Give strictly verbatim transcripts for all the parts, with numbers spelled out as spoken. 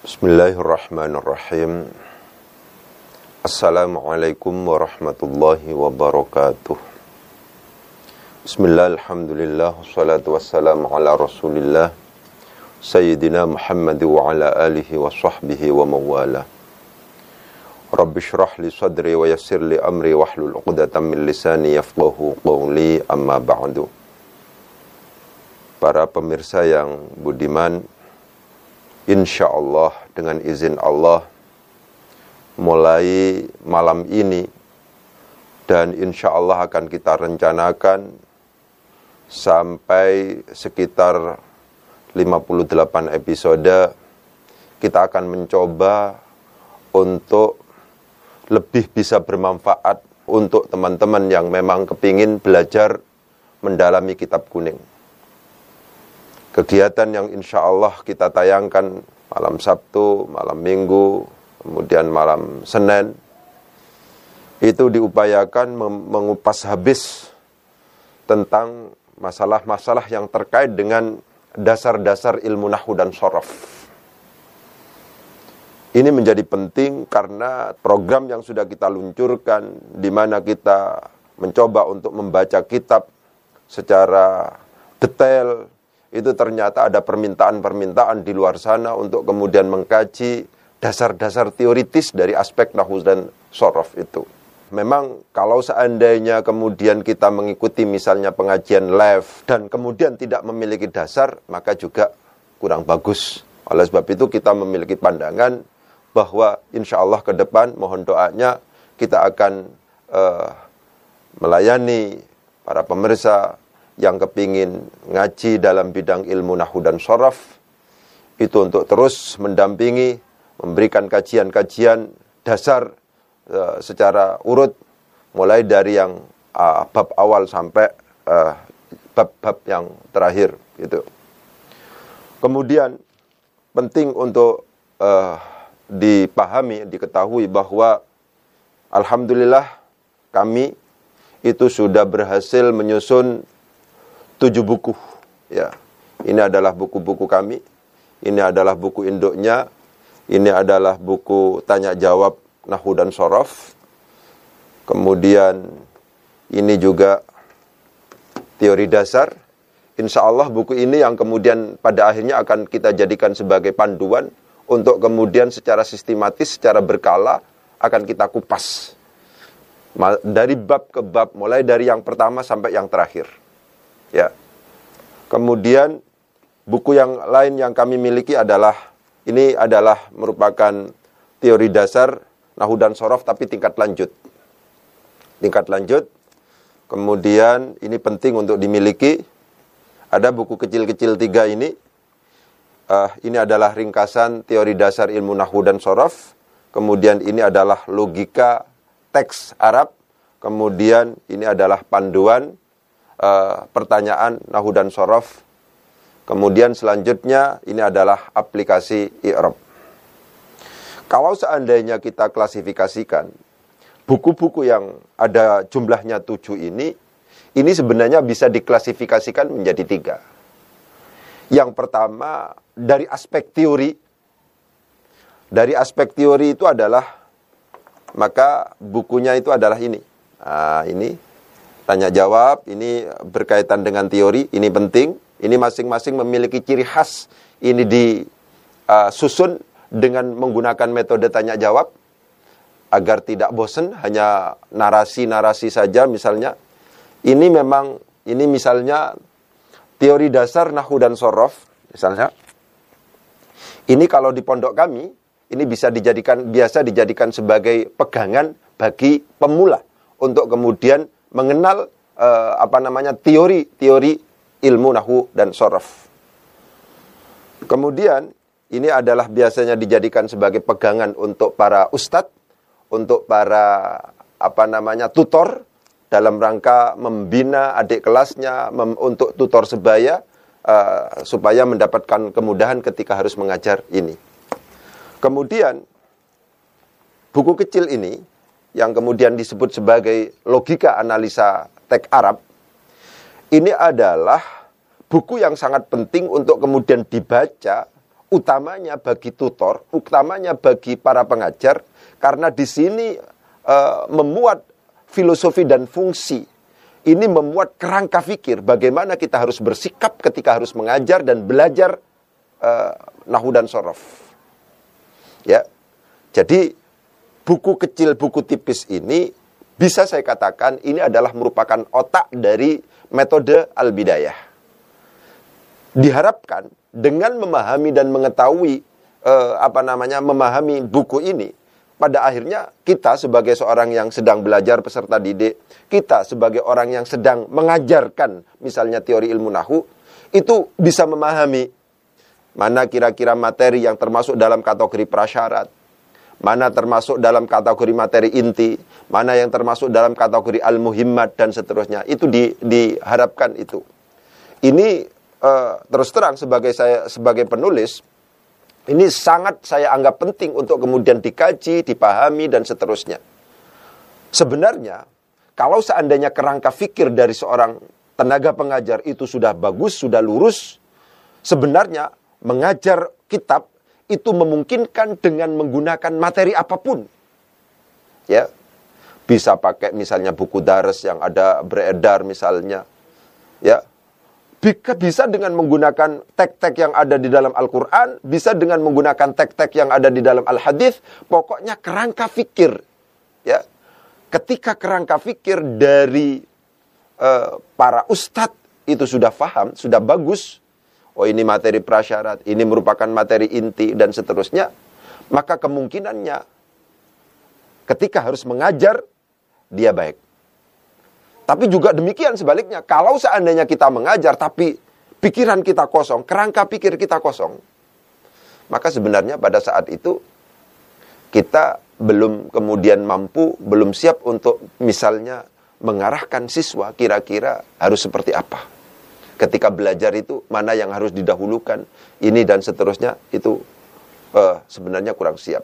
Bismillahirrahmanirrahim. Assalamualaikum warahmatullahi wabarakatuh. Bismillah, alhamdulillah, wassalatu wassalamu ala rasulillah Sayyidina Muhammad wa ala alihi wa sahbihi wa mawala. Rabbi syrah li sadri wa yassir li amri wahlul uqdatan min lisani yafqahu qawli, amma ba'du. Para pemirsa yang budiman, insyaallah dengan izin Allah, mulai malam ini dan insyaallah akan kita rencanakan sampai sekitar lima puluh delapan episode, kita akan mencoba untuk lebih bisa bermanfaat untuk teman-teman yang memang kepingin belajar mendalami kitab kuning. Kegiatan yang insya Allah kita tayangkan malam Sabtu, malam Minggu, kemudian malam Senin, itu diupayakan mengupas habis tentang masalah-masalah yang terkait dengan dasar-dasar ilmu nahwu dan shorof. Ini menjadi penting karena program yang sudah kita luncurkan, di mana kita mencoba untuk membaca kitab secara detail, itu ternyata ada permintaan-permintaan di luar sana untuk kemudian mengkaji dasar-dasar teoritis dari aspek nahwu dan shorof itu. Memang kalau seandainya kemudian kita mengikuti misalnya pengajian live dan kemudian tidak memiliki dasar, maka juga kurang bagus. Oleh sebab itu kita memiliki pandangan bahwa insya Allah ke depan mohon doanya kita akan uh, melayani para pemirsa yang kepingin ngaji dalam bidang ilmu nahwu dan shorof, itu untuk terus mendampingi, memberikan kajian-kajian dasar uh, secara urut, mulai dari yang uh, bab awal sampai uh, bab-bab yang terakhir gitu. Kemudian penting untuk uh, dipahami, diketahui bahwa alhamdulillah kami itu sudah berhasil menyusun tujuh buku, ya. Ini adalah buku-buku kami, ini adalah buku induknya, ini adalah buku tanya jawab nahwu dan shorof. Kemudian ini juga teori dasar. Insya Allah buku ini yang kemudian pada akhirnya akan kita jadikan sebagai panduan untuk kemudian secara sistematis, secara berkala akan kita kupas dari bab ke bab, mulai dari yang pertama sampai yang terakhir. Ya. Kemudian buku yang lain yang kami miliki adalah, ini adalah merupakan teori dasar nahwu dan shorof tapi tingkat lanjut. Tingkat lanjut. Kemudian ini penting untuk dimiliki. Ada buku kecil-kecil tiga ini. Uh, ini adalah ringkasan teori dasar ilmu nahwu dan shorof. Kemudian ini adalah logika teks Arab. Kemudian ini adalah panduan Uh, pertanyaan nahwu dan shorof. Kemudian selanjutnya ini adalah aplikasi i'rab. Kalau seandainya kita klasifikasikan buku-buku yang ada jumlahnya tujuh ini, ini sebenarnya bisa diklasifikasikan menjadi tiga. Yang pertama dari aspek teori. Dari aspek teori itu adalah, maka bukunya itu adalah ini. Nah, ini tanya jawab, ini berkaitan dengan teori, ini penting. Ini masing-masing memiliki ciri khas. Ini disusun uh, dengan menggunakan metode tanya jawab agar tidak bosan hanya narasi-narasi saja misalnya. Ini memang, ini misalnya teori dasar nahwu dan shorof misalnya. Ini kalau di pondok kami, ini bisa dijadikan, biasa dijadikan sebagai pegangan bagi pemula untuk kemudian mengenal uh, apa namanya teori-teori ilmu nahwu dan shorof. Kemudian ini adalah biasanya dijadikan sebagai pegangan untuk para ustadz, untuk para apa namanya tutor dalam rangka membina adik kelasnya, mem, untuk tutor sebaya uh, supaya mendapatkan kemudahan ketika harus mengajar ini. Kemudian buku kecil ini yang kemudian disebut sebagai logika analisa teks Arab, ini adalah buku yang sangat penting untuk kemudian dibaca utamanya bagi tutor, utamanya bagi para pengajar, karena di sini uh, memuat filosofi dan fungsi. Ini memuat kerangka fikir bagaimana kita harus bersikap ketika harus mengajar dan belajar uh, nahwu dan shorof. Ya, jadi buku kecil, buku tipis ini bisa saya katakan ini adalah merupakan otak dari metode Al-Bidayah. Diharapkan dengan memahami dan mengetahui eh, apa namanya memahami buku ini, pada akhirnya kita sebagai seorang yang sedang belajar peserta didik, kita sebagai orang yang sedang mengajarkan misalnya teori ilmu nahwu, itu bisa memahami mana kira-kira materi yang termasuk dalam kategori prasyarat, mana termasuk dalam kategori materi inti, mana yang termasuk dalam kategori al-muhimmat dan seterusnya. Itu di, diharapkan itu. Ini Uh, terus terang sebagai saya sebagai penulis, ini sangat saya anggap penting untuk kemudian dikaji, dipahami dan seterusnya. Sebenarnya kalau seandainya kerangka fikir dari seorang tenaga pengajar itu sudah bagus, sudah lurus, sebenarnya mengajar kitab itu memungkinkan dengan menggunakan materi apapun. Ya. Bisa pakai misalnya buku dares yang ada beredar misalnya. Ya. Bisa dengan menggunakan tek-tek yang ada di dalam Al-Quran, bisa dengan menggunakan tek-tek yang ada di dalam Al-Hadis. Pokoknya kerangka fikir, ya. Ketika kerangka fikir dari uh, para ustadz itu sudah paham, sudah bagus. Oh, ini materi prasyarat, ini merupakan materi inti dan seterusnya. Maka kemungkinannya ketika harus mengajar, dia baik. Tapi juga demikian sebaliknya, kalau seandainya kita mengajar tapi pikiran kita kosong, kerangka pikir kita kosong, maka sebenarnya pada saat itu kita belum kemudian mampu, belum siap untuk misalnya mengarahkan siswa kira-kira harus seperti apa. Ketika belajar itu mana yang harus didahulukan, ini dan seterusnya, itu uh, sebenarnya kurang siap.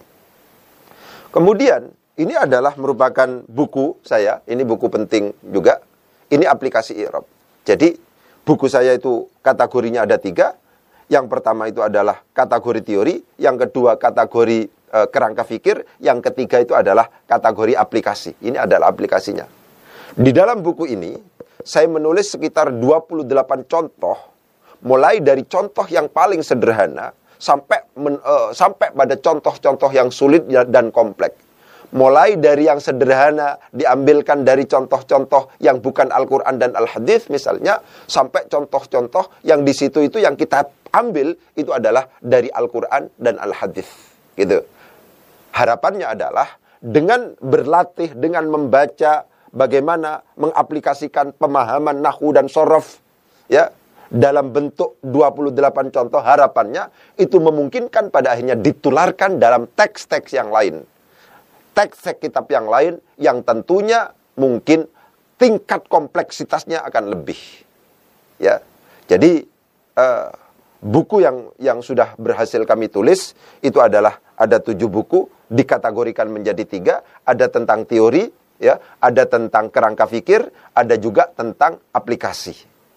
Kemudian ini adalah merupakan buku saya, ini buku penting juga, ini aplikasi i'rab. Jadi buku saya itu kategorinya ada tiga. Yang pertama itu adalah kategori teori, yang kedua kategori e, kerangka fikir, yang ketiga itu adalah kategori aplikasi. Ini adalah aplikasinya. Di dalam buku ini, saya menulis sekitar dua puluh delapan contoh, mulai dari contoh yang paling sederhana, sampai, men, e, sampai pada contoh-contoh yang sulit dan kompleks. Mulai dari yang sederhana diambilkan dari contoh-contoh yang bukan Al-Quran dan Al-Hadis misalnya, sampai contoh-contoh yang di situ itu yang kita ambil itu adalah dari Al-Quran dan Al-Hadis. Gitu. Harapannya adalah dengan berlatih, dengan membaca bagaimana mengaplikasikan pemahaman nahwu dan shorof, ya, dalam bentuk dua puluh delapan contoh, harapannya itu memungkinkan pada akhirnya ditularkan dalam teks-teks yang lain. Teks-teks kitab yang lain yang tentunya mungkin tingkat kompleksitasnya akan lebih. Ya, jadi uh, buku yang yang sudah berhasil kami tulis itu adalah ada tujuh buku, dikategorikan menjadi tiga. Ada tentang teori, ya, ada tentang kerangka fikir, ada juga tentang aplikasi.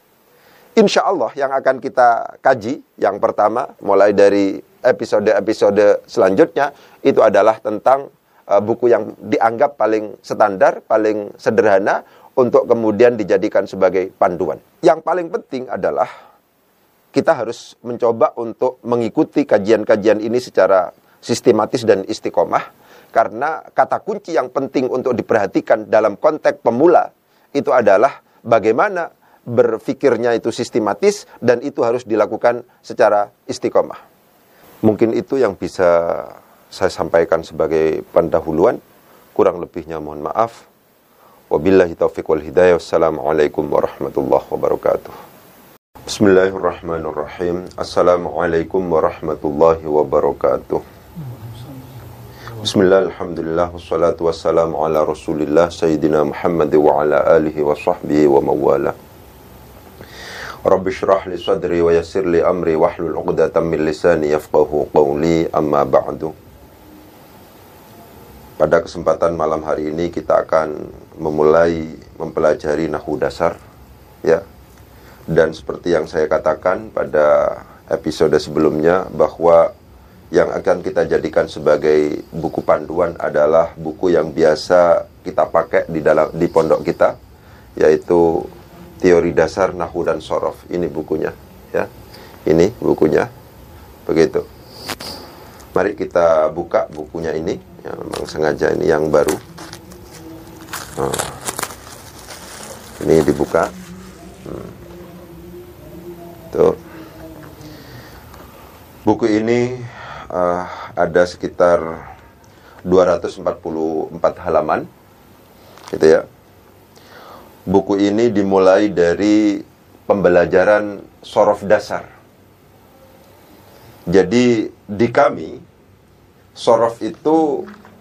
Insya Allah yang akan kita kaji yang pertama mulai dari episode-episode selanjutnya itu adalah tentang Uh, buku yang dianggap paling standar, paling sederhana untuk kemudian dijadikan sebagai panduan. Yang paling penting adalah kita harus mencoba untuk mengikuti kajian-kajian ini secara sistematis dan istiqomah, karena kata kunci yang penting untuk diperhatikan dalam konteks pemula itu adalah bagaimana berfikirnya itu sistematis dan itu harus dilakukan secara istiqomah. Mungkin itu yang bisa saya sampaikan sebagai pendahuluan. Kurang lebihnya mohon maaf. Wabillahi taufiq wal hidayah. Wassalamualaikum warahmatullahi wabarakatuh. Bismillahirrahmanirrahim. Assalamualaikum warahmatullahi wabarakatuh. Bismillah, alhamdulillah, wassalatu wassalamu ala rasulillah Sayyidina Muhammad wa ala alihi wa sahbihi wa mawala. Rabbi syrah li sadri wa yassir li amri wahlul uqdatam min lisani yafqahu qawli, amma ba'du. Pada kesempatan malam hari ini kita akan memulai mempelajari nahwu dasar, ya. Dan seperti yang saya katakan pada episode sebelumnya bahwa yang akan kita jadikan sebagai buku panduan adalah buku yang biasa kita pakai di dalam di pondok kita, yaitu Teori Dasar Nahwu dan Shorof. Ini bukunya, ya. Ini bukunya. Begitu. Mari kita buka bukunya ini. Ya, memang sengaja ini yang baru. Nah, ini dibuka. Hmm. Tuh. Buku ini uh, ada sekitar dua ratus empat puluh empat halaman, gitu ya. Buku ini dimulai dari pembelajaran shorof dasar. Jadi di kami shorof itu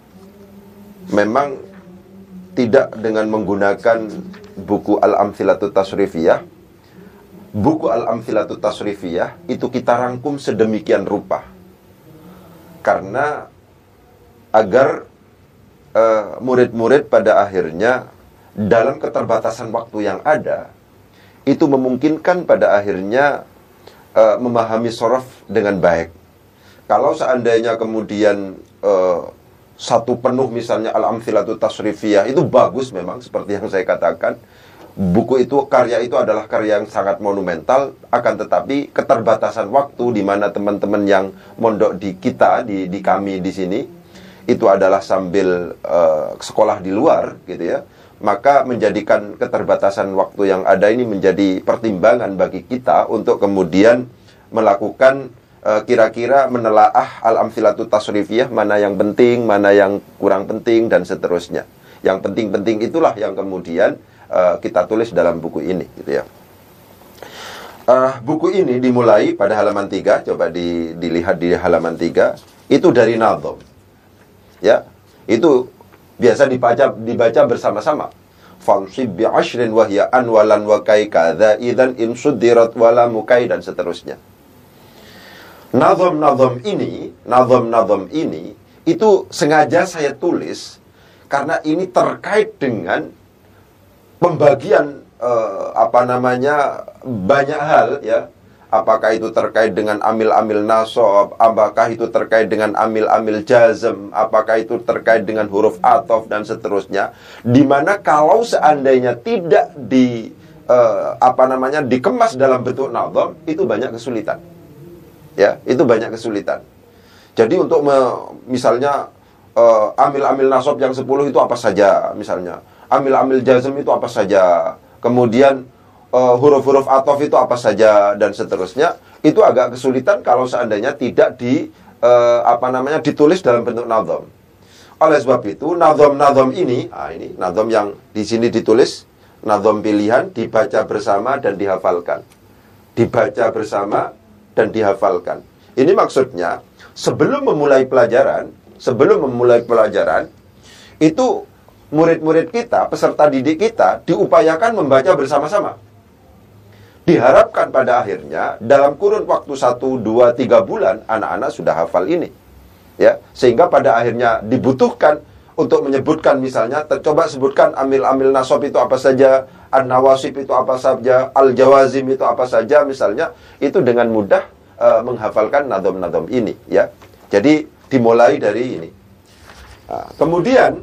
memang tidak dengan menggunakan buku Al-Amthilatut Tashrifiyah. Buku Al-Amthilatut Tashrifiyah itu kita rangkum sedemikian rupa karena agar uh, murid-murid pada akhirnya dalam keterbatasan waktu yang ada itu memungkinkan pada akhirnya uh, memahami shorof dengan baik. Kalau seandainya kemudian uh, satu penuh misalnya Al-Amthilatut Tashrifiyah itu bagus memang seperti yang saya katakan. Buku itu, karya itu adalah karya yang sangat monumental, akan tetapi keterbatasan waktu di mana teman-teman yang mondok di kita, di, di kami di sini, itu adalah sambil uh, sekolah di luar, gitu ya. Maka menjadikan keterbatasan waktu yang ada ini menjadi pertimbangan bagi kita untuk kemudian melakukan uh, kira-kira menelaah Al-Amthilatut Tashrifiyah, mana yang penting, mana yang kurang penting, dan seterusnya. Yang penting-penting itulah yang kemudian Uh, kita tulis dalam buku ini, gitu ya. Uh, buku ini dimulai pada halaman tiga, coba di, dilihat di halaman tiga, itu dari nadhom. Ya, itu biasa dibaca dibaca bersama-sama. Fansib bi ashrin wa hiya anwalan wa kai kadza idzan in suddirat wala mukai dan seterusnya. Nadhom-nadhom ini, nadhom-nadhom ini itu sengaja saya tulis karena ini terkait dengan pembagian eh, apa namanya banyak hal, ya. Apakah itu terkait dengan amil-amil nasab, apakah itu terkait dengan amil-amil jazm, apakah itu terkait dengan huruf athof dan seterusnya. Dimana kalau seandainya tidak di eh, apa namanya dikemas dalam bentuk nadham, itu banyak kesulitan. Ya, itu banyak kesulitan. Jadi untuk me, misalnya eh, amil-amil nasab yang sepuluh itu apa saja misalnya. Amil-amil jazm itu apa saja, kemudian uh, huruf-huruf athof itu apa saja, dan seterusnya. Itu agak kesulitan kalau seandainya tidak di uh, apa namanya ditulis dalam bentuk nadham. Oleh sebab itu, nadham-nadham ini, ah ini nadham yang di sini ditulis, nadham pilihan, dibaca bersama dan dihafalkan. Dibaca bersama dan dihafalkan. Ini maksudnya sebelum memulai pelajaran, sebelum memulai pelajaran itu murid-murid kita, peserta didik kita diupayakan membaca bersama-sama. Diharapkan pada akhirnya dalam kurun waktu satu, dua, tiga bulan anak-anak sudah hafal ini, ya. Sehingga pada akhirnya dibutuhkan untuk menyebutkan misalnya, coba sebutkan amil-amil nasab itu apa saja, an-nawasib itu apa saja, al-jawazim itu apa saja misalnya, itu dengan mudah uh, menghafalkan nadham-nadham ini, ya. Jadi dimulai dari ini. Nah, kemudian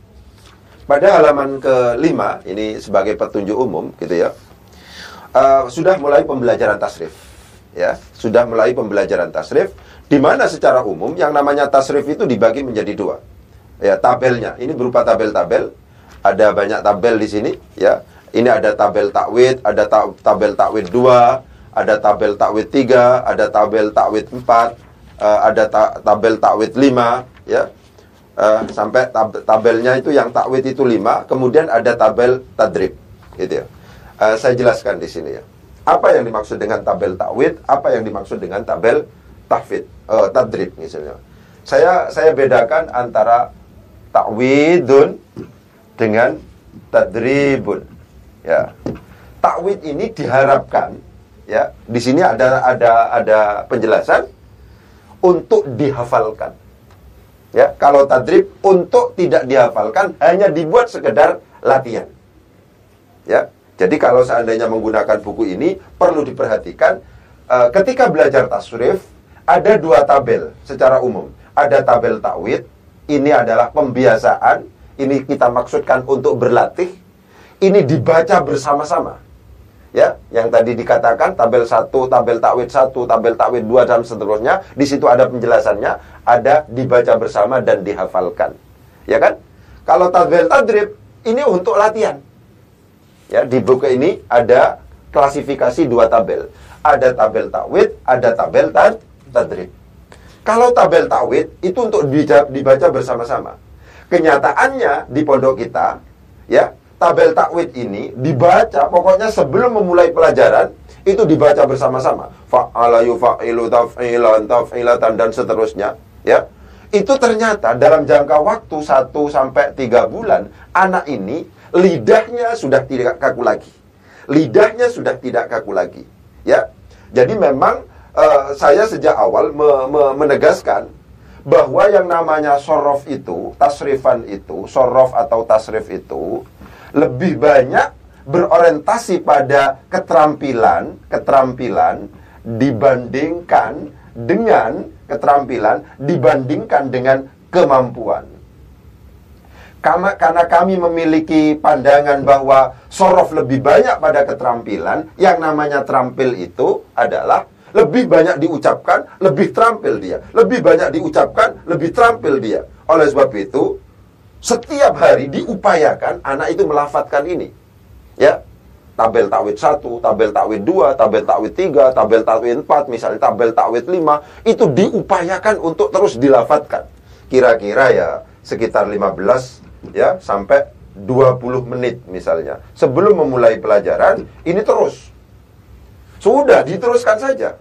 pada halaman kelima, ini sebagai petunjuk umum, gitu ya, uh, sudah mulai pembelajaran tasrif, ya, sudah mulai pembelajaran tasrif, di mana secara umum yang namanya tasrif itu dibagi menjadi dua, ya, tabelnya. Ini berupa tabel-tabel, ada banyak tabel di sini, ya. Ini ada tabel takwid, ada ta tabel takwid dua, ada tabel takwid tiga, ada tabel takwid empat, uh, ada ta tabel takwid lima, ya. Uh, sampai tab tabelnya itu yang takwid itu lima, kemudian ada tabel tadrib, gitu ya. Uh, saya jelaskan di sini, ya. Apa yang dimaksud dengan tabel takwid, apa yang dimaksud dengan tabel tahfid, uh, tadrib misalnya. Saya saya bedakan antara takwidun dengan tadribun, ya. Takwid ini diharapkan, ya. Di sini ada ada ada penjelasan untuk dihafalkan. Ya, kalau tadrib untuk tidak dihafalkan, hanya dibuat sekedar latihan. Ya, jadi kalau seandainya menggunakan buku ini perlu diperhatikan uh, ketika belajar tasrif, ada dua tabel secara umum. Ada tabel ta'wid, ini adalah pembiasaan, ini kita maksudkan untuk berlatih. Ini dibaca bersama-sama. Ya, yang tadi dikatakan tabel satu, tabel ta'wid satu, tabel ta'wid dua dan seterusnya, di situ ada penjelasannya, ada dibaca bersama dan dihafalkan. Ya kan? Kalau tabel tadrib, ini untuk latihan. Ya, di buku ini ada klasifikasi dua tabel. Ada tabel ta'wid, ada tabel tad tadrib. Kalau tabel ta'wid itu untuk dibaca bersama-sama. Kenyataannya di pondok kita, ya, tabel ta'wid ini dibaca pokoknya sebelum memulai pelajaran itu dibaca bersama-sama. Fa'ala yufa'ilu taf'ilan taf'ilatan dan seterusnya, ya. Itu ternyata dalam jangka waktu satu sampai tiga bulan anak ini lidahnya sudah tidak kaku lagi. Lidahnya sudah tidak kaku lagi, ya. Jadi memang Uh, saya sejak awal me me menegaskan bahwa yang namanya sorof itu, tasrifan itu, sorof atau tasrif itu lebih banyak berorientasi pada keterampilan, keterampilan dibandingkan dengan keterampilan dibandingkan dengan kemampuan. Karena, karena kami memiliki pandangan bahwa sorof lebih banyak pada keterampilan, yang namanya terampil itu adalah lebih banyak diucapkan, lebih terampil dia. Lebih banyak diucapkan, lebih terampil dia. Oleh sebab itu, setiap hari diupayakan anak itu melafadzkan ini. Ya, tabel ta'wid satu, tabel ta'wid dua, tabel ta'wid tiga, tabel ta'wid empat, misalnya tabel ta'wid lima, itu diupayakan untuk terus dilafadzkan. Kira-kira ya sekitar lima belas ya sampai dua puluh menit misalnya. Sebelum memulai pelajaran, ini terus. Sudah diteruskan saja.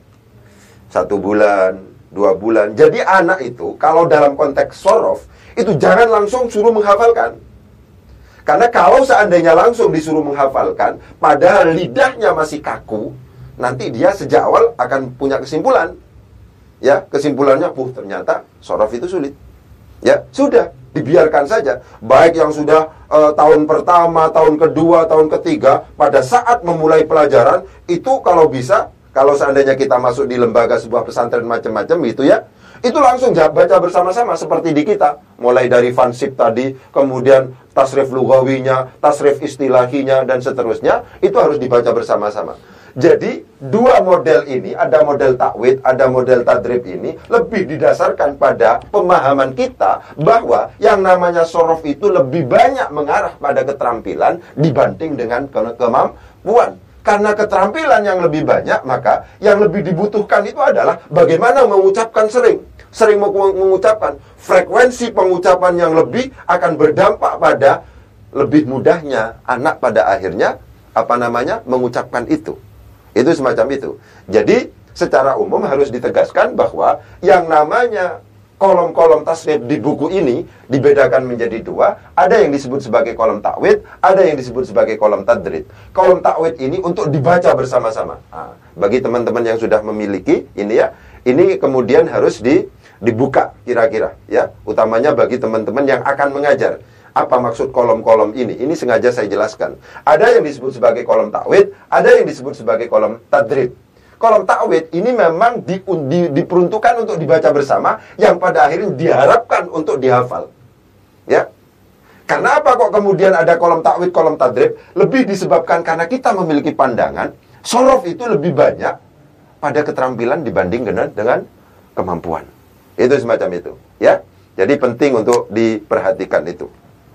Satu bulan, dua bulan. Jadi anak itu, kalau dalam konteks sorof, itu jangan langsung suruh menghafalkan. Karena kalau seandainya langsung disuruh menghafalkan, padahal lidahnya masih kaku, nanti dia sejak awal akan punya kesimpulan. Ya, kesimpulannya, puh ternyata sorof itu sulit. Ya, sudah, dibiarkan saja. Baik yang sudah uh, tahun pertama, tahun kedua, tahun ketiga, pada saat memulai pelajaran, itu kalau bisa, kalau seandainya kita masuk di lembaga sebuah pesantren macam-macam gitu ya, itu langsung baca bersama-sama seperti di kita. Mulai dari fansib tadi, kemudian tasrif lugawinya, tasrif istilahinya, dan seterusnya, itu harus dibaca bersama-sama. Jadi, dua model ini, ada model ta'wid, ada model tadrib ini, lebih didasarkan pada pemahaman kita bahwa yang namanya sorof itu lebih banyak mengarah pada keterampilan dibanding dengan ke kemampuan. Karena keterampilan yang lebih banyak, maka yang lebih dibutuhkan itu adalah bagaimana mengucapkan sering. Sering mengucapkan. Frekuensi pengucapan yang lebih akan berdampak pada lebih mudahnya anak pada akhirnya, apa namanya, mengucapkan itu. Itu semacam itu. Jadi, secara umum harus ditegaskan bahwa yang namanya kolom-kolom tasrif di buku ini dibedakan menjadi dua. Ada yang disebut sebagai kolom ta'wid, ada yang disebut sebagai kolom tadrib. Kolom ta'wid ini untuk dibaca bersama-sama. Nah, bagi teman-teman yang sudah memiliki ini ya, ini kemudian harus di, dibuka kira-kira ya, utamanya bagi teman-teman yang akan mengajar. Apa maksud kolom-kolom ini? Ini sengaja saya jelaskan. Ada yang disebut sebagai kolom ta'wid, ada yang disebut sebagai kolom tadrib. Kolom ta'wid ini memang di, di, diperuntukkan untuk dibaca bersama, yang pada akhirnya diharapkan untuk dihafal. Ya. Karena apa kok kemudian ada kolom ta'wid, kolom tadrib? Lebih disebabkan karena kita memiliki pandangan sorof itu lebih banyak pada keterampilan dibanding dengan, dengan kemampuan. Itu semacam itu, ya. Jadi penting untuk diperhatikan itu.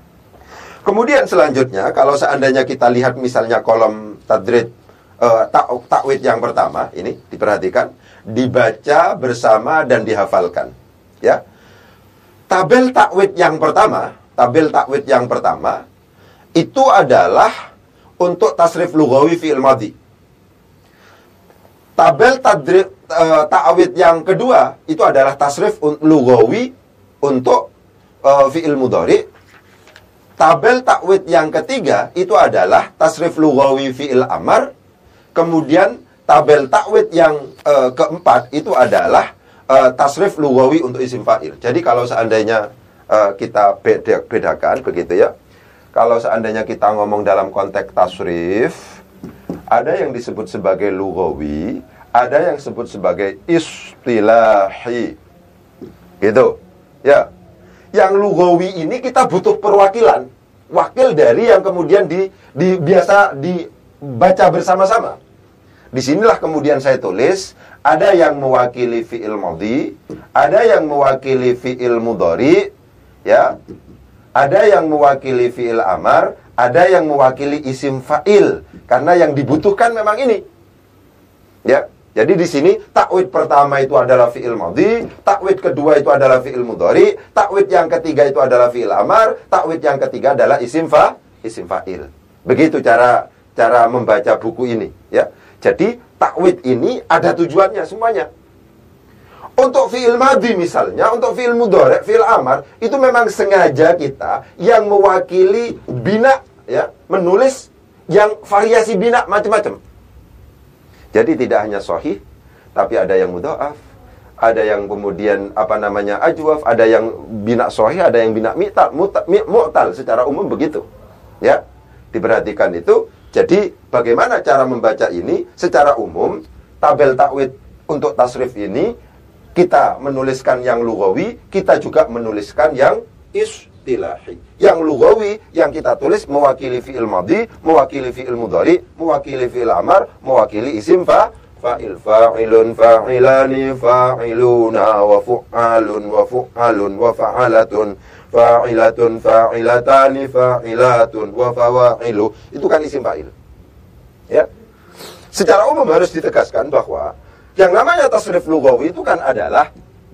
Kemudian selanjutnya, kalau seandainya kita lihat misalnya kolom tadrib, Uh, ta'wid yang pertama ini diperhatikan, dibaca bersama dan dihafalkan. Ya, tabel ta'wid yang pertama, tabel ta'wid yang pertama itu adalah untuk tasrif lughawi fi'il madhi. Tabel tadrib uh, ta'wid yang kedua itu adalah tasrif lughawi untuk uh, fi'il mudhari. Tabel ta'wid yang ketiga itu adalah tasrif lughawi fi'il amar. Kemudian tabel ta'wid yang uh, keempat itu adalah uh, tasrif lughawi untuk isim fa'il. Jadi kalau seandainya uh, kita beda, bedakan begitu ya. Kalau seandainya kita ngomong dalam konteks tasrif, ada yang disebut sebagai lughawi, ada yang disebut sebagai istilahi. Gitu. Ya. Yang lughawi ini kita butuh perwakilan, wakil dari yang kemudian di, di biasa dibaca bersama-sama. Disinilah kemudian saya tulis, ada yang mewakili fi'il madhi, ada yang mewakili fi'il mudhari, ya. Ada yang mewakili fi'il amar, ada yang mewakili isim fa'il, karena yang dibutuhkan memang ini. Ya. Jadi di sini takwid pertama itu adalah fi'il madhi, takwid kedua itu adalah fi'il mudhari, takwid yang ketiga itu adalah fi'il amar, takwid yang ketiga adalah isim fa, isim fa'il. Begitu cara cara membaca buku ini, ya. Jadi takwid ini ada tujuannya semuanya. Untuk fi'il madhi misalnya, untuk fi'il mudhari, fi'il amar, itu memang sengaja kita yang mewakili bina, ya, menulis yang variasi bina macam-macam. Jadi tidak hanya sahih, tapi ada yang mudha'af, ada yang kemudian apa namanya ajwaf, ada yang bina sahih, ada yang bina mi'tal, mu'tal, secara umum begitu. Ya, diperhatikan itu. Jadi bagaimana cara membaca ini? Secara umum, tabel takwid untuk tasrif ini kita menuliskan yang lughawi, kita juga menuliskan yang istilahi. Yang lughawi yang kita tulis mewakili fi'il madhi, mewakili fi'il mudhari, mewakili fi'il amar, mewakili isim fa, fa'il, fa'ilun, fa'ilani, fa'iluna, wa fu'alun, wa fu'alun, wa fa'alatun, fa'ilatun, fa'ilatani, fa'ilatun, wa fawa'ilu. Itu kan isim fa'il. Ya. Secara umum harus ditegaskan bahwa yang namanya tasrif lughawi itu kan adalah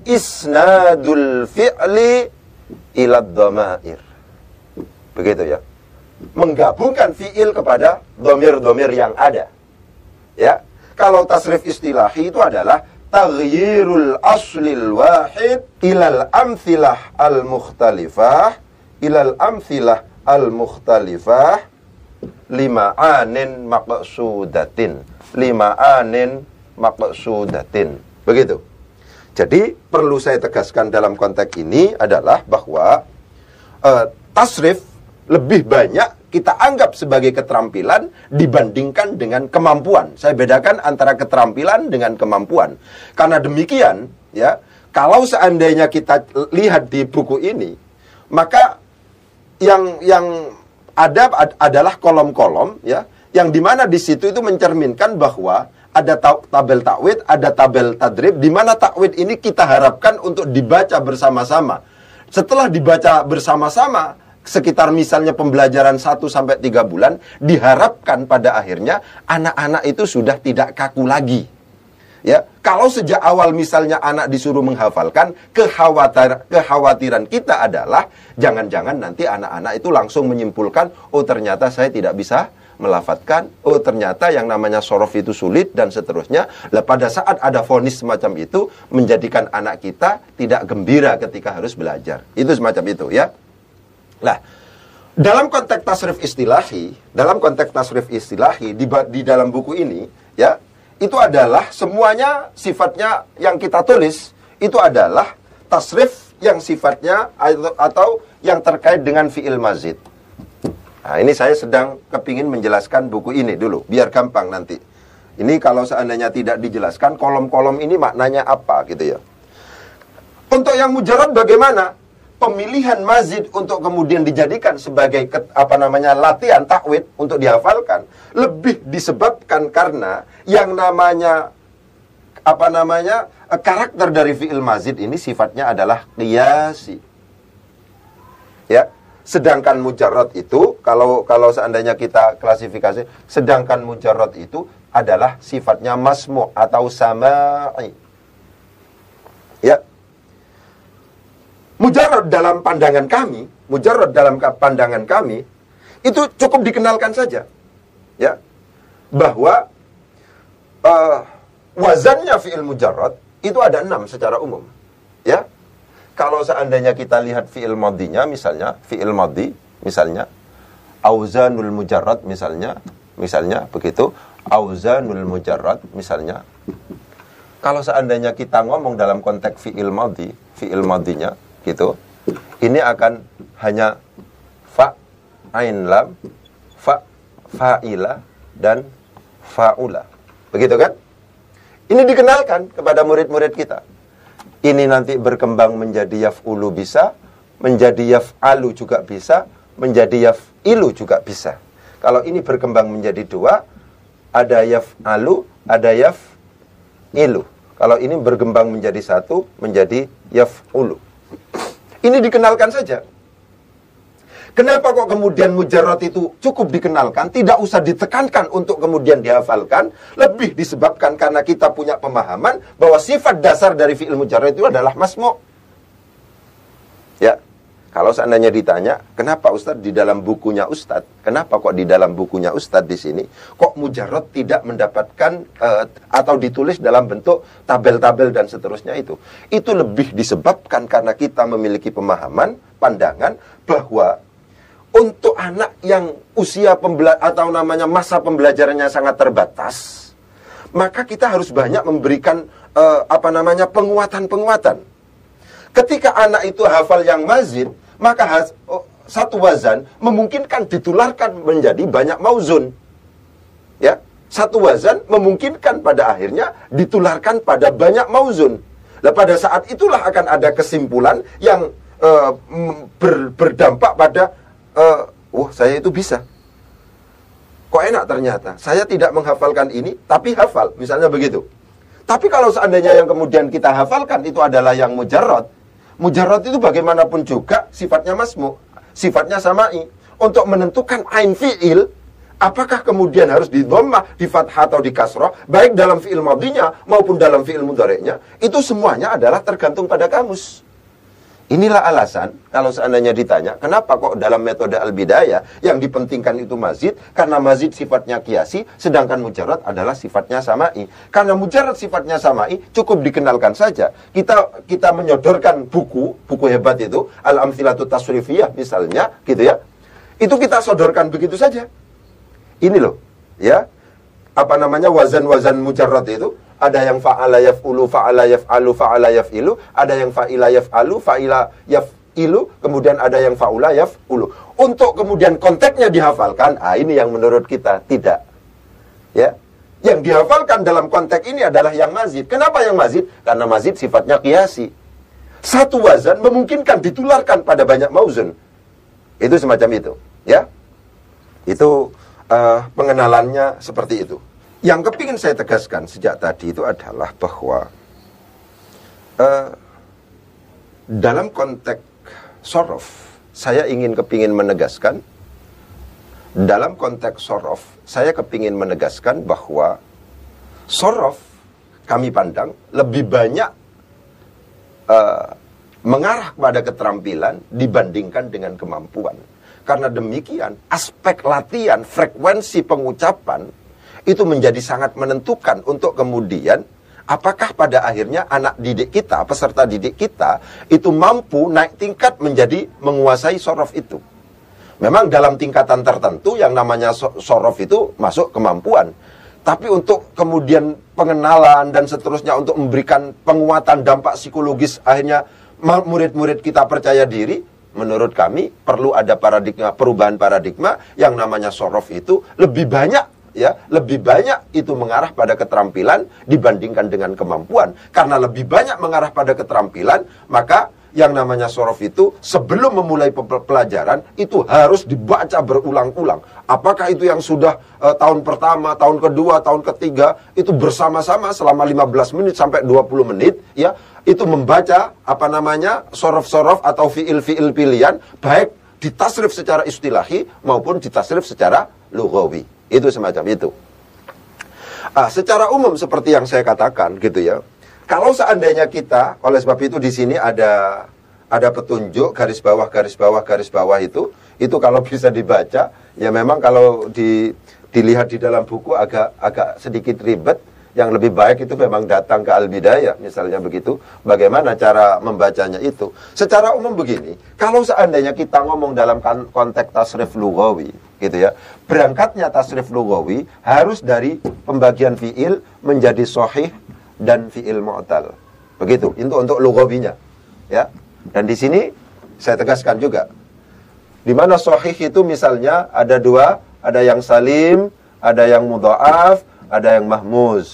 isnadul fi'li ilad dhamair. Begitu ya. Menggabungkan fi'il kepada dhamir-dhamir yang ada. Ya. Kalau tasrif istilahi itu adalah taghyirul aslil wahid ilal amthilah al-mukhtalifah ilal amthilah al-mukhtalifah lima'anin maqsudatin lima'anin maqsudatin. Begitu. Jadi perlu saya tegaskan dalam konteks ini adalah bahwa uh, tasrif lebih banyak kita anggap sebagai keterampilan dibandingkan dengan kemampuan. Saya bedakan antara keterampilan dengan kemampuan. Karena demikian, ya, kalau seandainya kita lihat di buku ini, maka yang yang ada ad, adalah kolom-kolom, ya, yang dimana di situ itu mencerminkan bahwa ada tabel takwid, ada tabel tadrib, di mana takwid ini kita harapkan untuk dibaca bersama-sama. Setelah dibaca bersama-sama, sekitar misalnya pembelajaran satu sampai tiga bulan, diharapkan pada akhirnya anak-anak itu sudah tidak kaku lagi. Ya, kalau sejak awal misalnya anak disuruh menghafalkan, kekhawatir, kekhawatiran kita adalah jangan-jangan nanti anak-anak itu langsung menyimpulkan, oh ternyata saya tidak bisa melafatkan, oh ternyata yang namanya sorof itu sulit, dan seterusnya. Lah pada saat ada vonis semacam itu, menjadikan anak kita tidak gembira ketika harus belajar. Itu semacam itu, ya. Nah, dalam konteks tasrif istilahi, dalam konteks tasrif istilahi di, di dalam buku ini, ya, itu adalah semuanya sifatnya yang kita tulis itu adalah tasrif yang sifatnya atau, atau yang terkait dengan fi'il mazid. Nah, ini saya sedang kepingin menjelaskan buku ini dulu, biar gampang nanti. Ini kalau seandainya tidak dijelaskan, kolom-kolom ini maknanya apa, gitu ya. Untuk yang mujarad bagaimana? Pemilihan mazid untuk kemudian dijadikan sebagai apa namanya latihan takwid untuk dihafalkan lebih disebabkan karena yang namanya apa namanya karakter dari fi'il mazid ini sifatnya adalah qiyasi. Ya, sedangkan mujarrad itu kalau kalau seandainya kita klasifikasi, sedangkan mujarrad itu adalah sifatnya masmu' atau sama'i. Ya. Mujarrad dalam pandangan kami, mujarrad dalam pandangan kami, itu cukup dikenalkan saja, ya, bahwa uh, wazannya fi'il mujarrad itu ada enam secara umum, ya. Kalau seandainya kita lihat fi'il madhinya, misalnya fi'il madhi, misalnya auzanul mujarrad, misalnya, misalnya begitu, auzanul mujarrad, misalnya. Kalau seandainya kita ngomong dalam konteks fi'il madhi, fi'il madhinya gitu, ini akan hanya fa, ain lam, fa, fa'ila, dan fa'ula. Begitu kan? Ini dikenalkan kepada murid-murid kita. Ini nanti berkembang menjadi yaf'ulu bisa, menjadi yaf'alu juga bisa, menjadi yaf'ilu juga bisa. Kalau ini berkembang menjadi dua, ada yaf'alu, ada yaf'ilu. Kalau ini berkembang menjadi satu, menjadi yaf'ulu. Ini dikenalkan saja. Kenapa kok kemudian mujarrad itu cukup dikenalkan, tidak usah ditekankan untuk kemudian dihafalkan? Lebih disebabkan karena kita punya pemahaman bahwa sifat dasar dari fi'il mujarrad itu adalah masmu'. Ya, kalau seandainya ditanya, kenapa Ustadz di dalam bukunya Ustadz, kenapa kok di dalam bukunya Ustadz di sini, kok mujarrad tidak mendapatkan uh, atau ditulis dalam bentuk tabel-tabel dan seterusnya itu? Itu lebih disebabkan karena kita memiliki pemahaman, pandangan bahwa untuk anak yang usia pembela atau namanya masa pembelajarannya sangat terbatas, maka kita harus banyak memberikan uh, apa namanya penguatan-penguatan. Ketika anak itu hafal yang mazid, maka has, oh, satu wazan memungkinkan ditularkan menjadi banyak mauzun. Ya, satu wazan memungkinkan pada akhirnya ditularkan pada banyak mauzun. Nah, pada saat itulah akan ada kesimpulan yang uh, ber, berdampak pada Uh, wah, saya itu bisa. Kok enak ternyata. Saya tidak menghafalkan ini, tapi hafal. Misalnya begitu. Tapi kalau seandainya yang kemudian kita hafalkan itu adalah yang mujarrad. Mujarrad itu bagaimanapun juga sifatnya masmu, sifatnya sama'i. Untuk menentukan ain fi'il, apakah kemudian harus di dhammah, di fathah atau di kasrah, baik dalam fi'il madhinya maupun dalam fi'il mudhari'nya, itu semuanya adalah tergantung pada kamus. Inilah alasan kalau seandainya ditanya, kenapa kok dalam metode al-bidayah yang dipentingkan itu mazid? Karena mazid sifatnya qiyasi, sedangkan mujarrad adalah sifatnya sama'i. Karena mujarrad sifatnya sama'i, cukup dikenalkan saja. Kita kita menyodorkan buku, buku hebat itu, Al-Amthilatu Tasrifiyah misalnya, gitu ya. Itu kita sodorkan begitu saja. Ini loh, ya. Apa namanya wazan-wazan mujarrad itu? Ada yang fa'ala yaf'ulu, fa'ala yaf'alu, fa'ala yaf'ilu. Ada yang fa'ila yaf'alu, fa'ila yaf'ilu. Kemudian ada yang fa'ula yaf'ulu. Untuk kemudian konteksnya dihafalkan, ah ini yang menurut kita tidak. Ya, yang dihafalkan dalam konteks ini adalah yang mazid. Kenapa yang mazid? Karena mazid sifatnya qiyasi. Satu wazan memungkinkan ditularkan pada banyak mauzun. Itu semacam itu. Ya, itu uh, pengenalannya seperti itu. Yang kepingin saya tegaskan sejak tadi itu adalah bahwa uh, dalam konteks sorof, saya ingin kepingin menegaskan, dalam konteks sorof, saya kepingin menegaskan bahwa sorof kami pandang lebih banyak uh, mengarah pada keterampilan dibandingkan dengan kemampuan. Karena demikian, aspek latihan, frekuensi pengucapan, itu menjadi sangat menentukan untuk kemudian apakah pada akhirnya anak didik kita, peserta didik kita, itu mampu naik tingkat menjadi menguasai sorof itu. Memang dalam tingkatan tertentu yang namanya sorof itu masuk kemampuan. Tapi untuk kemudian pengenalan dan seterusnya untuk memberikan penguatan dampak psikologis akhirnya murid-murid kita percaya diri, menurut kami perlu ada paradigma, perubahan paradigma yang namanya sorof itu lebih banyak. Ya, lebih banyak itu mengarah pada keterampilan dibandingkan dengan kemampuan. Karena lebih banyak mengarah pada keterampilan, maka yang namanya sorof itu sebelum memulai pelajaran itu harus dibaca berulang-ulang. Apakah itu yang sudah uh, tahun pertama, tahun kedua, tahun ketiga itu bersama-sama selama lima belas menit sampai dua puluh menit, ya, itu membaca apa namanya sorof-sorof atau fiil-fiil pilihan, baik ditasrif secara istilahi maupun ditasrif secara lughawi. Itu semacam itu. Ah, secara umum seperti yang saya katakan gitu ya. Kalau seandainya kita, oleh sebab itu di sini ada ada petunjuk garis bawah garis bawah garis bawah itu, itu kalau bisa dibaca, ya memang kalau di, dilihat di dalam buku agak agak sedikit ribet. Yang lebih baik itu memang datang ke Al-Bidayah, misalnya begitu. Bagaimana cara membacanya itu? Secara umum begini, kalau seandainya kita ngomong dalam konteks tasrif lughawi, gitu ya, berangkatnya tasrif lughawi harus dari pembagian fiil menjadi sahih dan fiil mu'tal. Begitu, itu untuk lughawinya, ya. Dan di sini saya tegaskan juga, di mana sahih itu misalnya ada dua, ada yang salim, ada yang mudha'af, ada yang mahmuz.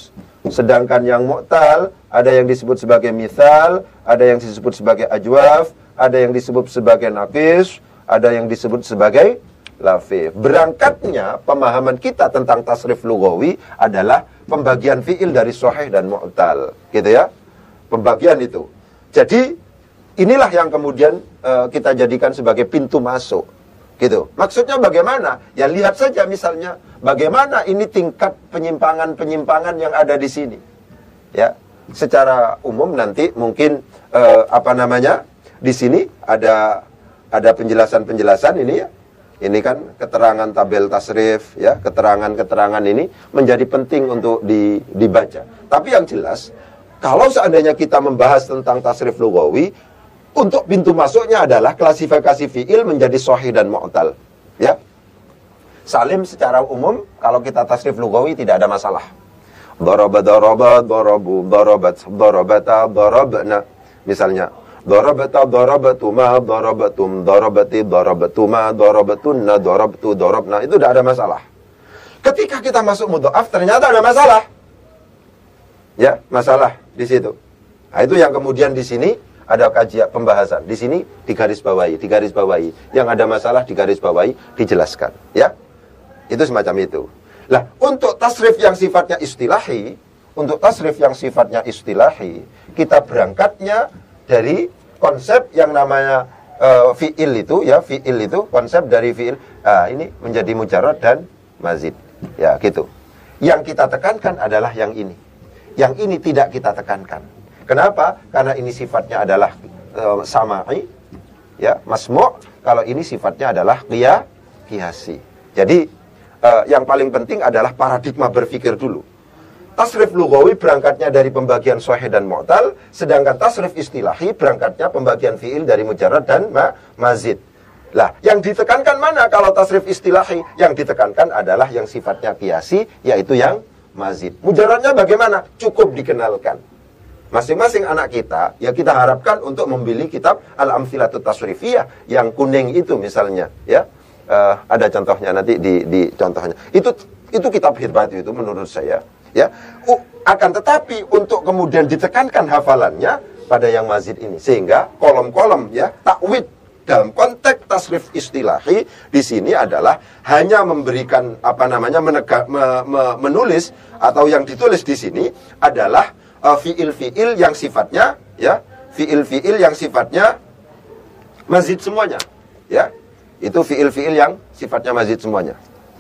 Sedangkan yang mu'tal ada yang disebut sebagai mithal, ada yang disebut sebagai ajwaf, ada yang disebut sebagai naqis, ada yang disebut sebagai lafif. Berangkatnya pemahaman kita tentang tasrif lughawi adalah pembagian fiil dari sahih dan mu'tal, gitu ya. Pembagian itu. Jadi inilah yang kemudian uh, kita jadikan sebagai pintu masuk, gitu. Maksudnya bagaimana? Ya lihat saja misalnya bagaimana ini tingkat penyimpangan-penyimpangan yang ada di sini. Ya, secara umum nanti mungkin uh, apa namanya? Di sini ada ada penjelasan-penjelasan ini ya. Ini kan keterangan tabel tasrif ya, keterangan-keterangan ini menjadi penting untuk di, dibaca. Tapi yang jelas, kalau seandainya kita membahas tentang tasrif lughawi, untuk pintu masuknya adalah klasifikasi fiil menjadi sahih dan mu'tal. Ya. Salim secara umum kalau kita tasrif lughawi tidak ada masalah. Daraba daraba darabu darabat darabata darabna. Misalnya darabata darabatuma darabatum darabati darabatuma darabatunna darabtu darabna, itu tidak ada masalah. Ketika kita masuk mudha'af ternyata ada masalah. Ya, masalah di situ. Nah, itu yang kemudian di sini ada kajian pembahasan. Di sini digaris bawahi, digaris bawahi. Yang ada masalah digaris bawahi, dijelaskan, ya. Itu semacam itu. Lah, untuk tasrif yang sifatnya istilahi, untuk tasrif yang sifatnya istilahi, kita berangkatnya dari konsep yang namanya uh, fi'il itu, ya, fi'il itu, konsep dari fi'il, ah, ini menjadi mujarrad dan mazid, ya, gitu. Yang kita tekankan adalah yang ini. Yang ini tidak kita tekankan. Kenapa? Karena ini sifatnya adalah uh, sama'i, ya, masmu'. Kalau ini sifatnya adalah qiyah, qiyasi. Jadi uh, yang paling penting adalah paradigma berpikir dulu. Tasrif lughawi berangkatnya dari pembagian sahih dan mu'tal, sedangkan tasrif istilahi berangkatnya pembagian fi'il dari mujarrad dan ma mazid. Lah, yang ditekankan mana kalau tasrif istilahi? Yang ditekankan adalah yang sifatnya qiyasi, yaitu yang mazid. Mujarradnya bagaimana? Cukup dikenalkan. Masing-masing anak kita, ya kita harapkan untuk membeli kitab Al-Amthilatut Tasrifiyah yang kuning itu misalnya, ya. Uh, ada contohnya nanti di, di contohnya. Itu itu kitab hebat itu menurut saya. Ya, uh, akan tetapi untuk kemudian ditekankan hafalannya pada yang mazid ini, sehingga kolom-kolom ya takwid dalam konteks tasrif istilahi di sini adalah hanya memberikan apa namanya menegak, me, me, menulis atau yang ditulis di sini adalah uh, fiil-fiil yang sifatnya ya fiil-fiil yang sifatnya mazid semuanya, ya, itu fiil-fiil yang sifatnya mazid semuanya.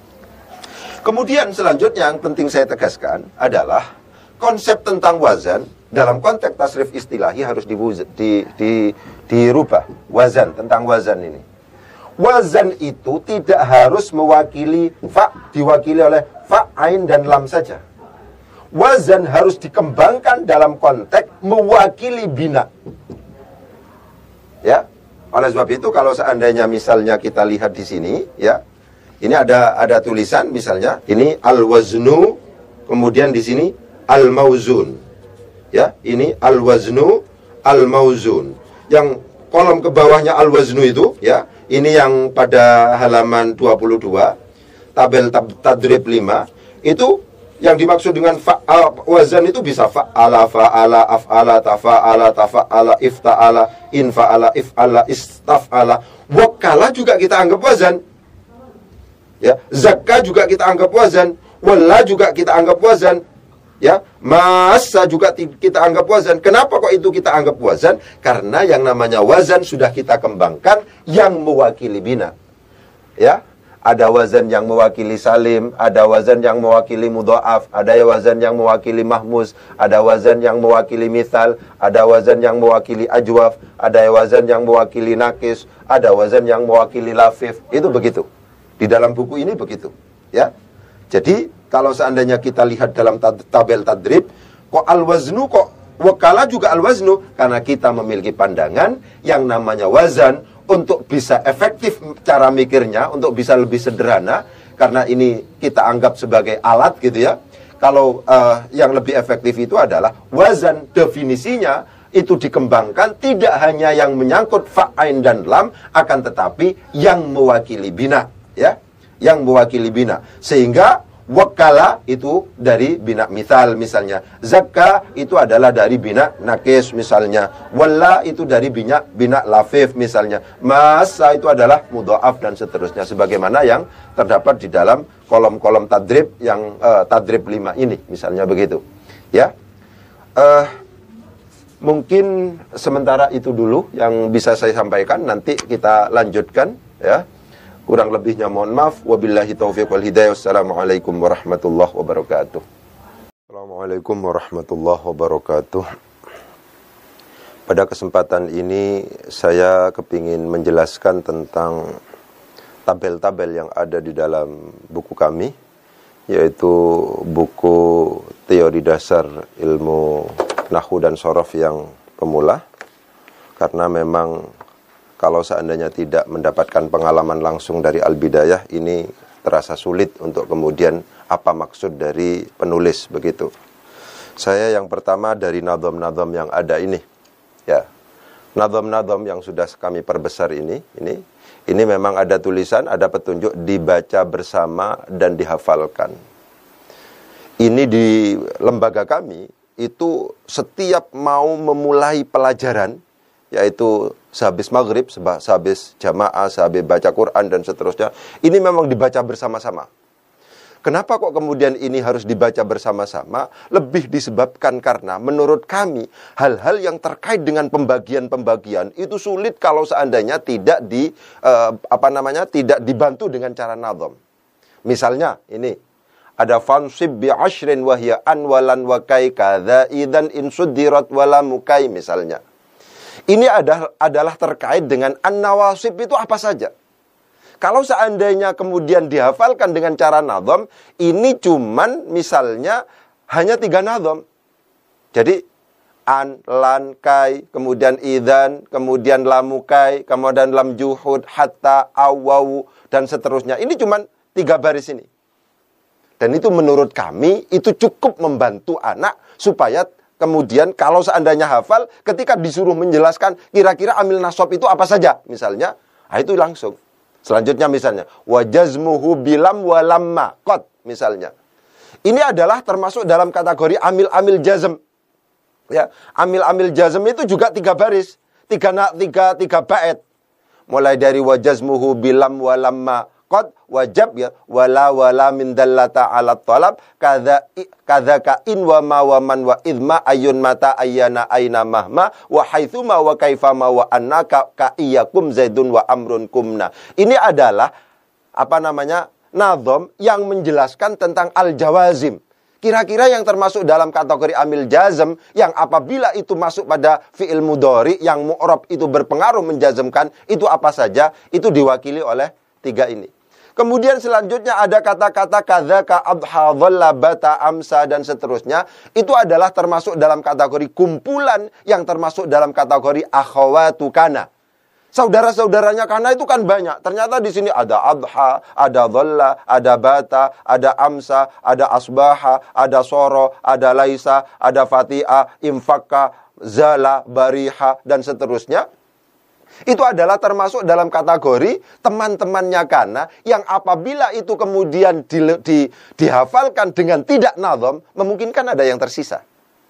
Kemudian selanjutnya yang penting saya tegaskan adalah konsep tentang wazan dalam konteks tasrif istilahi harus diwuz, di, di, dirubah. Wazan, tentang wazan ini. Wazan itu tidak harus mewakili fa, diwakili oleh fa, ain, dan lam saja. Wazan harus dikembangkan dalam konteks mewakili bina. Ya, oleh sebab itu kalau seandainya misalnya kita lihat di sini, ya. Ini ada ada tulisan misalnya, ini al-waznu, kemudian di sini al-mauzun. Ya, ini al-waznu, al-mauzun. Yang kolom ke bawahnya al-waznu itu, ya, ini yang pada halaman dua puluh dua, tabel tab, tadrib lima, itu yang dimaksud dengan fa'al, wazan itu bisa fa'ala, fa'ala, af'ala, tafa'ala, tafa'ala, ifta'ala, infa'ala, if'ala, istaf'ala. Wakala juga kita anggap wazan. Ya, zakka juga kita anggap wazan, walla juga kita anggap wazan, ya, masa juga kita anggap wazan. Kenapa kok itu kita anggap wazan? Karena yang namanya wazan sudah kita kembangkan yang mewakili bina. Ya, ada wazan yang mewakili salim, ada wazan yang mewakili mudha'af, ada wazan yang mewakili mahmuz, ada wazan yang mewakili mithal, ada wazan yang mewakili ajwaf, ada wazan yang mewakili nakis, ada wazan yang mewakili lafif. Itu begitu. Di dalam buku ini begitu, ya. Jadi kalau seandainya kita lihat dalam tabel tadrib, kok al-waznu kok wakala juga al-waznu, karena kita memiliki pandangan yang namanya wazan untuk bisa efektif cara mikirnya, untuk bisa lebih sederhana, karena ini kita anggap sebagai alat gitu ya. Kalau uh, yang lebih efektif itu adalah wazan, definisinya itu dikembangkan tidak hanya yang menyangkut fa, ain, dan lam, akan tetapi yang mewakili bina. Ya, yang mewakili bina, sehingga Wakala itu dari bina mithal misalnya. Zakka itu adalah dari bina nakis misalnya. Walla itu dari bina bina lafif misalnya. Masa itu adalah mudha'af dan seterusnya. Sebagaimana yang terdapat di dalam kolom-kolom tadrib yang uh, tadrib lima ini misalnya begitu. Ya. Uh, mungkin sementara itu dulu yang bisa saya sampaikan. Nanti kita lanjutkan ya. Kurang lebihnya mohon maaf. Wabillahi taufiq wal hidayah. Wassalamualaikum warahmatullahi wabarakatuh. Assalamualaikum warahmatullahi wabarakatuh. Pada kesempatan ini saya kepingin menjelaskan tentang tabel-tabel yang ada di dalam buku kami, yaitu buku teori dasar ilmu nahwu dan shorof yang pemula. Karena memang kalau seandainya tidak mendapatkan pengalaman langsung dari Al-Bidayah, ini terasa sulit untuk kemudian apa maksud dari penulis begitu. Saya yang pertama dari nadham-nadham yang ada ini. Ya. Nadham-nadham yang sudah kami perbesar ini, ini ini memang ada tulisan, ada petunjuk dibaca bersama dan dihafalkan. Ini di lembaga kami itu setiap mau memulai pelajaran, yaitu sehabis maghrib, sehabis jamaah, sehabis baca Quran dan seterusnya, ini memang dibaca bersama-sama. Kenapa kok kemudian ini harus dibaca bersama-sama? Lebih disebabkan karena menurut kami hal-hal yang terkait dengan pembagian-pembagian itu sulit kalau seandainya tidak di uh, apa namanya tidak dibantu dengan cara nadham. Misalnya ini ada fansib bi ashrin wa hiya anwalan wa kai kadza idzan in suddirat wala mukai misalnya. Ini adalah, adalah terkait dengan an-nawasib itu apa saja. Kalau seandainya kemudian dihafalkan dengan cara nadham, ini cuman misalnya hanya tiga nadham. Jadi an, lan, kai, kemudian idzan, kemudian lamukai, kemudian lam juhud, hatta, awawu, dan seterusnya. Ini cuman tiga baris ini. Dan itu menurut kami itu cukup membantu anak supaya kemudian kalau seandainya hafal, ketika disuruh menjelaskan kira-kira amil nasab itu apa saja, misalnya, nah itu langsung. Selanjutnya misalnya, wajazmuhu bilam walamma qad, misalnya. Ini adalah termasuk dalam kategori amil-amil jazm. Ya, amil-amil jazm itu juga tiga baris, tiga tiga tiga bait. Mulai dari wajazmuhu bilam walamma qad wajab ya wala wala min dallata ala talab kadza kadza ka in wa ma wa man wa idma ayun mata ayyana aina mahma wa haitsuma wa kaifama wa annaka ka iyakum zaidun wa amrun kumna. Ini adalah apa namanya nadham yang menjelaskan tentang al-jawazim. Kira-kira yang termasuk dalam kategori amil jazm yang apabila itu masuk pada fi'il mudhari yang mu'rab itu berpengaruh menjazmkan itu apa saja, itu diwakili oleh tiga ini. Kemudian selanjutnya ada kata-kata kadzaka adha dhalla bata amsa dan seterusnya. Itu adalah termasuk dalam kategori kumpulan yang termasuk dalam kategori akhawatu kana. Saudara-saudaranya kana itu kan banyak. Ternyata di sini ada adha, ada dhalla, ada bata, ada amsa, ada asbaha, ada soro, ada laisa, ada fatiha, infaka, zala, bariha dan seterusnya. Itu adalah termasuk dalam kategori teman-temannya kana yang apabila itu kemudian di, di, dihafalkan dengan tidak nadham, memungkinkan ada yang tersisa.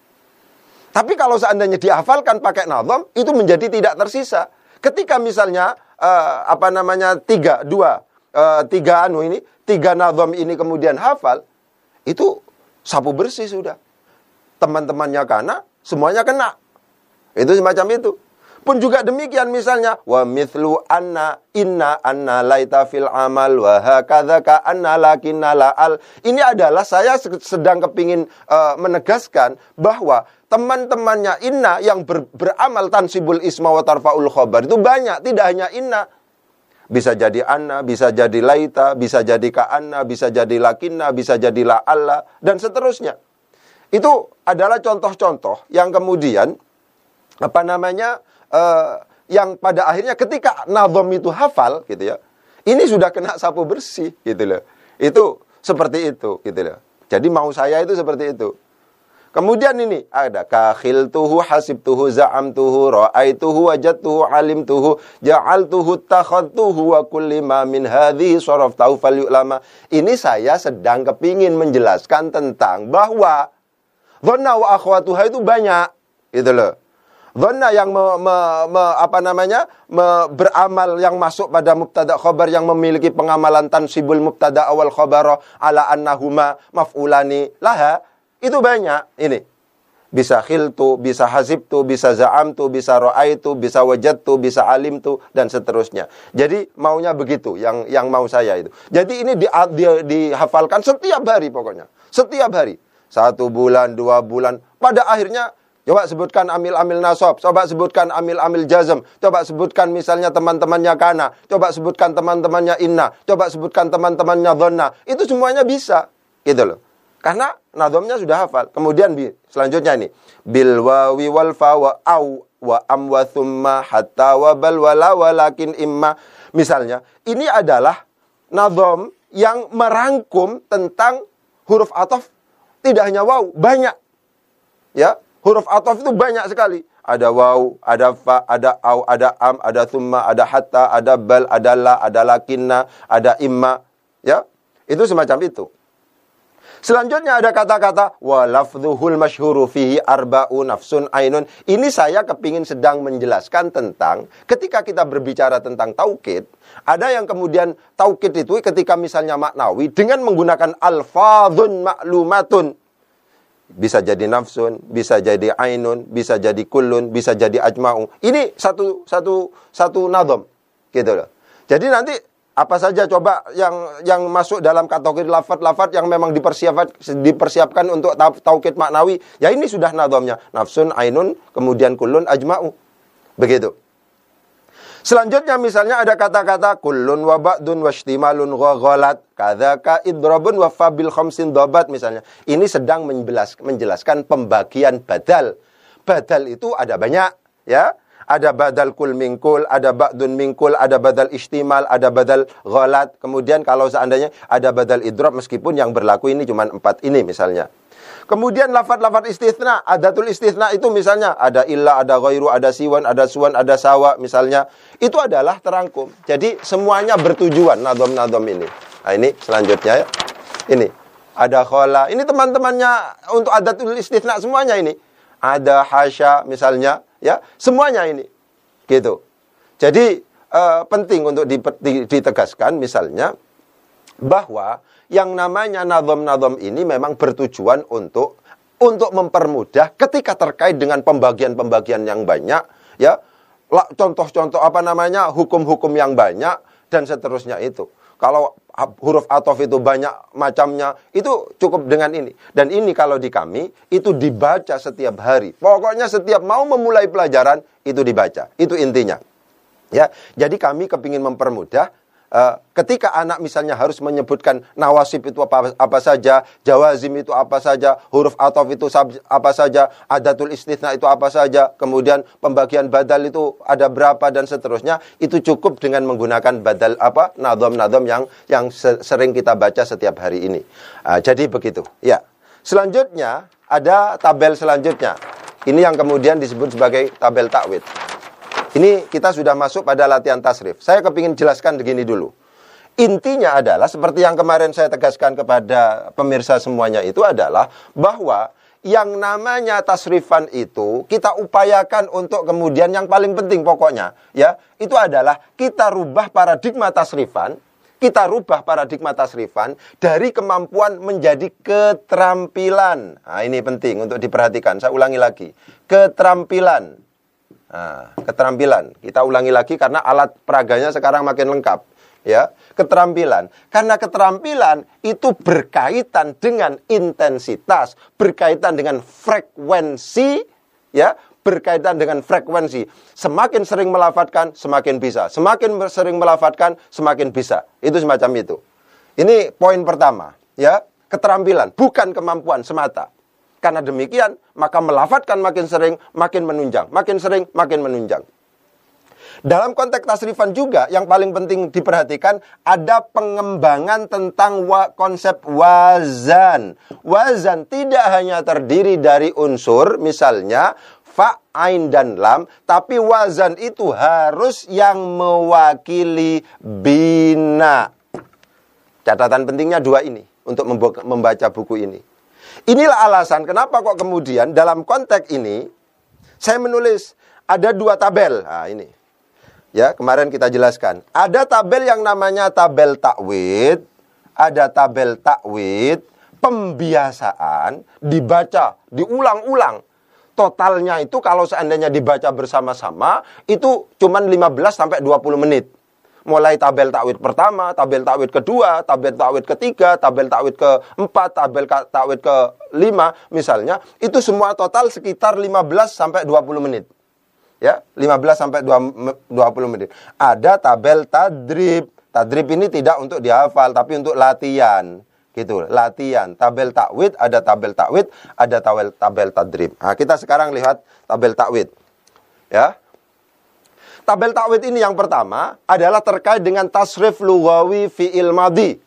Tapi kalau seandainya dihafalkan pakai nadham, itu menjadi tidak tersisa. Ketika misalnya uh, apa namanya tiga, dua, uh, tiga anu ini, tiga nadham ini kemudian hafal, itu sapu bersih sudah. Teman-temannya kana, semuanya kena. Itu semacam itu. Pun juga demikian misalnya wa mithlu anna inna anna laita fil amal wa hakadzaka anna lakinna la'al. Ini adalah saya sedang kepingin uh, menegaskan bahwa teman-temannya inna yang ber, beramal tansibul isma wa tarfaul khabar itu banyak, tidak hanya inna. Bisa jadi anna, bisa jadi laita, bisa jadi ka anna, bisa jadi lakinna, bisa jadi la'alla dan seterusnya. Itu adalah contoh-contoh yang kemudian apa namanya Uh, yang pada akhirnya ketika nadham itu hafal gitu ya, ini sudah kena sapu bersih gitu loh. Itu seperti itu gitu loh. Jadi mau saya itu seperti itu. Kemudian ini ada kakhiltuhu, hasibtuhu, za'amtuhu, ra'aituhu, wajadtuhu, alimtuhu, ja'altuhu, takhadtuhu, wa kulli ma min hadhihi saraftahu falyu'lama. Ini saya sedang kepingin menjelaskan tentang bahwa dhanna wa akhwatuha itu banyak, gitu loh. Dhanna yang me, me, me, apa namanya me, beramal yang masuk pada mubtada khobar yang memiliki pengamalan tansibul mubtada awal khobaro ala annahuma maf'ulani laha, itu banyak. Ini bisa khiltu, bisa hasibtu, bisa za'amtu, bisa ra'aitu, bisa wajadtu, bisa alimtu, dan seterusnya. Jadi maunya begitu yang yang mau saya itu. Jadi ini di, di, dihafalkan setiap hari pokoknya, setiap hari, satu bulan, dua bulan, pada akhirnya coba sebutkan amil-amil nasab, coba sebutkan amil-amil jazm, coba sebutkan misalnya teman-temannya kana, coba sebutkan teman-temannya inna, coba sebutkan teman-temannya dhanna. Itu semuanya bisa, gitu loh. Karena nadhamnya sudah hafal. Kemudian bi, selanjutnya ini bil wawi wal fa wa au wa am wa thumma hatta wa bal wala walakin imma. Misalnya, ini adalah nadham yang merangkum tentang huruf ataf, tidak hanya waw, banyak. Ya. Huruf ataf itu banyak sekali. Ada waw, ada fa, ada au, ada am, ada thumma, ada hatta, ada bal, ada la, ada lakinna, ada imma. Ya, itu semacam itu. Selanjutnya ada kata-kata wa lafdhuhul masyhuru fihi arba'u nafsun ainun. Ini saya kepingin sedang menjelaskan tentang ketika kita berbicara tentang taukid, ada yang kemudian taukid itu ketika misalnya maknawi dengan menggunakan alfadhun ma'lumatun. Bisa jadi nafsun, bisa jadi ainun, bisa jadi kullun, bisa jadi ajma'u. Ini satu satu satu nadham, gitu loh. Jadi nanti apa saja coba yang yang masuk dalam kategori lafaz-lafaz yang memang dipersiapkan dipersiapkan untuk taukid maknawi, ya ini sudah nadhamnya. Nafsun, ainun, kemudian kullun, ajma'u. Begitu. Selanjutnya misalnya ada kata-kata kullun wa ba'dun wa ishtimalun wa ghalat kadzaka idrabun wa fabil khamsin dhabat misalnya. Ini sedang menjelaskan, menjelaskan pembagian badal. Badal itu ada banyak, ya. Ada badal kul mingkul, ada ba'dun mingkul, ada badal istimal, ada badal ghalat. Kemudian kalau seandainya ada badal idrab meskipun yang berlaku ini cuma empat ini misalnya. Kemudian lafaz-lafaz istitsna, adatul istitsna itu misalnya ada illa, ada ghairu, ada siwan, ada suwan, ada sawa misalnya. Itu adalah terangkum. Jadi semuanya bertujuan nadham-nadham ini. Nah, ini selanjutnya ya. Ini ada khala. Ini teman-temannya untuk adatul istitsna semuanya ini. Ada hasya misalnya, ya. Semuanya ini. Gitu. Jadi uh, penting untuk ditegaskan misalnya bahwa yang namanya nadham-nadham ini memang bertujuan untuk untuk mempermudah ketika terkait dengan pembagian-pembagian yang banyak, ya. Contoh-contoh apa namanya hukum-hukum yang banyak dan seterusnya itu. Kalau huruf ataf itu banyak macamnya, itu cukup dengan ini. Dan ini kalau di kami itu dibaca setiap hari. Pokoknya setiap mau memulai pelajaran itu dibaca. Itu intinya. Ya, jadi kami kepingin mempermudah. Uh, ketika anak misalnya harus menyebutkan nawasib itu apa, apa saja, jawazim itu apa saja, huruf ataf itu sab, apa saja, adatul istitsna itu apa saja, kemudian pembagian badal itu ada berapa dan seterusnya, itu cukup dengan menggunakan badal apa, nadham-nadham yang yang sering kita baca setiap hari ini. Uh, jadi begitu. Ya. Selanjutnya ada tabel selanjutnya. Ini yang kemudian disebut sebagai tabel takwid. Ini kita sudah masuk pada latihan tasrif. Saya kepingin jelaskan begini dulu. Intinya adalah seperti yang kemarin saya tegaskan kepada pemirsa semuanya itu adalah bahwa yang namanya tasrifan itu kita upayakan untuk kemudian yang paling penting pokoknya ya itu adalah kita rubah paradigma tasrifan, kita rubah paradigma tasrifan dari kemampuan menjadi keterampilan. Nah, ini penting untuk diperhatikan. Saya ulangi lagi, keterampilan. Nah, keterampilan. Kita ulangi lagi karena alat peraganya sekarang makin lengkap, ya. Keterampilan. Karena keterampilan itu berkaitan dengan intensitas, berkaitan dengan frekuensi, ya, berkaitan dengan frekuensi. Semakin sering melafadzkan, semakin bisa. Semakin sering melafadzkan, semakin bisa. Itu semacam itu. Ini poin pertama, ya. Keterampilan, bukan kemampuan semata. Karena demikian, maka melafadzkan makin sering, makin menunjang. Makin sering, makin menunjang. Dalam konteks tasrifan juga yang paling penting diperhatikan ada pengembangan tentang wa, konsep wazan. Wazan tidak hanya terdiri dari unsur misalnya fa, ain, dan lam, tapi wazan itu harus yang mewakili bina. Catatan pentingnya dua ini untuk membaca buku ini. Inilah alasan kenapa kok kemudian dalam konteks ini saya menulis ada dua tabel. Nah, ini. Ya, kemarin kita jelaskan. Ada tabel yang namanya tabel takwid, ada tabel takwid, pembiasaan, dibaca, diulang-ulang. Totalnya itu kalau seandainya dibaca bersama-sama, itu cuma lima belas sampai dua puluh menit. Mulai tabel takwid pertama, tabel takwid kedua, tabel takwid ketiga, tabel takwid keempat, tabel takwid kelima, misalnya, itu semua total sekitar lima belas sampai dua puluh menit. Ya, lima belas sampai dua puluh menit. Ada tabel tadrib. Tadrib ini tidak untuk dihafal, tapi untuk latihan. Gitu, latihan. Tabel takwid, ada tabel takwid, ada tabel tabel tadrib. Nah, kita sekarang lihat tabel takwid. Ya. Tabel takwid ini yang pertama adalah terkait dengan tasrif lughawi fi'il madhi.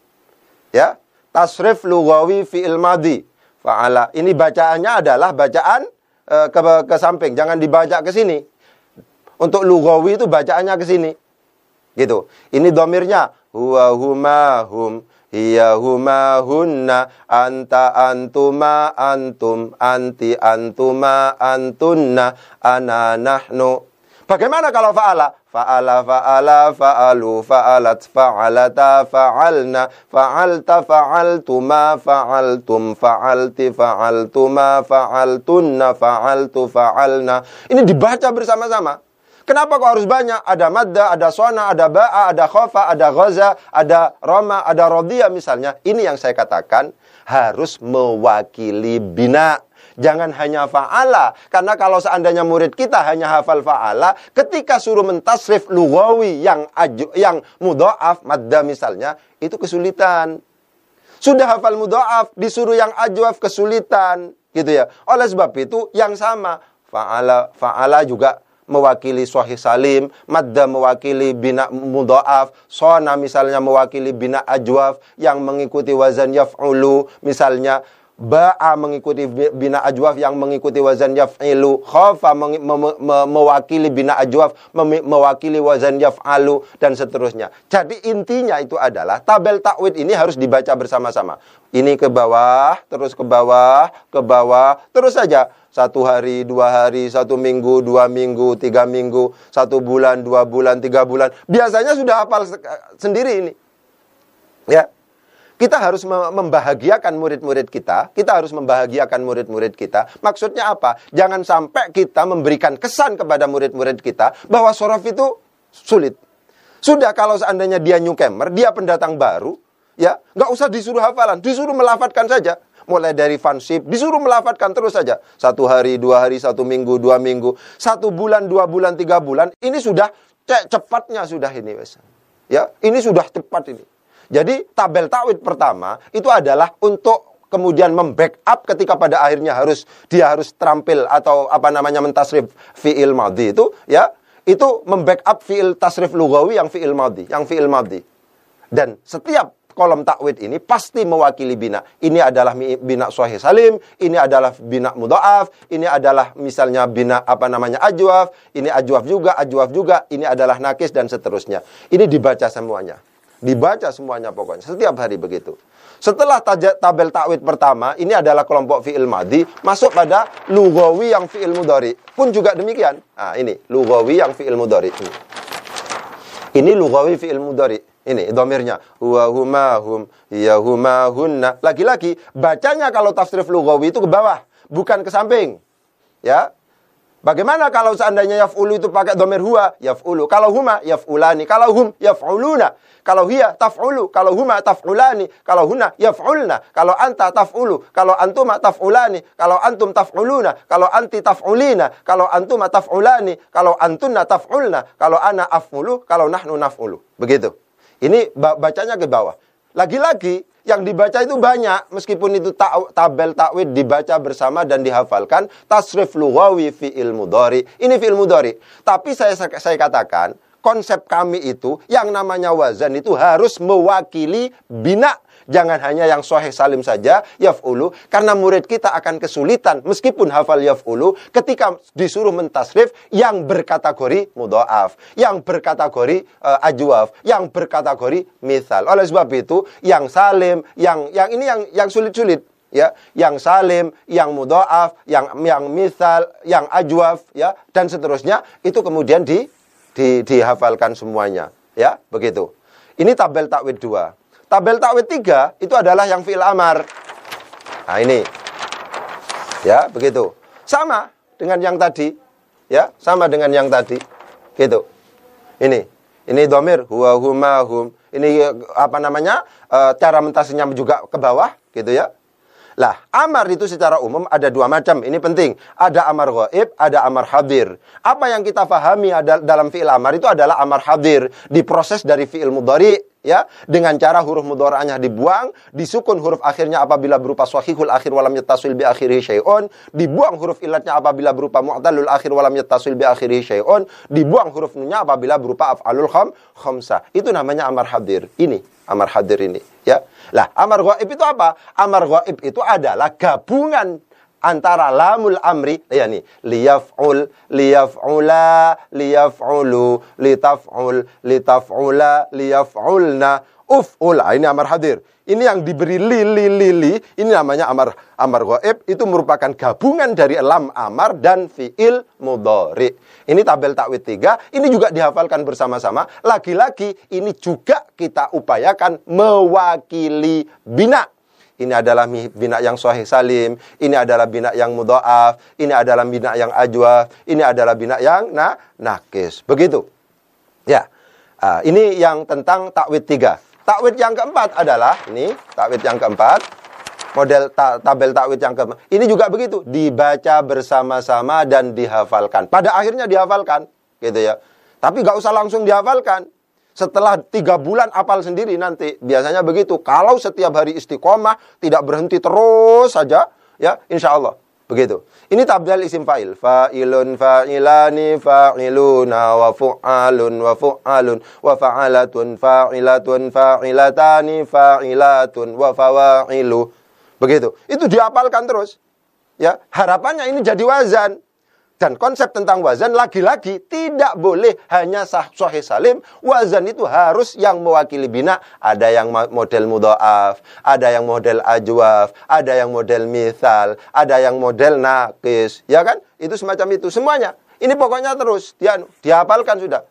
Ya, tasrif lughawi fi'il madhi. Fa'ala. Ini bacaannya adalah bacaan Ke, ke samping, jangan dibaca ke sini. Untuk lughawi itu bacaannya ke sini. Gitu. Ini domirnya huwa huma hum, hiya huma hunna, anta antuma antum, anti antuma antunna, ana nahnu. Bagaimana kalau fa'ala? Fa'ala, fa'ala, fa'alu, fa'alat, fa'alata, fa'alna, fa'alta, fa'altuma, fa'altum, fa'alti, fa'altuma, fa'altunna, fa'altu, fa'alna. Ini dibaca bersama-sama. Kenapa kok harus banyak? Ada madda, ada sona, ada ba'a, ada khofa, ada ghaza, ada roma, ada rodiyah misalnya. Ini yang saya katakan harus mewakili bina. Jangan hanya fa'ala. Karena kalau seandainya murid kita hanya hafal fa'ala, ketika suruh mentasrif lughawi yang aju, yang mudha'af, madda misalnya, itu kesulitan. Sudah hafal mudha'af, disuruh yang ajwaf kesulitan. Gitu ya. Oleh sebab itu, yang sama. Fa'ala, fa'ala juga mewakili sahih salim, madda mewakili bina mudha'af, sona misalnya mewakili bina ajwaf yang mengikuti wazan yaf'ulu, misalnya ba'a mengikuti bina ajwaf yang mengikuti wazan yaf'ilu, khafa me me me mewakili bina ajwaf me mewakili wazan yaf'alu, dan seterusnya. Jadi intinya itu adalah tabel takwid ini harus dibaca bersama-sama. Ini ke bawah, terus ke bawah, ke bawah, terus saja. Satu hari, dua hari, satu minggu, dua minggu, tiga minggu, satu bulan, dua bulan, tiga bulan. Biasanya sudah hafal sendiri ini. Ya. Kita harus membahagiakan murid-murid kita. Kita harus membahagiakan murid-murid kita. Maksudnya apa? Jangan sampai kita memberikan kesan kepada murid-murid kita bahwa sorof itu sulit. Sudah kalau seandainya dia newcomer, dia pendatang baru, ya nggak usah disuruh hafalan, disuruh melafatkan saja. Mulai dari fansip, disuruh melafatkan terus saja. Satu hari, dua hari, satu minggu, dua minggu, satu bulan, dua bulan, tiga bulan. Ini sudah cepatnya sudah ini, wes. Ya, ini sudah cepat ini. Jadi tabel takwid pertama itu adalah untuk kemudian membackup ketika pada akhirnya harus dia harus terampil atau apa namanya mentasrif fi'il madhi itu, ya, itu membackup fi'il tasrif lughawi yang fi'il madhi, yang fi'il madhi. Dan setiap kolom takwid ini pasti mewakili bina. Ini adalah bina sahih salim, ini adalah bina mudha'af, ini adalah misalnya bina apa namanya ajwaf, ini ajwaf juga, ajwaf juga, ini adalah nakis dan seterusnya. Ini dibaca semuanya. Dibaca semuanya pokoknya, setiap hari begitu. Setelah tabel takwid pertama, ini adalah kelompok fi'il madhi, masuk pada lughawi yang fi'il mudhari. Pun juga demikian. Nah, ini lughawi yang fi'il mudhari. Ini, ini lughawi fi'il mudhari. Ini dhamirnya huwa huma hum, hiya huma hunna. Lagi-lagi bacanya kalau tasrif lughawi itu ke bawah, bukan ke samping. Ya. Bagaimana kalau seandainya yaf'ulu itu pakai dhamir huwa, yaf'ulu. Kalau huma, yaf'ulani. Kalau hum, yaf'uluna. Kalau hiya, taf'ulu. Kalau huma, taf'ulani. Kalau huna, yaf'ulna. Kalau anta, taf'ulu. Kalau antuma, taf'ulani. Kalau antum, taf'uluna. Kalau anti, taf'ulina. Kalau antuma, taf'ulani. Kalau antunna, taf'ulna. Kalau ana, af'ulu. Kalau nahnu, naf'ulu. Begitu. Ini bacanya ke bawah. lagi-lagi yang dibaca itu banyak, meskipun itu ta tabel takwid dibaca bersama dan dihafalkan, tasrif lughawi fi'il mudhari. Ini fi'il mudhari. Tapi saya saya katakan, konsep kami itu yang namanya wazan itu harus mewakili bina. Jangan hanya yang sahih salim saja, yaf'ulu, karena murid kita akan kesulitan meskipun hafal yaf'ulu ketika disuruh mentasrif yang berkategori mudha'af, yang berkategori uh, ajwaf, yang berkategori mithal. Oleh sebab itu, yang salim, yang yang ini yang yang sulit-sulit, ya, yang salim, yang mudha'af, yang yang mithal, yang ajwaf, ya, dan seterusnya itu kemudian di, di dihafalkan semuanya, ya, begitu. Ini tabel takwid dua. Tabel takwid tiga itu adalah yang fi'il amar. Nah, ini. Ya, begitu. Sama dengan yang tadi. Ya, sama dengan yang tadi. Gitu. Ini. Ini dhamir huwa huma hum. Ini apa namanya? E, cara mentasinya juga ke bawah, gitu ya. Lah, amar itu secara umum ada dua macam. Ini penting. Ada amar ghaib, ada amar hadir. Apa yang kita pahami ada, dalam fi'il amar itu adalah amar hadir. Diproses dari fi'il mudhari, ya, dengan cara huruf mudhari'nya dibuang, disukun huruf akhirnya apabila berupa shahihul akhir walam yattasil bi akhirih syai'un, dibuang huruf ilatnya apabila berupa mu'tallul akhir walam yattasil bi akhirih syai'un, dibuang huruf nunnya apabila berupa af'alul kham khamsah. Itu namanya amar hadir. Ini amar hadir ini, ya. Lah, amar ghaib itu apa? Amar ghaib itu adalah gabungan antara lamul amri, ya nih, liyaf'ul, liyaf'ula, liyaf'ulu, litaf'ul, litaf'ula, liyaf'ulna, uf'ul. Ini amar hadir. Ini yang diberi li, li, li, li. Ini namanya amar amar ghaib. Itu merupakan gabungan dari lam amar dan fi'il mudhari. Ini tabel takwid tiga. Ini juga dihafalkan bersama-sama. Lagi-lagi ini juga kita upayakan mewakili bina. Ini adalah bina yang sahih salim, ini adalah bina yang mudha'af, ini adalah bina yang ajwaf, ini adalah bina yang na nakis. Begitu. Ya. Uh, ini yang tentang takwid tiga. Takwid yang keempat adalah ini, takwid yang keempat, model ta tabel takwid yang keempat. Ini juga begitu, dibaca bersama-sama dan dihafalkan. Pada akhirnya dihafalkan, gitu ya. Tapi nggak usah langsung dihafalkan. Setelah tiga bulan apal sendiri nanti. Biasanya begitu. Kalau setiap hari istiqomah, tidak berhenti terus saja, ya, insya Allah. Begitu. Ini tabel isim fa'il. Fa'ilun, fa'ilani, fa'iluna, wa fu'alun, wa fu'alun, wa fa'alatun, fa'ilatun, fa'ilatani, fa'ilatun, wa fawa'ilu. Begitu. Itu dihafalkan terus. Ya, harapannya ini jadi wazan. Dan konsep tentang wazan lagi-lagi tidak boleh hanya sahih salim. Wazan itu harus yang mewakili bina. Ada yang model mudha'af, ada yang model ajwaf, ada yang model mithal, ada yang model nakis. Ya kan? Itu semacam itu. Semuanya. Ini pokoknya terus. Dia, dihafalkan sudah.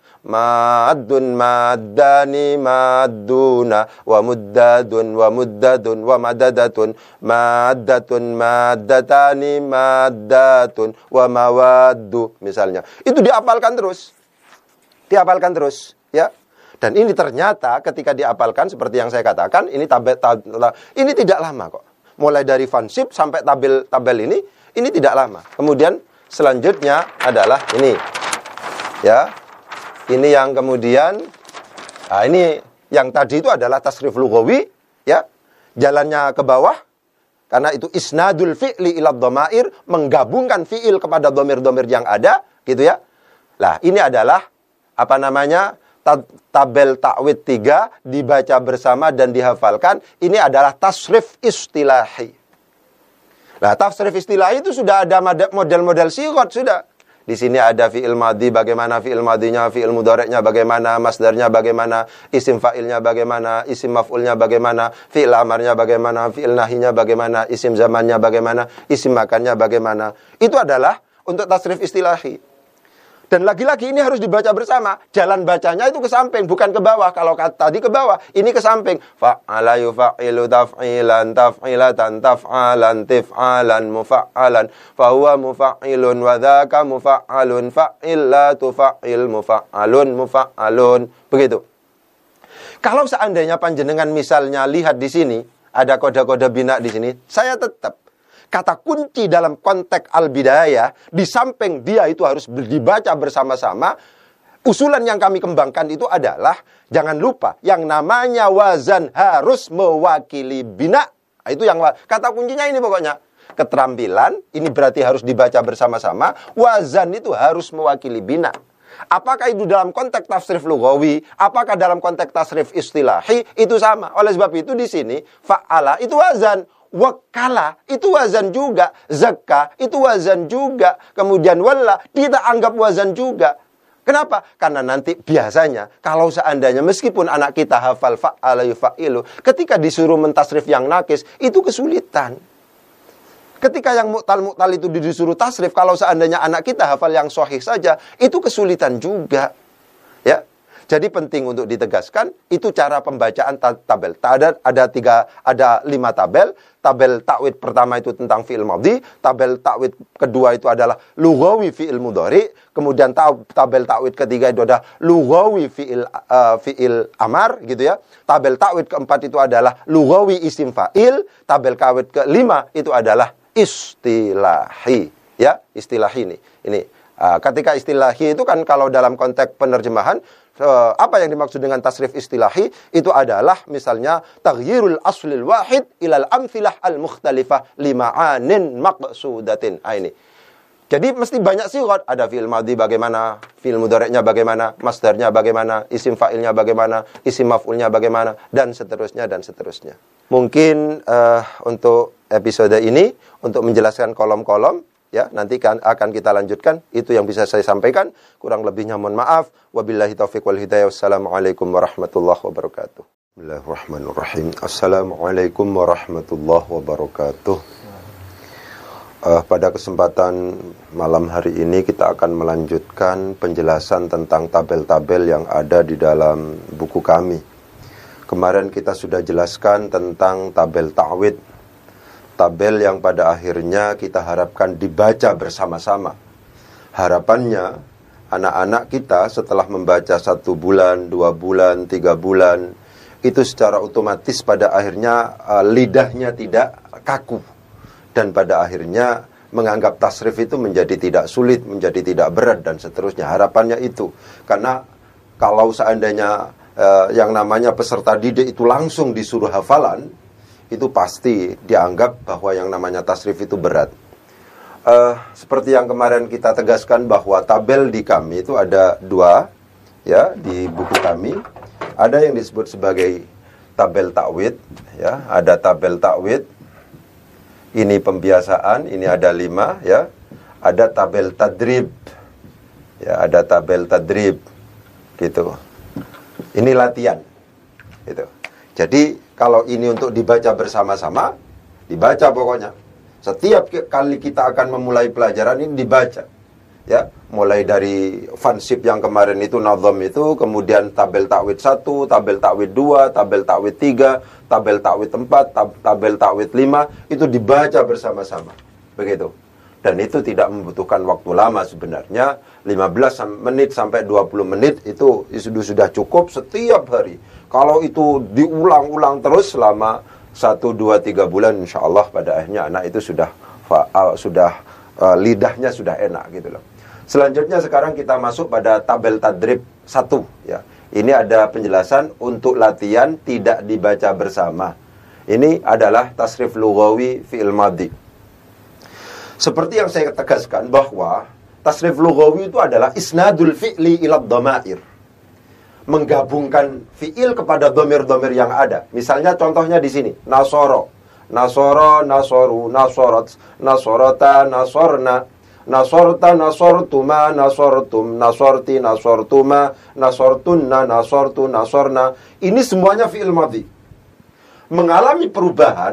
Maddun maddani madduna wa muddadun wa muddadun wa madadatun maddatun maddatani maddatun wa mawaddu misalnya. Itu dihafalkan terus. Dihafalkan terus, ya. Dan ini ternyata ketika dihafalkan seperti yang saya katakan, ini tabel, tabel ini tidak lama kok. Mulai dari fansib sampai tabel tabel ini ini tidak lama. Kemudian selanjutnya adalah ini. Ya. Ini yang kemudian, nah ini yang tadi itu adalah tasrif lughawi, ya, jalannya ke bawah, karena itu isnadul fi'li ila dhamair, menggabungkan fi'il kepada dhamir-dhamir yang ada, gitu ya. Nah, ini adalah, apa namanya, tabel takwid tiga, dibaca bersama dan dihafalkan, ini adalah tasrif istilahi. Nah, tasrif istilahi itu sudah ada model-model sigot, sudah. Di sini ada fi'il madhi, bagaimana fi'il madhinya, fi'il mudhari'nya bagaimana, masdarnya bagaimana, isim fa'ilnya bagaimana, isim maf'ulnya bagaimana, fi'il amarnya bagaimana, fi'il nahinya bagaimana, isim zamannya bagaimana, isim makannya bagaimana. Itu adalah untuk tasrif istilahi. Dan lagi-lagi ini harus dibaca bersama. Jalan bacanya itu ke samping, bukan ke bawah. Kalau tadi ke bawah, ini ke samping. Fa'ala yufa'ilu taf'ilan, taf'ilatan, taf'alan, tif'alan, mufa'alan. Fahuwa mufa'ilun, wadhaka mufa'alun, fa'illa tufa'il, mufa'alun, mufa'alun. Begitu. Kalau seandainya panjenengan misalnya lihat di sini, ada kode-kode bina di sini, saya tetap kata kunci dalam konteks al-bidayah, di samping dia itu harus dibaca bersama-sama, usulan yang kami kembangkan itu adalah, jangan lupa, yang namanya wazan harus mewakili bina. Itu yang kata kuncinya ini pokoknya. Keterampilan, ini berarti harus dibaca bersama-sama. Wazan itu harus mewakili bina. Apakah itu dalam konteks tasrif lughawi, apakah dalam konteks tasrif istilahi, itu sama. Oleh sebab itu di sini, fa'ala itu wazan. Wakala itu wazan juga, zakka itu wazan juga, kemudian walla kita anggap wazan juga. Kenapa? Karena nanti biasanya kalau seandainya meskipun anak kita hafal fa'ala yufa'ilu, ketika disuruh mentasrif yang nakis itu kesulitan. Ketika yang mu'tal-mu'tal itu disuruh tasrif, kalau seandainya anak kita hafal yang sahih saja, itu kesulitan juga. Ya. Jadi penting untuk ditegaskan, itu cara pembacaan tabel. Ada ada tiga, ada lima tabel. Tabel takwid pertama itu tentang fi'il madhi, tabel takwid kedua itu adalah lughawi fi'il mudhari, kemudian tabel takwid ketiga itu adalah lughawi fi'il uh, fi'il amar gitu ya. Tabel takwid keempat itu adalah lughawi isim fa'il, tabel takwid kelima itu adalah istilahi, ya, istilahi ini. Ini uh, ketika istilahi itu kan kalau dalam konteks penerjemahan, Uh, apa yang dimaksud dengan tasrif istilahi itu adalah misalnya taghyirul aslil wahid ilal amthilah al mukhtalifah lima'anin maqsudatin. Ah, ini. Jadi mesti banyak sigat, ada fi'il madhi bagaimana, fi'il mudhari'nya bagaimana, masdarnya bagaimana, isim fa'ilnya bagaimana, isim maf'ulnya bagaimana, dan seterusnya dan seterusnya. Mungkin uh, untuk episode ini untuk menjelaskan kolom-kolom, ya, nanti kan akan kita lanjutkan. Itu yang bisa saya sampaikan. Kurang lebihnya mohon maaf. Wabillahi taufiq wal hidayah. Wassalamualaikum warahmatullahi wabarakatuh. Bismillahirrahmanirrahim. Assalamualaikum warahmatullahi wabarakatuh. Uh, pada kesempatan malam hari ini kita akan melanjutkan penjelasan tentang tabel-tabel yang ada di dalam buku kami. Kemarin kita sudah jelaskan tentang tabel ta'wid, tabel yang pada akhirnya kita harapkan dibaca bersama-sama. Harapannya anak-anak kita setelah membaca satu bulan, dua bulan, tiga bulan, itu secara otomatis pada akhirnya uh, lidahnya tidak kaku. Dan pada akhirnya menganggap tasrif itu menjadi tidak sulit, menjadi tidak berat, dan seterusnya. Harapannya itu. Karena kalau seandainya uh, yang namanya peserta didik itu langsung disuruh hafalan, itu pasti dianggap bahwa yang namanya tasrif itu berat. Uh, seperti yang kemarin kita tegaskan bahwa tabel di kami itu ada dua, ya, di buku kami. Ada yang disebut sebagai tabel takwid, ya, ada tabel takwid. Ini pembiasaan, ini ada lima, ya. Ada tabel tadrib, ya, ada tabel tadrib, gitu. Ini latihan, gitu. Jadi kalau ini untuk dibaca bersama-sama, dibaca pokoknya. Setiap kali kita akan memulai pelajaran ini dibaca. Ya, mulai dari fansip yang kemarin itu, nazam itu, kemudian tabel takwid satu, tabel takwid dua, tabel takwid tiga, tabel takwid empat, tab tabel takwid lima, itu dibaca bersama-sama. Begitu. Dan itu tidak membutuhkan waktu lama sebenarnya. lima belas menit sampai dua puluh menit itu sudah sudah cukup setiap hari. Kalau itu diulang-ulang terus selama satu, dua, tiga bulan, insya Allah pada akhirnya anak itu sudah uh, sudah uh, lidahnya sudah enak gitu loh. Selanjutnya sekarang kita masuk pada tabel tadrib satu, ya. Ini ada penjelasan untuk latihan tidak dibaca bersama. Ini adalah tasrif lughawi fi'il madhi. Seperti yang saya tegaskan bahwa tasrif lughawi itu adalah isnadul fi'li ila dhamair. Menggabungkan fi'il kepada dhamir-dhamir yang ada. Misalnya contohnya di sini, nasoro, nasoro, nasoru, nasorot, nasorota, nasorna, nasorta, nasortuma, nasortum, nasorti, nasortuma, nasortunna, nasortu, nasorna. Ini semuanya fi'il madhi. Mengalami perubahan,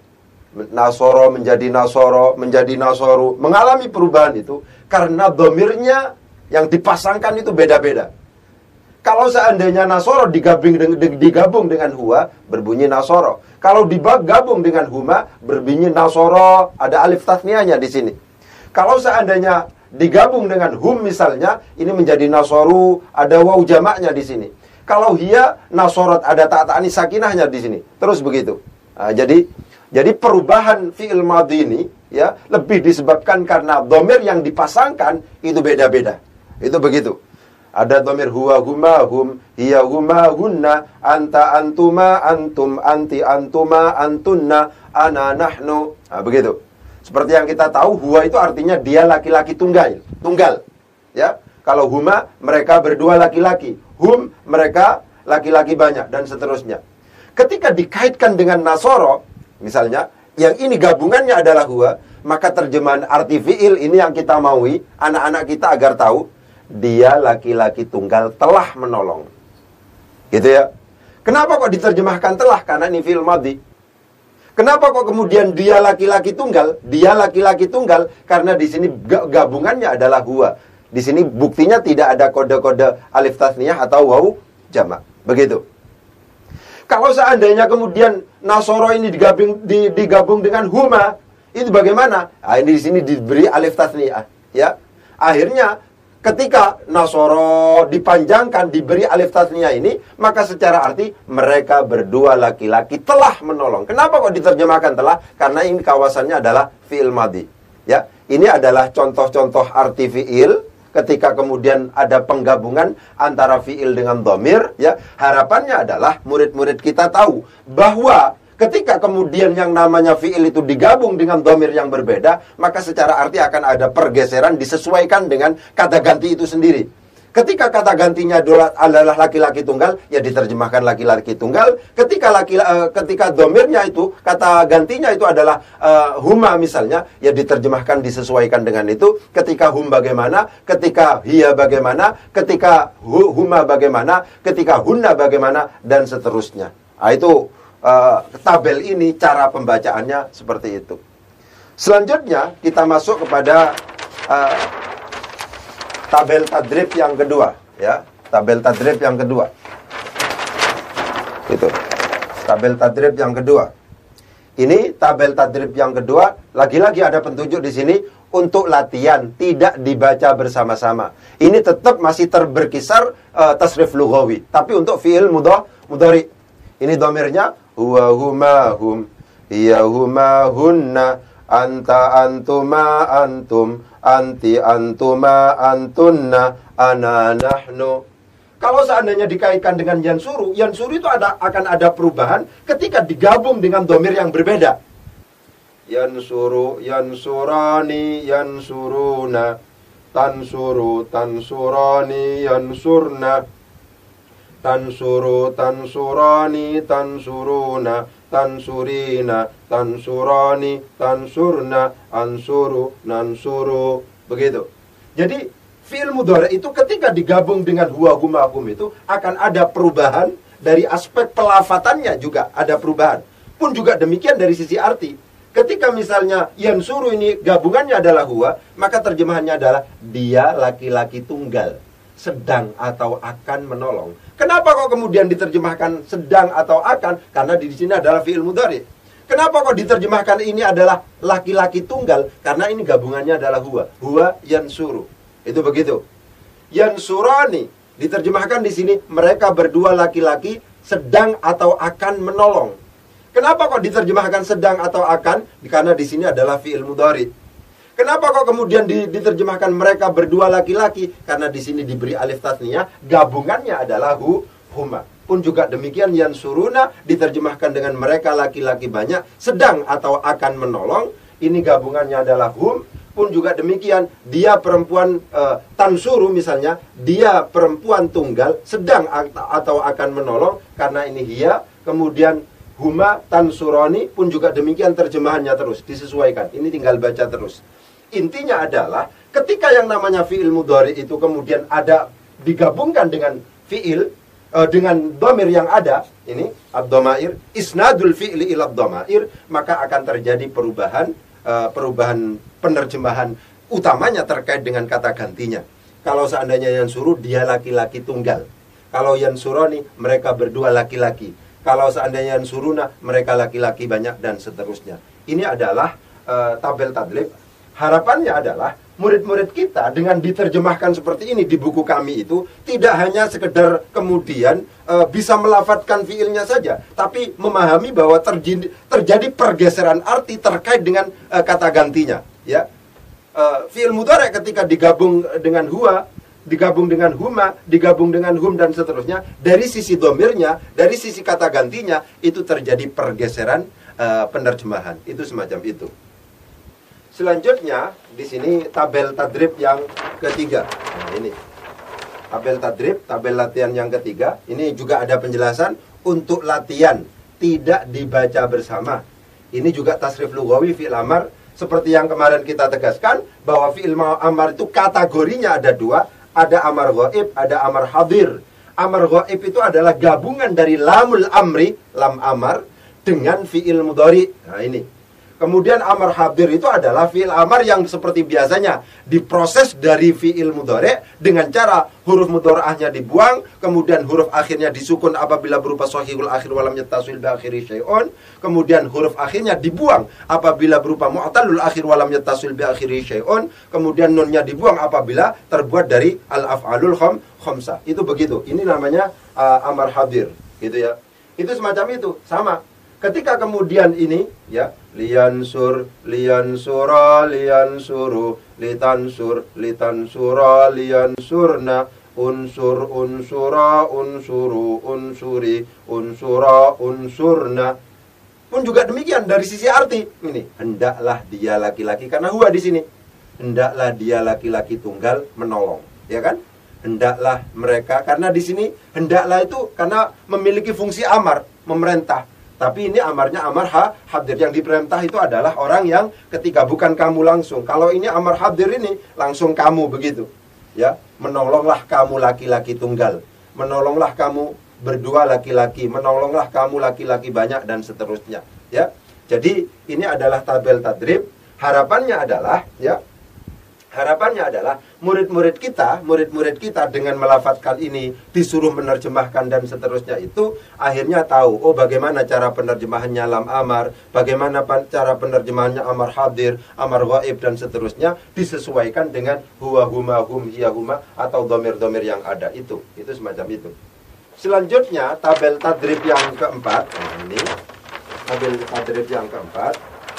nasoro menjadi nasoro, menjadi nasoru, mengalami perubahan itu karena dhamirnya yang dipasangkan itu beda-beda. Kalau seandainya nasoro digabung dengan, digabung dengan huwa, berbunyi nasoro. Kalau digabung dengan huma, berbunyi nasoro, ada alif tasniahnya di sini. Kalau seandainya digabung dengan hum misalnya, ini menjadi nasoru, ada waw jamaknya di sini. Kalau hiya nasorot, ada ta ta'anis sakinahnya di sini. Terus begitu. Nah, jadi jadi perubahan fi'il madhi ini, ya, lebih disebabkan karena dhamir yang dipasangkan itu beda-beda. Itu begitu. Ada domir huwa, huma, hum, hiya, huma, hunna, anta, antuma, antum, anti, antuma, antunna, ana, nahnu. Nah, begitu. Seperti yang kita tahu, huwa itu artinya dia laki-laki tunggal. Tunggal. Ya. Kalau huma, mereka berdua laki-laki. Hum, mereka laki-laki banyak. Dan seterusnya. Ketika dikaitkan dengan nasoro, misalnya, yang ini gabungannya adalah huwa, maka terjemahan arti fi'il ini yang kita maui, anak-anak kita agar tahu, dia laki-laki tunggal telah menolong. Gitu ya. Kenapa kok diterjemahkan telah? Karena ini fi'il madhi. Kenapa kok kemudian dia laki-laki tunggal? Dia laki-laki tunggal karena di sini gabungannya adalah huwa. Di sini buktinya tidak ada kode-kode alif tasniyah atau waw jamak. Begitu. Kalau seandainya kemudian nasoro ini digabung, digabung dengan huma, itu bagaimana? Nah, ini di sini diberi alif tasniyah, ya. Akhirnya ketika nasoro dipanjangkan, diberi alif tasniyah ini, maka secara arti mereka berdua laki-laki telah menolong. Kenapa kok diterjemahkan telah? Karena ini kawasannya adalah fi'il madhi. Ya, ini adalah contoh-contoh arti fi'il ketika kemudian ada penggabungan antara fi'il dengan dhamir. Ya, harapannya adalah murid-murid kita tahu bahwa ketika kemudian yang namanya fi'il itu digabung dengan dhamir yang berbeda, maka secara arti akan ada pergeseran disesuaikan dengan kata ganti itu sendiri. Ketika kata gantinya adalah laki-laki tunggal, ya diterjemahkan laki-laki tunggal. Ketika laki uh, ketika dhamirnya itu, kata gantinya itu adalah uh, huma misalnya, ya diterjemahkan disesuaikan dengan itu. Ketika hum bagaimana, ketika hiya bagaimana, ketika hu, huma bagaimana, ketika hunna bagaimana, dan seterusnya. Nah, itu Uh, tabel ini cara pembacaannya seperti itu. Selanjutnya kita masuk kepada uh, tabel tadrib yang kedua, ya. Tabel tadrib yang kedua. Itu. Tabel tadrib yang kedua. Ini tabel tadrib yang kedua, lagi-lagi ada petunjuk di sini untuk latihan, tidak dibaca bersama-sama. Ini tetap masih terberkisar uh, tasrif lughawi, tapi untuk fi'il mudhari mudhari. Ini dhamirnya huwa, huma, hum, hiya, huma, hunna, anta, antuma, antum, anti, antuma, antunna, ana, nahnu. Kalau seandainya dikaitkan dengan yansuru, yansuru itu ada, akan ada perubahan ketika digabung dengan dhamir yang berbeda. Yansuru, yansurani, yansuruna, tansuru, tansurani, yansurna. Tansuru, tansurani, tansuruna, tansurina, tansurani, tansurna, ansuru, nansuru. Begitu. Jadi, fi'il mudhari itu ketika digabung dengan huwa, huma, hum itu akan ada perubahan dari aspek pelafatannya juga ada perubahan. Pun juga demikian dari sisi arti. Ketika misalnya yansuru ini gabungannya adalah huwa, maka terjemahannya adalah dia laki-laki tunggal, sedang atau akan menolong. Kenapa kok kemudian diterjemahkan sedang atau akan? Karena di sini adalah fi'il mudhari. Kenapa kok diterjemahkan ini adalah laki-laki tunggal? Karena ini gabungannya adalah huwa. Huwa yansuru. Itu begitu. Yansurani diterjemahkan di sini mereka berdua laki-laki sedang atau akan menolong. Kenapa kok diterjemahkan sedang atau akan? Karena di sini adalah fi'il mudhari. Kenapa kok kemudian diterjemahkan mereka berdua laki-laki? Karena di sini diberi alif tasniyah, gabungannya adalah hu, huma. Pun juga demikian yansuruna diterjemahkan dengan mereka laki-laki banyak, sedang atau akan menolong. Ini gabungannya adalah hum. Pun juga demikian dia perempuan uh, tansuru misalnya, dia perempuan tunggal, sedang atau akan menolong. Karena ini hiya, kemudian huma, tansuroni. Pun juga demikian terjemahannya terus disesuaikan. Ini tinggal baca terus. Intinya adalah ketika yang namanya fi'il mudhari itu kemudian ada digabungkan dengan fi'il uh, dengan dhamir yang ada, ini ad-dhamair, isnadul fi'li ila ad-dhamair, maka akan terjadi perubahan uh, perubahan penerjemahan utamanya terkait dengan kata gantinya. Kalau seandainya yansuru dia laki-laki tunggal. Kalau yansuroni mereka berdua laki-laki. Kalau seandainya yansuruna mereka laki-laki banyak dan seterusnya. Ini adalah uh, tabel tadlib. Harapannya adalah murid-murid kita dengan diterjemahkan seperti ini di buku kami itu tidak hanya sekedar kemudian e, bisa melafatkan fiilnya saja, tapi memahami bahwa terjadi, terjadi pergeseran arti terkait dengan e, kata gantinya. Ya, e, fiil mudhari ketika digabung dengan huwa, digabung dengan huma, digabung dengan hum dan seterusnya. Dari sisi domirnya, dari sisi kata gantinya, itu terjadi pergeseran uh, penerjemahan. Itu semacam itu. Selanjutnya di sini tabel tadrib yang ketiga. Nah, ini tabel tadrib, tabel latihan yang ketiga. Ini juga ada penjelasan untuk latihan tidak dibaca bersama. Ini juga tasrif lughawi fi'il amar. Seperti yang kemarin kita tegaskan, bahwa fi'il amar itu kategorinya ada dua. Ada amar ghaib, ada amar hadir. Amar ghaib itu adalah gabungan dari lamul amri, lam amar, dengan fi'il mudhari. Nah ini. Kemudian amar hadir itu adalah fi'il amar yang seperti biasanya diproses dari fi'il mudhari dengan cara huruf mudhari'ahnya dibuang, kemudian huruf akhirnya disukun apabila berupa shahihul akhir walam yattasil bi akhiri syai'un, kemudian huruf akhirnya dibuang apabila berupa mu'tallul akhir walam yattasil bi akhiri syai'un, kemudian nunnya dibuang apabila terbuat dari al-af'alul kham khamsah. Itu begitu. Ini namanya uh, amar hadir, gitu ya. Itu semacam itu, sama. Ketika kemudian ini ya liyansur liyansura liyansuru litansur litansura liyansurna unsur unsura unsuru unsuri unsura unsurna pun juga demikian dari sisi arti. Ini hendaklah dia laki-laki, karena huwa di sini hendaklah dia laki-laki tunggal menolong, ya kan? Hendaklah mereka, karena di sini hendaklah itu karena memiliki fungsi amar, memerintah. Tapi ini amarnya amar ha, hadir. Yang diperintah itu adalah orang yang ketika bukan kamu langsung. Kalau ini amar hadir ini langsung kamu begitu. Ya, menolonglah kamu laki-laki tunggal. Menolonglah kamu berdua laki-laki. Menolonglah kamu laki-laki banyak dan seterusnya. Ya. Jadi ini adalah tabel tadrib. Harapannya adalah ya Harapannya adalah murid-murid kita, murid-murid kita dengan melafadzkan ini, disuruh menerjemahkan dan seterusnya itu, akhirnya tahu, oh bagaimana cara penerjemahannya lam amar, bagaimana cara penerjemahannya amar hadir, amar ghaib dan seterusnya, disesuaikan dengan huwa huma hum hiya huma atau domir-domir yang ada itu. Itu semacam itu. Selanjutnya, tabel tadrib yang keempat, ini tabel tadrib yang keempat.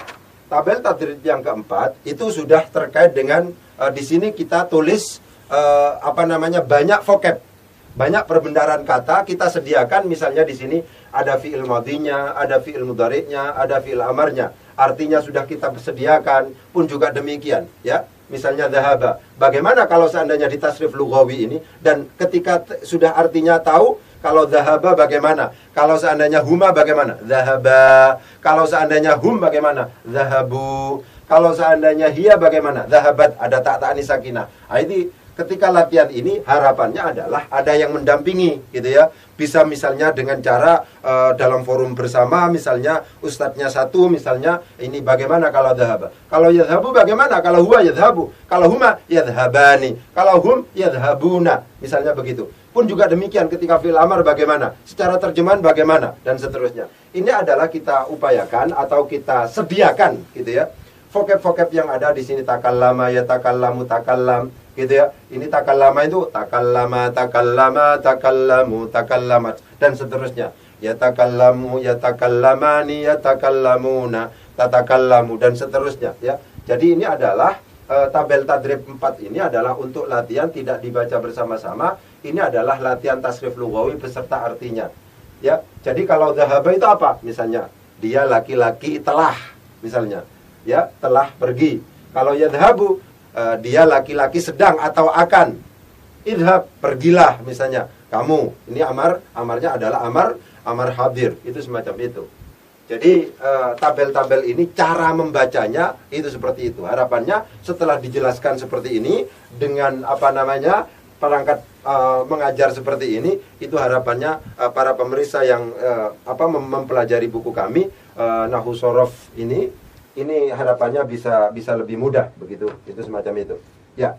Tabel tadrib yang keempat itu sudah terkait dengan uh, di sini kita tulis uh, apa namanya banyak vocab, banyak perbendaharaan kata kita sediakan. Misalnya di sini ada fi'il madhinya, ada fi'il mudhari'nya, ada fi'il amarnya. Artinya sudah kita sediakan, pun juga demikian, ya. Misalnya dhahaba. Bagaimana kalau seandainya di tasrif lughawi ini dan ketika sudah artinya tahu, kalau dhahaba bagaimana? Kalau seandainya huma bagaimana? Dhahaba. Kalau seandainya hum bagaimana? Dhahabu. Kalau seandainya hiya bagaimana? Dhahabat. Ada tak ta'ani sakinah. Nah, ini ketika latihan ini harapannya adalah ada yang mendampingi, gitu ya. Bisa misalnya dengan cara uh, dalam forum bersama, misalnya ustadznya satu, misalnya ini bagaimana kalau dhahaba. Kalau yadhabu bagaimana? Kalau huwa yadhabu. Kalau huma yadhabani. Kalau hum yadhabuna. Misalnya begitu. Pun juga demikian ketika fi'il amar bagaimana, secara terjemahan bagaimana, dan seterusnya. Ini adalah kita upayakan atau kita sediakan, gitu ya. Vocab-vocab yang ada di sini takallama ya takallamu takallam, gitu ya. Ini takallama itu takallama takallama takallamu takallamat dan seterusnya. Ya takallamu ya takallamani ya takallamuna tatakallamu dan seterusnya, ya. Jadi ini adalah uh, tabel tadrib empat ini adalah untuk latihan tidak dibaca bersama-sama. Ini adalah latihan tasrif lughawi beserta artinya. Ya, jadi kalau dhahaba itu apa? Misalnya, dia laki-laki telah, misalnya, ya, telah pergi. Kalau yadhabu, uh, dia laki-laki sedang atau akan. Idhab, pergilah, misalnya. Kamu, ini amar, amarnya adalah amar, amar hadir. Itu semacam itu. Jadi uh, tabel-tabel ini cara membacanya itu seperti itu. Harapannya setelah dijelaskan seperti ini dengan apa namanya perangkat uh, mengajar seperti ini, itu harapannya uh, para pemeriksa yang uh, apa mem mempelajari buku kami uh, Nahwu Shorof ini, ini harapannya bisa bisa lebih mudah begitu. Itu semacam itu. Ya.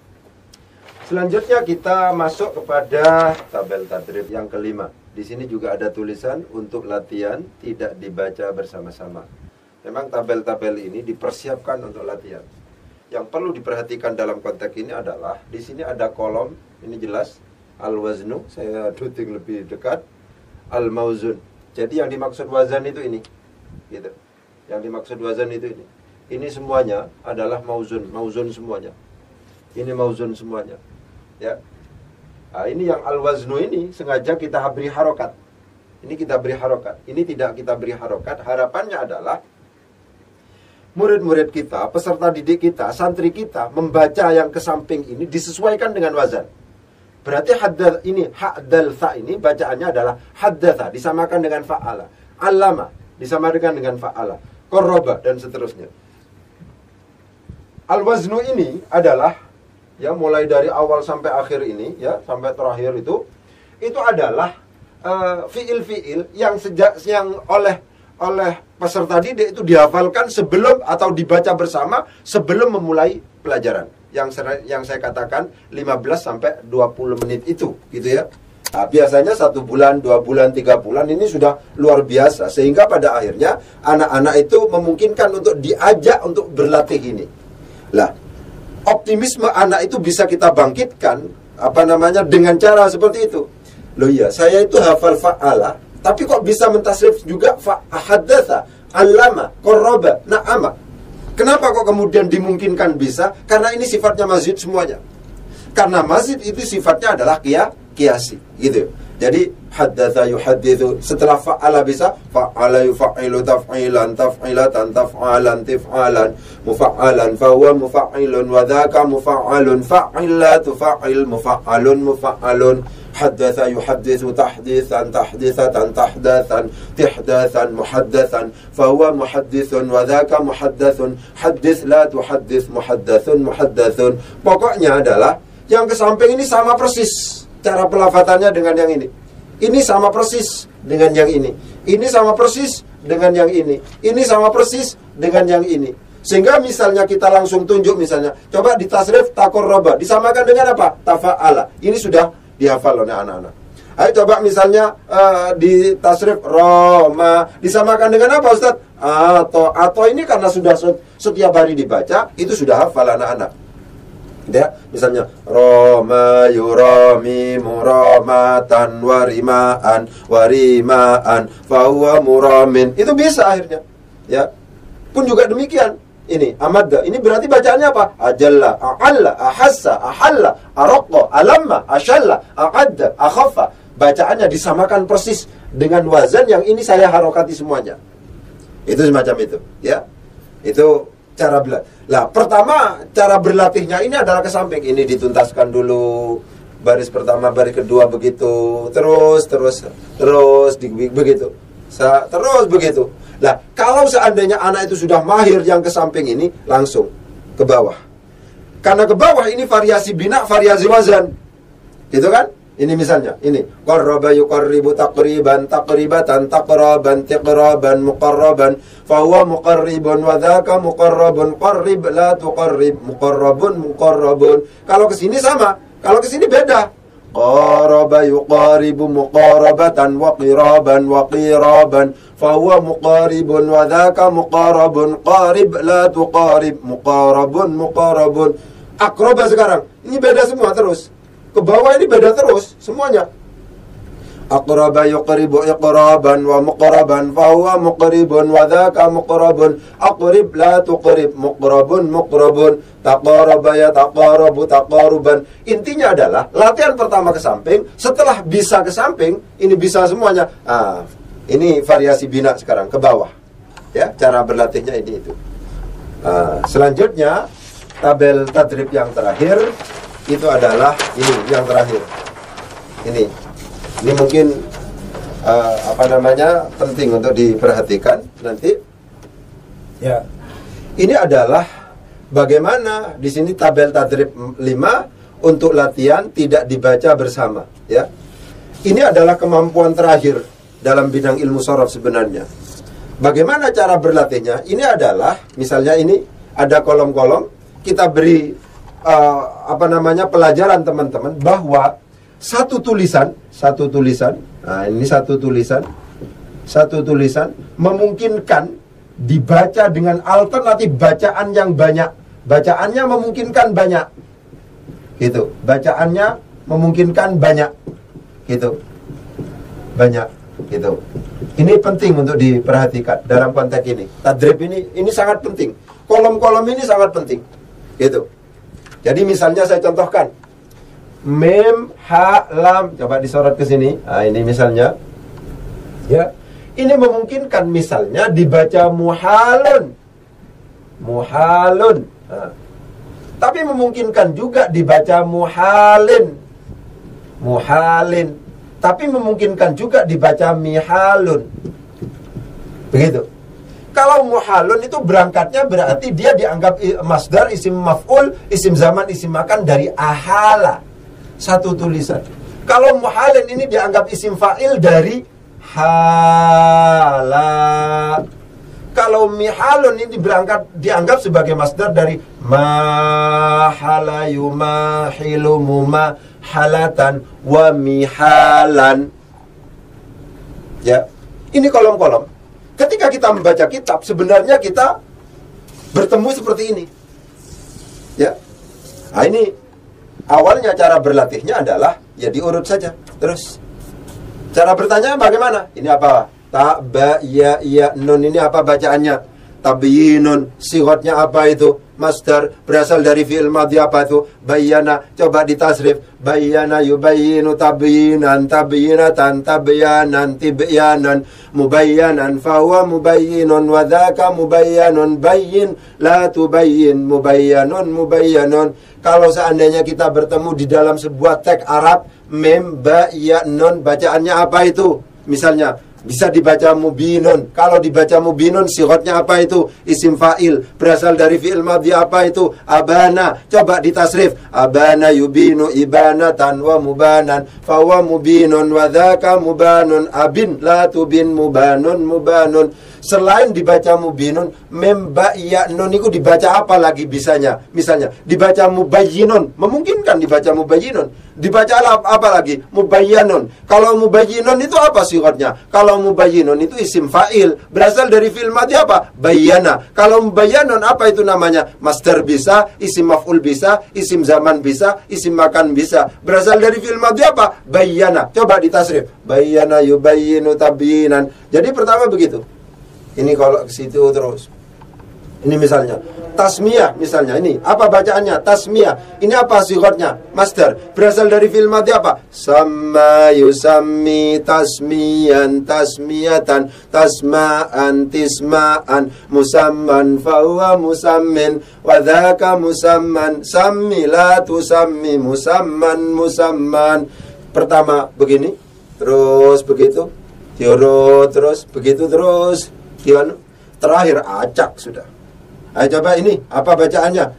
Selanjutnya kita masuk kepada tabel tadrib yang kelima. Di sini juga ada tulisan untuk latihan tidak dibaca bersama-sama. Memang tabel-tabel ini dipersiapkan untuk latihan. Yang perlu diperhatikan dalam konteks ini adalah di sini ada kolom, ini jelas al-waznu, saya duting lebih dekat, al-mauzun. Jadi yang dimaksud wazan itu ini, gitu. Yang dimaksud wazan itu ini. Ini semuanya adalah mauzun, mauzun semuanya. Ini mauzun semuanya. Ya. Nah, ini yang al-waznu ini sengaja kita beri harokat. Ini kita beri harokat. Ini tidak kita beri harokat. Harapannya adalah murid-murid kita, peserta didik kita, santri kita membaca yang ke samping ini disesuaikan dengan wazan. Berarti haddath ini, haddatha ini bacaannya adalah haddatha, disamakan dengan fa'ala. Allama, disamakan dengan fa'ala. Qarraba, dan seterusnya. Al-waznu ini adalah, ya mulai dari awal sampai akhir ini, ya sampai terakhir itu, itu adalah uh, fiil-fiil yang sejak yang oleh oleh peserta didik itu dihafalkan sebelum atau dibaca bersama sebelum memulai pelajaran. Yang yang saya katakan lima belas sampai dua puluh menit itu, gitu ya. Nah, biasanya satu bulan, dua bulan, tiga bulan ini sudah luar biasa. Sehingga pada akhirnya anak-anak itu memungkinkan untuk diajak untuk berlatih ini. Lah, optimisme anak itu bisa kita bangkitkan, apa namanya, dengan cara seperti itu. Loh iya, saya itu hafal fa'ala, tapi kok bisa mentasrif juga fa'ahadatha, allama, qarraba, na'ama. Kenapa kok kemudian dimungkinkan bisa? Karena ini sifatnya mazid semuanya. Karena mazid itu sifatnya adalah kia, kiasi, gitu. Jadi haddatha yuhaddithu, setelah fa'ala bisa fa'ala yufa'ilu taf'ilan taf'ilatan taf'alan tif'alan mufa'alan fahuwa mufa'ilun wa dhaka mufa'alun fa'ilatu fa'il mufa'alun mufa'alun haddatha yuhaddithu tahdithan tahdithatan tahdathan tihdathan muhaddathan fahuwa muhaddithun wa dhaka muhaddathun haddith la tuhaddith muhaddathun muhaddathun. Pokoknya adalah yang ke samping ini sama persis cara pelafatannya dengan yang ini. Ini sama persis dengan yang ini. Ini sama persis dengan yang ini. Ini sama persis dengan yang ini. Sehingga misalnya kita langsung tunjuk misalnya, coba ditasrif taqarraba, disamakan dengan apa? Tafa'ala. Ini sudah dihafal oleh anak-anak. Ayo coba misalnya uh, ditasrif roma, disamakan dengan apa Ustaz? Atau atau ini karena sudah setiap hari dibaca, itu sudah hafal anak-anak. Ya, misalnya roma yurami muramatan warimaan warimaan fahuwa muramin, itu bisa akhirnya. Ya, pun juga demikian. Ini amadda, ini berarti bacaannya apa? Ajalla, a'alla, ahassa, ahalla, araqqa, alamma, ashalla, a'adda, akhaffa. Bacaannya disamakan persis dengan wazan yang ini saya harokati semuanya. Itu semacam itu, ya. Itu cara belajar. Lah, pertama cara berlatihnya ini adalah ke samping. Ini dituntaskan dulu, baris pertama, baris kedua begitu, terus terus terus di, begitu. Sa, terus begitu. Lah, kalau seandainya anak itu sudah mahir yang ke samping ini, langsung ke bawah. Karena ke bawah ini variasi bina, variasi wazan. Gitu kan? Ini misalnya, ini qarraba yuqarribu taqriban taqribatan taqraban tiqraban muqarraban fahuwa muqarribun wa dzaka muqarrabun qarrib la tuqarrib muqarrabun muqarrabun. Kalau ke sini sama, kalau ke sini beda. Qarraba yuqaribu muqarabatan wa qiraban wa qiraban fahuwa muqaribun wa dzaka muqarrabun qarib la tuqarib muqarrabun muqarrabun. Aqraba sekarang, ini beda semua terus. Ke bawah ini beda terus semuanya. Aqraba yuqribu iqraban wa muqraban fa huwa muqribun wa dzaka muqrabun aqrib la tuqrib muqrabun muqrabun taqaraba ya taqarabu taqaruban. Intinya adalah latihan pertama ke samping, setelah bisa ke samping, ini bisa semuanya. Ah, ini variasi bina sekarang ke bawah. Ya, cara berlatihnya ini itu. Ah, selanjutnya tabel tadrib yang terakhir itu adalah ini yang terakhir. Ini, ini mungkin uh, apa namanya penting untuk diperhatikan nanti. Ya, ini adalah bagaimana di sini tabel tadrib lima untuk latihan tidak dibaca bersama. Ya, ini adalah kemampuan terakhir dalam bidang ilmu shorof sebenarnya. Bagaimana cara berlatihnya? Ini adalah misalnya ini ada kolom-kolom, kita beri Uh, apa namanya pelajaran teman-teman bahwa satu tulisan, satu tulisan, nah ini satu tulisan, satu tulisan memungkinkan dibaca dengan alternatif bacaan yang banyak. Bacaannya memungkinkan banyak, gitu. Bacaannya memungkinkan banyak, gitu, banyak, gitu. Ini penting untuk diperhatikan dalam konteks ini. Tadrib ini, ini sangat penting. Kolom-kolom ini sangat penting, gitu. Jadi misalnya saya contohkan, mim, ha, lam. Coba disorot ke sini. Nah, ini misalnya. Ya. Ini memungkinkan misalnya dibaca muhalun. Muhalun. Nah. Tapi memungkinkan juga dibaca muhalin. Muhalin. Tapi memungkinkan juga dibaca mihalun. Begitu. Kalau muhalun itu berangkatnya berarti dia dianggap masdar, isim maf'ul, isim zaman, isim makan dari ahala. Satu tulisan. Kalau muhalin ini dianggap isim fa'il dari hala. Kalau mihalun ini berangkat dianggap sebagai masdar dari mahala yumahilu mumahalatan wa mihalan. Ya, ini kolom-kolom. Ketika kita membaca kitab, sebenarnya kita bertemu seperti ini. Ya, nah ini awalnya cara berlatihnya adalah ya diurut saja. Terus cara bertanya bagaimana? Ini apa? Ta, ba, ya, ya, nun ini apa bacaannya? Tabyinun, sighotnya apa itu? Masdar, berasal dari fi'il madhi apa itu? Bayyana, coba ditasrif. Bayyana yubayyinu tabyinan, tabyinatan, tabyanan, tibyanan, mubayyanan, fahuwa mubayyinun, wadhaka mubayyanun, bayyin, la tubayyin, mubayyanun, mubayyanun. Kalau seandainya kita bertemu di dalam sebuah teks Arab, mim, ba, ya, nun, bacaannya apa itu? Misalnya, bisa dibaca mubinun. Kalau dibaca mubinun, sighotnya apa itu? Isim fa'il, berasal dari fi'il madhi apa itu? Abana. Coba ditasrif. Abana yubinu ibanatan wa mubanan, fawa mubinun wa dhaka mubanun, abin la tubin mubanun mubanun. Selain dibaca mubinun, mim, ba, ya, nun itu dibaca apa lagi bisanya? Misalnya, dibaca mubayyinun. Memungkinkan dibaca mubayyinun. Dibaca apa lagi? Mubayyanun. Kalau mubayyinun itu apa sighotnya? Kalau mubayyinun itu isim fa'il, berasal dari fi'il madhi apa? Bayyana. Kalau mubayyanun apa itu namanya? Masdar bisa, isim maf'ul bisa, isim zaman bisa, isim makan bisa. Berasal dari fi'il madhi apa? Bayyana. Coba ditasrif. Bayyana yubayyinu tabyinan. Jadi pertama begitu. Ini kalau ke situ terus. Ini misalnya tasmiyah, misalnya ini apa bacaannya? Tasmiyah. Ini apa sighotnya? Masdar, berasal dari fi'il madhi apa? Sama yusammi tasmiyan, tasmiyatan, tasma'an, tisma'an, musamman, fahuwa musammin, wadhaka musamman, sammi la tusammi, musamman, musamman. Pertama begini, terus begitu, diurut terus, begitu terus. Gimana? Terakhir acak sudah. Ayo coba ini, apa bacaannya?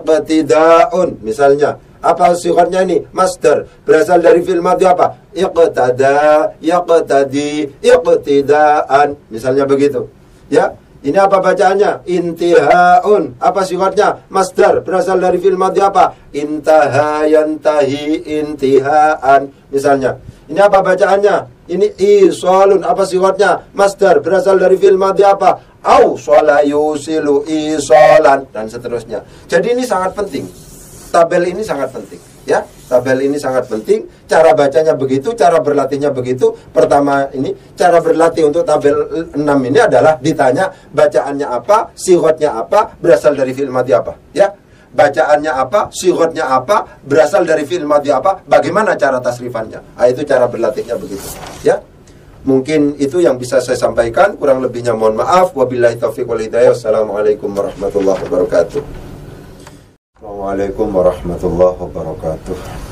Iqtida'un, misalnya. Apa sighotnya ini? Masdar, berasal dari fi'il madhi apa? Iqtada, yaqtadi, iqtida'an. Misalnya begitu. Ya, ini apa bacaannya? Intiha'un. Apa sighotnya? Masdar, berasal dari fi'il madhi apa? Intaha, yantahi, intiha'an. Misalnya. Ini apa bacaannya? Ini isolun. Apa sighotnya? Masdar, berasal dari fi'il madhi apa? Au shola yusilu isolan, dan seterusnya. Jadi ini sangat penting. Tabel ini sangat penting, ya. Tabel ini sangat penting. Cara bacanya begitu, cara berlatihnya begitu. Pertama ini, cara berlatih untuk tabel enam ini adalah ditanya bacaannya apa, sighotnya apa, berasal dari fi'il madhi apa, ya. Bacaannya apa, sighotnya apa, berasal dari fi'il madhi apa, bagaimana cara tasrifannya. Nah, itu cara berlatihnya begitu, ya. Mungkin itu yang bisa saya sampaikan, kurang lebihnya mohon maaf. Wabillahi taufiq wal hidayah. Wassalamualaikum warahmatullahi wabarakatuh. Assalamualaikum warahmatullahi wabarakatuh.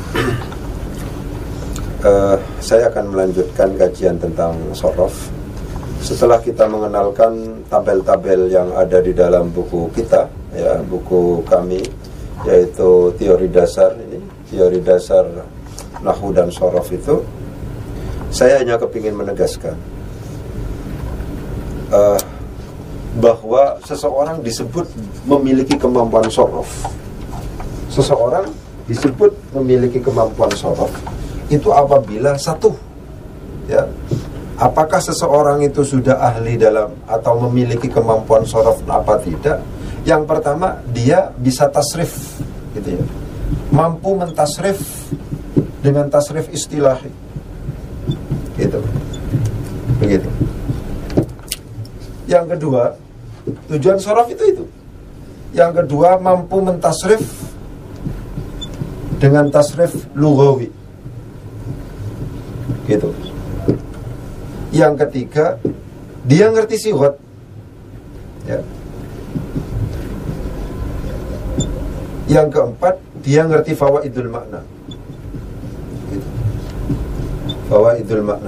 uh, Saya akan melanjutkan kajian tentang shorof. Setelah kita mengenalkan tabel-tabel yang ada di dalam buku kita, ya, buku kami, yaitu teori dasar ini, teori dasar nahwu dan shorof itu, saya hanya kepingin menegaskan uh, bahwa seseorang disebut memiliki kemampuan shorof. Seseorang disebut memiliki kemampuan shorof itu apabila satu, ya, apakah seseorang itu sudah ahli dalam atau memiliki kemampuan shorof apa tidak. Yang pertama, dia bisa tasrif, gitu ya, mampu mentasrif dengan tasrif istilahi, gitu, begitu. Yang kedua, tujuan shorof itu itu. Yang kedua, mampu mentasrif dengan tasrif lughawi. Gitu. Yang ketiga, dia ngerti sighat. Ya. Yang keempat, dia ngerti fawaidul makna. Gitu. Fawaidul makna.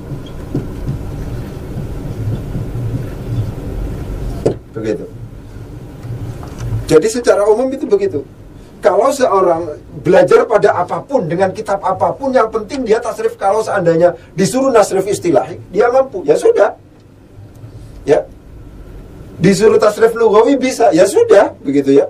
Begitu. Jadi secara umum itu begitu. Kalau seorang belajar pada apapun, dengan kitab apapun, yang penting dia tasrif. Kalau seandainya disuruh nasrif istilahi, dia mampu, ya sudah. Ya. Disuruh tasrif lughawi bisa, ya sudah, begitu ya.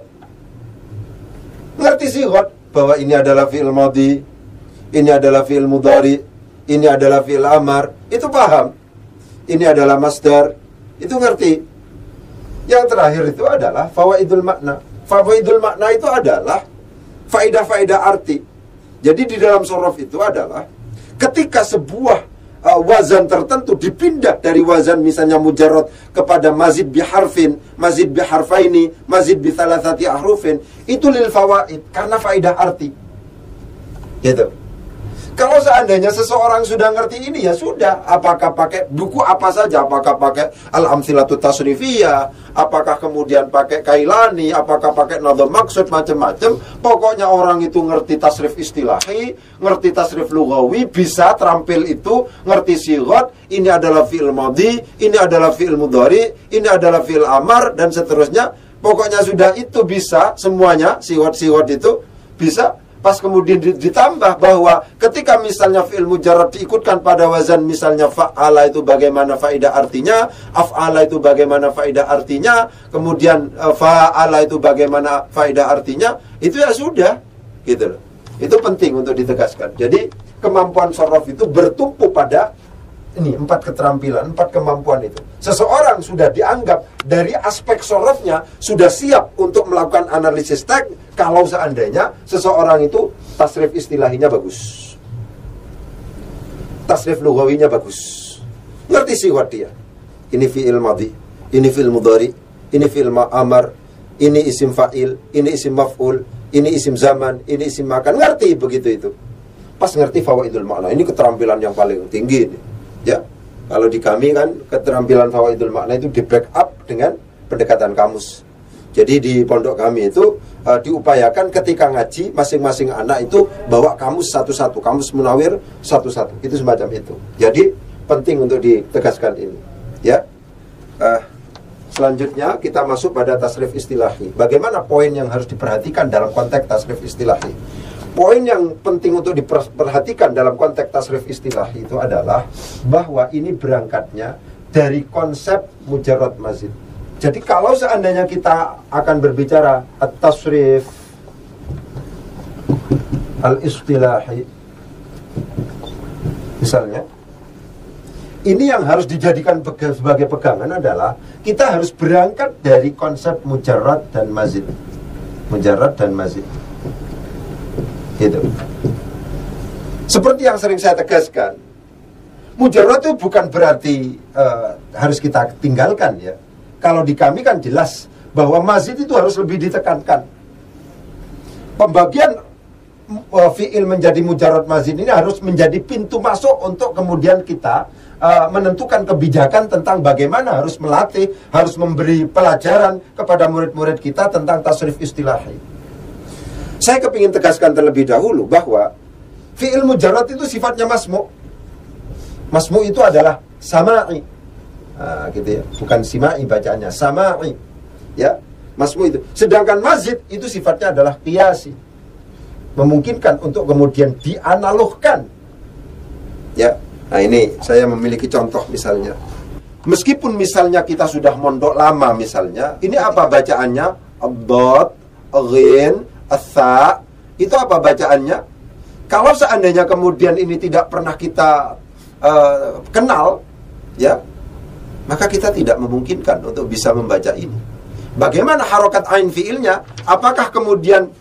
Ngerti sighat bahwa ini adalah fi'il madhi, ini adalah fi'il mudhari, ini adalah fi'il amar, itu paham. Ini adalah masdar, itu ngerti. Yang terakhir itu adalah fawaidul makna. Fawaidul makna itu adalah faedah-faedah arti. Jadi di dalam sorof itu adalah ketika sebuah uh, wazan tertentu dipindah dari wazan misalnya mujarrad kepada mazid biharfin, mazid biharfaini, mazid bi thalathati ahrufin, itu lil fawaid, karena faedah arti. Gitu. Kalau seandainya seseorang sudah ngerti ini, ya sudah. Apakah pakai buku apa saja, apakah pakai Al-Amthilatut Tasrifiyah, apakah kemudian pakai Kailani, apakah pakai Nadham Maksud, macam-macam. Pokoknya orang itu ngerti tasrif istilahi, ngerti tasrif lughawi, bisa terampil itu, ngerti sighat, ini adalah fi'il madhi, ini adalah fi'il mudhari, ini adalah fi'il amar, dan seterusnya. Pokoknya sudah itu bisa semuanya, sighat-sighat itu bisa. Pas kemudian ditambah bahwa ketika misalnya fi'il mujarrad diikutkan pada wazan misalnya fa'ala, itu bagaimana faedah artinya, af'ala itu bagaimana faedah artinya, kemudian fa'ala itu bagaimana faedah artinya, itu ya sudah, gitu loh. Itu penting untuk ditegaskan. Jadi kemampuan sorof itu bertumpu pada ini empat keterampilan, empat kemampuan itu. Seseorang sudah dianggap dari aspek sorofnya sudah siap untuk melakukan analisis teks kalau seandainya seseorang itu tasrif istilahinya bagus, tasrif lughawinya bagus, ngerti sighat dia. Ini fi'il madhi, ini fi'il mudhari, ini fi'il amar, ini isim fa'il, ini isim maf'ul, ini isim zaman, ini isim makan, ngerti begitu itu. Pas ngerti fawaidul makna, ini keterampilan yang paling tinggi ini. Ya, kalau di kami kan keterampilan fawaidul makna itu di backup dengan pendekatan kamus. Jadi di pondok kami itu uh, diupayakan ketika ngaji masing-masing anak itu bawa kamus satu-satu, kamus munawir satu-satu. Itu semacam itu. Jadi penting untuk ditegaskan ini. Ya, uh, selanjutnya kita masuk pada tasrif istilahi. Bagaimana poin yang harus diperhatikan dalam konteks tasrif istilahi? Poin yang penting untuk diperhatikan dalam konteks tasrif istilah itu adalah bahwa ini berangkatnya dari konsep mujarrad mazid. Jadi kalau seandainya kita akan berbicara at-tasrif al-istilahi, misalnya, ini yang harus dijadikan sebagai pegangan adalah kita harus berangkat dari konsep mujarrad dan mazid. Mujarrad dan mazid. Gitu. Seperti yang sering saya tegaskan, mujarrad itu bukan berarti uh, harus kita tinggalkan ya. Kalau di kami kan jelas bahwa mazid itu harus lebih ditekankan. Pembagian uh, fi'il menjadi mujarrad mazid ini harus menjadi pintu masuk untuk kemudian kita uh, menentukan kebijakan tentang bagaimana harus melatih, harus memberi pelajaran kepada murid-murid kita tentang tasrif istilahi. Saya kepingin tegaskan terlebih dahulu bahwa fi'il mujarrad itu sifatnya masmu'. Masmu' itu adalah sama'i. Nah, gitu ya. Bukan sima'i bacaannya, sama'i. Ya, masmu' itu. Sedangkan mazid itu sifatnya adalah qiyasi. Memungkinkan untuk kemudian dianalogkan. Ya. Nah, ini saya memiliki contoh misalnya. Meskipun misalnya kita sudah mondok lama misalnya, ini apa bacaannya? Ad-dad, ghin, Asa, itu apa bacaannya? Kalau seandainya kemudian ini tidak pernah kita uh, kenal, ya, maka kita tidak memungkinkan untuk bisa membaca ini. Bagaimana harokat ain fiilnya? Apakah kemudian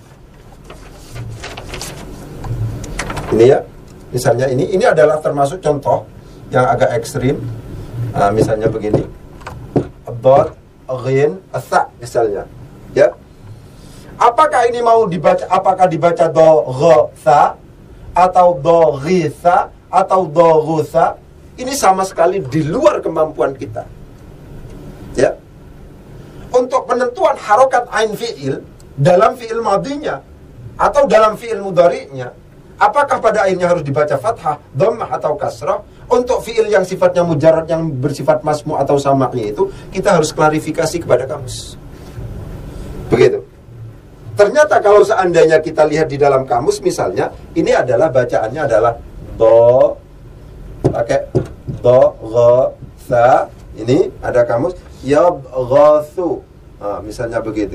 ini ya, misalnya ini, ini adalah termasuk contoh yang agak ekstrim. Nah, misalnya begini, ad-dad, ghin, asa, misalnya, ya. Apakah ini mau dibaca, apakah dibaca do, gho, sa, atau do, ghi, sa, atau do, gu, sa? Ini sama sekali di luar kemampuan kita. Ya. Untuk penentuan harokat ain fi'il dalam fi'il madinya atau dalam fi'il mudhari'nya, apakah pada ainnya harus dibaca fathah, dhammah atau kasrah? Untuk fi'il yang sifatnya mujarrad, yang bersifat masmu atau sama'i itu, kita harus klarifikasi kepada kamus. Begitu. Ternyata kalau seandainya kita lihat di dalam kamus, misalnya ini adalah bacaannya adalah do, pakai do, gho, sa. Ini ada kamus yabghathu. Nah, misalnya begitu.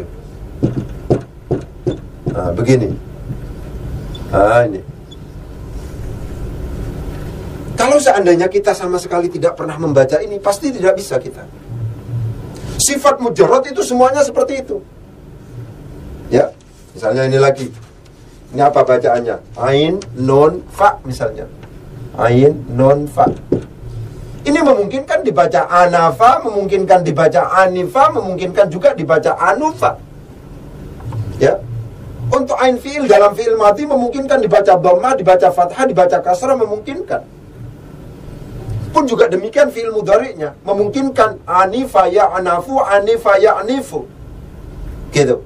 Nah, begini. Nah, ini. Kalau seandainya kita sama sekali tidak pernah membaca ini, pasti tidak bisa kita. Sifat mujarrad itu semuanya seperti itu. Ya, misalnya ini lagi. Ini apa bacaannya? Ain, nun, fa misalnya. Ain, nun, fa. Ini memungkinkan dibaca anafa, memungkinkan dibaca anifa, memungkinkan juga dibaca anufa. Ya. Untuk ain fi'il dalam fi'il madhi memungkinkan dibaca dhammah, dibaca fathah, dibaca kasrah, memungkinkan. Pun juga demikian fi'il mudhari'nya, memungkinkan anifa ya anafu, anifa ya anifu. Gitu.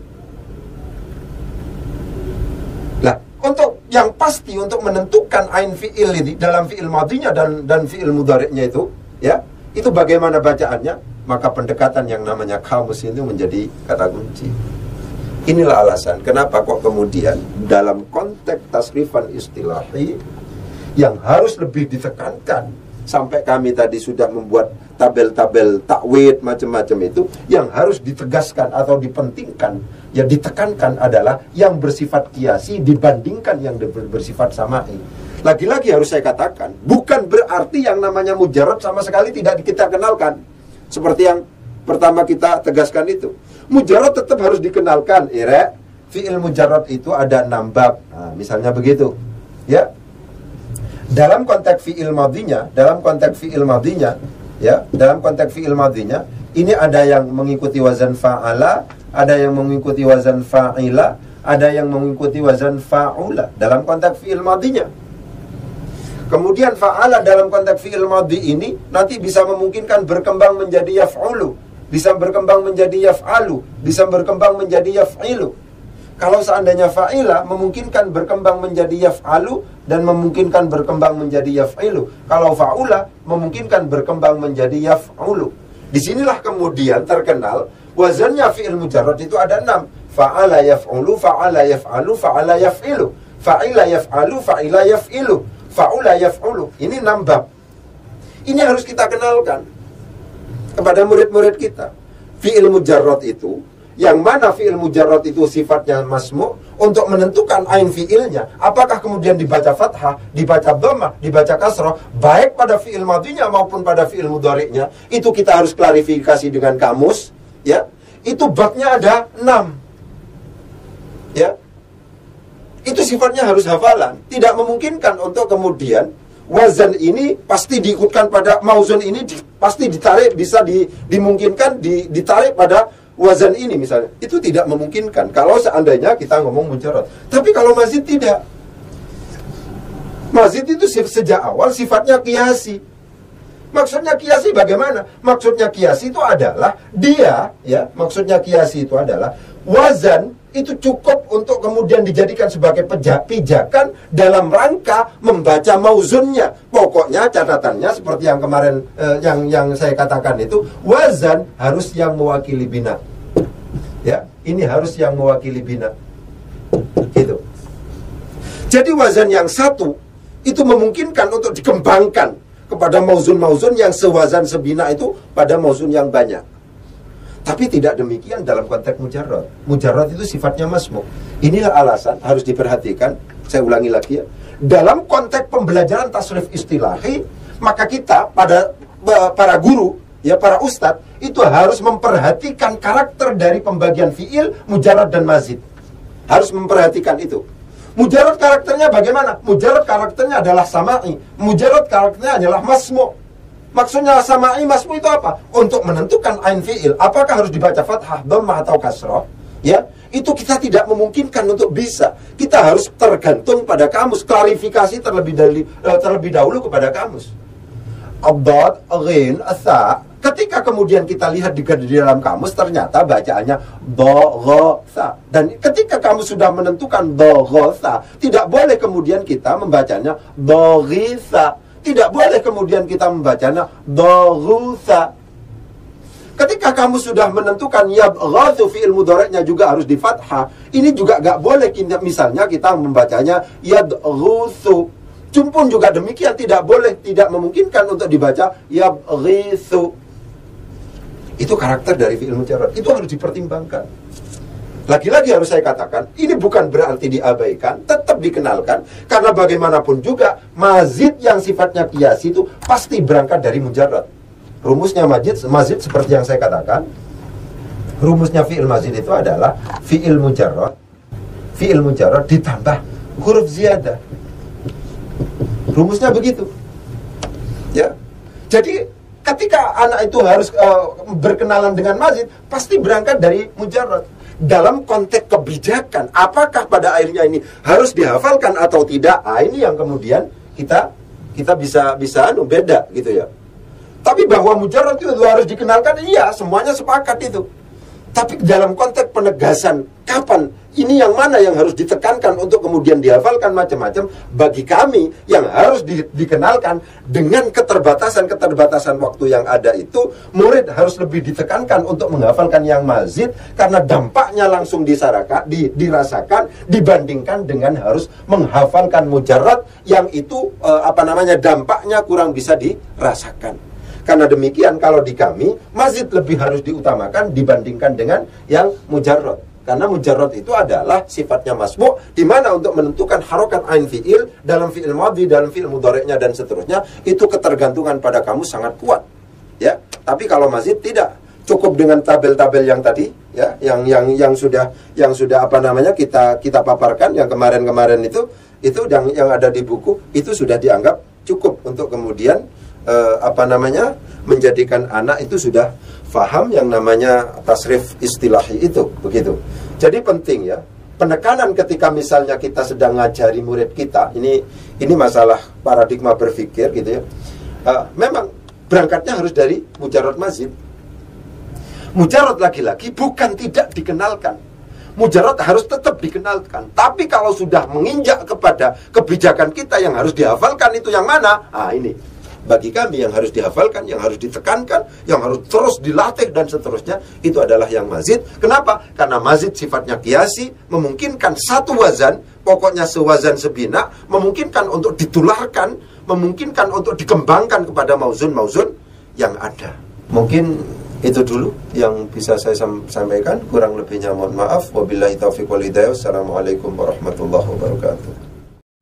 Nah, untuk yang pasti untuk menentukan ain fi'il ini dalam fi'il madhinya dan dan fi'il mudhari'nya itu, ya, itu bagaimana bacaannya, maka pendekatan yang namanya kamus itu menjadi kata kunci. Inilah alasan kenapa kok kemudian dalam konteks tasrifan istilahi yang harus lebih ditekankan, sampai kami tadi sudah membuat tabel-tabel takwid macam-macam itu, yang harus ditegaskan atau dipentingkan, ya ditekankan adalah yang bersifat kiasi dibandingkan yang bersifat sama'i. Lagi-lagi harus saya katakan, bukan berarti yang namanya mujarrad sama sekali tidak kita kenalkan. Seperti yang pertama kita tegaskan itu, mujarrad tetap harus dikenalkan. Ire, fi'il mujarrad itu ada enam bab. Nah, misalnya begitu, ya. Dalam konteks fi'il madhinya, dalam konteks fi'il madhinya, ya, dalam konteks fi'il madhinya, ini ada yang mengikuti wazan fa'ala, ada yang mengikuti wazan fa'ila, ada yang mengikuti wazan fa'ula dalam konteks fi'il madhinya. Kemudian fa'ala dalam konteks fi'il madhi ini nanti bisa memungkinkan berkembang menjadi yaf'ulu, bisa berkembang menjadi yaf'alu, bisa berkembang menjadi yaf'ilu. Kalau seandainya fa'ila memungkinkan berkembang menjadi yaf'alu dan memungkinkan berkembang menjadi yaf'ilu. Kalau fa'ula memungkinkan berkembang menjadi yaf'ulu. Disinilah kemudian terkenal wazannya fi'il mujarrad itu ada enam. Fa'ala yaf'ulu, fa'ala yaf'alu, fa'ala yaf'ilu, fa'ila yaf'alu, fa'ila yaf'ilu, fa'ula yaf'ulu. Ini enam bab. Ini harus kita kenalkan kepada murid-murid kita. Fi'il mujarrad itu, yang mana fi'il mujarrad itu sifatnya masmu, untuk menentukan ain fi'ilnya, apakah kemudian dibaca fathah, dibaca dhammah, dibaca kasrah, baik pada fi'il madhinya maupun pada fi'il mudhari'nya, itu kita harus klarifikasi dengan kamus, ya. Itu babnya ada enam. Ya. Itu sifatnya harus hafalan. Tidak memungkinkan untuk kemudian wazan ini pasti diikutkan pada mauzun ini di, pasti ditarik, bisa di, dimungkinkan di, ditarik pada wazan ini misalnya. Itu tidak memungkinkan kalau seandainya kita ngomong mujarrad. Tapi kalau mazid tidak. Mazid itu sejak awal sifatnya qiyasi. Maksudnya qiyasi bagaimana? Maksudnya qiyasi itu adalah dia, ya, maksudnya qiyasi itu adalah wazan itu cukup untuk kemudian dijadikan sebagai pijakan dalam rangka membaca mauzunnya. Pokoknya catatannya seperti yang kemarin eh, yang yang saya katakan itu, wazan harus yang mewakili bina. Ya, ini harus yang mewakili bina. Gitu. Jadi wazan yang satu itu memungkinkan untuk dikembangkan kepada mauzun-mauzun yang sewazan sebina itu pada mauzun yang banyak. Tapi tidak demikian dalam konteks mujarrad. Mujarrad itu sifatnya masmu. Inilah alasan harus diperhatikan. Saya ulangi lagi ya. Dalam konteks pembelajaran tasrif istilahi, maka kita pada para guru, ya para ustadz, itu harus memperhatikan karakter dari pembagian fiil, mujarrad dan mazid. Harus memperhatikan itu. Mujarrad karakternya bagaimana? Mujarrad karakternya adalah sama'i. Mujarrad karakternya adalah masmu. Maksudnya sama'i masmu itu apa? Untuk menentukan ain fi'il, apakah harus dibaca fathah, dhammah atau kasrah, ya, itu kita tidak memungkinkan untuk bisa. Kita harus tergantung pada kamus, klarifikasi terlebih dari, terlebih dahulu kepada kamus. Ad-dad, ghin, asa. Ketika kemudian kita lihat di, di dalam kamus, ternyata bacaannya do, gho, sa. Dan ketika kamu sudah menentukan do, gho, sa, tidak boleh kemudian kita membacanya do, ghi, sa. Tidak boleh kemudian kita membacanya do, ru, sa. Ketika kamu sudah menentukan yabghathu fi'il mudhari'nya juga harus di fathah, ini juga gak boleh misalnya kita membacanya yadghuthu. Pun juga demikian, tidak boleh, tidak memungkinkan untuk dibaca yabghithu. Itu karakter dari fi'il mujarrad. Itu harus dipertimbangkan. Lagi-lagi harus saya katakan, ini bukan berarti diabaikan, tetap dikenalkan, karena bagaimanapun juga mazid yang sifatnya qiyasi itu pasti berangkat dari mujarrad. Rumusnya mazid, mazid seperti yang saya katakan, rumusnya fi'il mazid itu adalah fi'il mujarrad, fi'il mujarrad ditambah huruf ziyadah. Rumusnya begitu. Ya. Jadi ketika anak itu harus uh, berkenalan dengan mazid, pasti berangkat dari mujarrad. Dalam konteks kebijakan, apakah pada akhirnya ini harus dihafalkan atau tidak? Ah, ini yang kemudian kita kita bisa bisa anu beda gitu ya. Tapi bahwa mujarrad itu harus dikenalkan, iya, semuanya sepakat itu. Tapi dalam konteks penegasan, kapan? Ini yang mana yang harus ditekankan untuk kemudian dihafalkan macam-macam. Bagi kami yang harus di, dikenalkan dengan keterbatasan-keterbatasan waktu yang ada itu, murid harus lebih ditekankan untuk menghafalkan yang mazid, karena dampaknya langsung disaraka, di, dirasakan dibandingkan dengan harus menghafalkan mujarrad yang itu eh, apa namanya dampaknya kurang bisa dirasakan. Karena demikian kalau di kami mazid lebih harus diutamakan dibandingkan dengan yang mujarrad. Karena mujarrad itu adalah sifatnya masbu', di mana untuk menentukan harokat ain fi'il dalam fi'il madhi, dalam fi'il mudhari'nya dan seterusnya, itu ketergantungan pada kamu sangat kuat. Ya, tapi kalau mazid tidak, cukup dengan tabel-tabel yang tadi, ya, yang yang yang sudah yang sudah apa namanya kita kita paparkan yang kemarin-kemarin itu, itu yang yang ada di buku itu sudah dianggap cukup untuk kemudian eh, apa namanya menjadikan anak itu sudah faham yang namanya tasrif istilahi itu, begitu. Jadi penting ya, penekanan ketika misalnya kita sedang ngajari murid kita, ini ini masalah paradigma berpikir gitu ya. Uh, memang berangkatnya harus dari mujarrad mazid. Mujarrad lagi-lagi bukan tidak dikenalkan. Mujarrad harus tetap dikenalkan. Tapi kalau sudah menginjak kepada kebijakan kita yang harus dihafalkan itu yang mana? Ah ini. Bagi kami yang harus dihafalkan, yang harus ditekankan, yang harus terus dilatih dan seterusnya, itu adalah yang mazid. Kenapa? Karena mazid sifatnya qiyasi, memungkinkan satu wazan, pokoknya sewazan sebina, memungkinkan untuk ditularkan, memungkinkan untuk dikembangkan kepada mauzun-mauzun yang ada. Mungkin itu dulu yang bisa saya sampaikan, kurang lebihnya mohon maaf. Wabillahi taufiq wal hidayah. Wassalamualaikum warahmatullahi wabarakatuh.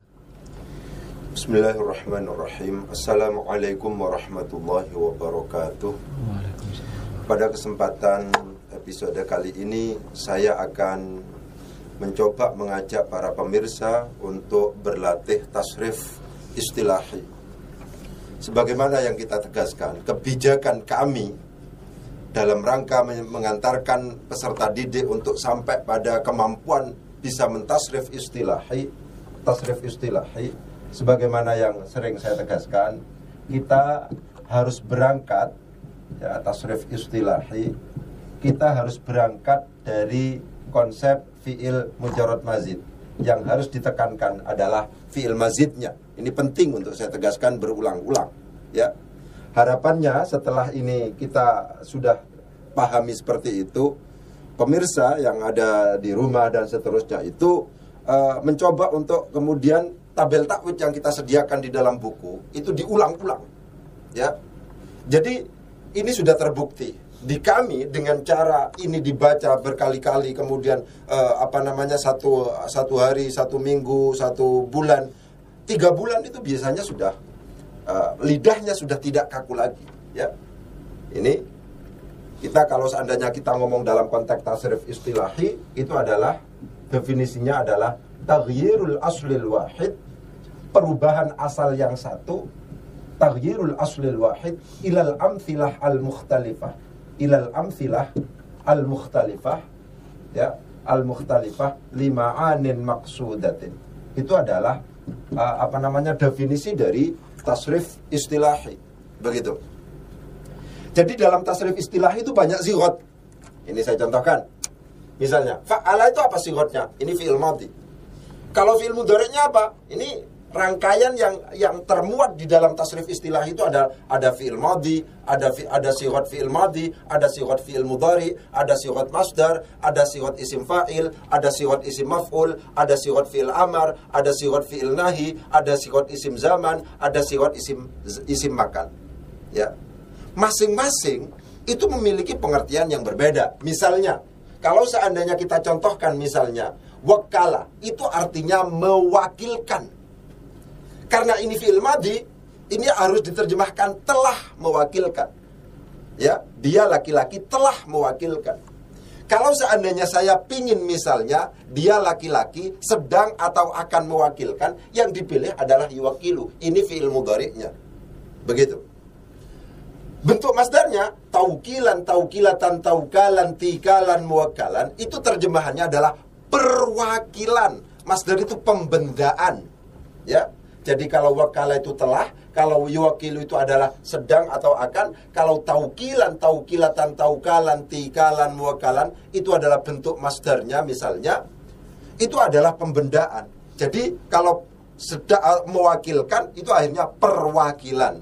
Bismillahirrahmanirrahim. Assalamualaikum warahmatullahi wabarakatuh. Pada kesempatan episode kali ini, saya akan mencoba mengajak para pemirsa untuk berlatih tasrif istilahi. Sebagaimana yang kita tegaskan, kebijakan kami dalam rangka mengantarkan peserta didik untuk sampai pada kemampuan bisa mentasrif istilahi, tasrif istilahi, sebagaimana yang sering saya tegaskan, kita harus berangkat ya, tasrif istilahi, kita harus berangkat dari konsep fi'il mujarrad mazid. Yang harus ditekankan adalah fi'il mazidnya. Ini penting untuk saya tegaskan berulang-ulang ya. Harapannya setelah ini kita sudah pahami seperti itu, pemirsa yang ada di rumah dan seterusnya itu uh, mencoba untuk kemudian tabel takwid yang kita sediakan di dalam buku itu diulang-ulang ya. Jadi ini sudah terbukti di kami dengan cara ini dibaca berkali-kali, kemudian eh, apa namanya satu satu hari, satu minggu, satu bulan, tiga bulan itu biasanya sudah eh, lidahnya sudah tidak kaku lagi ya. Ini kita kalau seandainya kita ngomong dalam konteks tasrif istilahi, itu adalah definisinya adalah taghyirul aslil wahid, perubahan asal yang satu, taghyirul aslil wahid ilal amthilah al-mukhtalifah, ilal amthilah al-mukhtalifah ya, al-mukhtalifah lima'anin maqsudatin. Itu adalah uh, apa namanya definisi dari tasrif istilahi. Begitu. Jadi dalam tasrif istilahi itu banyak sighot. Ini saya contohkan. Misalnya, fa'ala itu apa sighotnya? Ini fi'il madhi. Kalau fi'il mudhari'nya apa? Ini rangkaian yang yang termuat di dalam tasrif istilah itu ada ada fi'il madhi, ada fi, ada sighot fi'il madhi, ada sighot fi'il mudhari, ada sighot masdar, ada sighot isim fa'il, ada sighot isim maf'ul, ada sighot fi'il amar, ada sighot fi'il nahi, ada sighot isim zaman, ada sighot isim isim makan. Ya. Masing-masing itu memiliki pengertian yang berbeda. Misalnya, kalau seandainya kita contohkan misalnya wakala, itu artinya mewakilkan. Karena ini fi'il madhi, ini harus diterjemahkan telah mewakilkan. Ya, dia laki-laki telah mewakilkan. Kalau seandainya saya pingin misalnya dia laki-laki sedang atau akan mewakilkan, yang dipilih adalah yuwakilu. Ini fi'il mudhari'nya. Begitu. Bentuk masdarnya taukilan, taukilatan, taukalan, tikalan, muwakkalan, itu terjemahannya adalah perwakilan. Masdar itu pembendaan. Ya. Jadi kalau wakala itu telah, kalau yuwakilu itu adalah sedang atau akan, kalau taukilan, taukilatan, taukalan, tikalan, muwakkalan, itu adalah bentuk masdarnya misalnya, itu adalah pembendaan. Jadi kalau sedang mewakilkan, itu akhirnya perwakilan.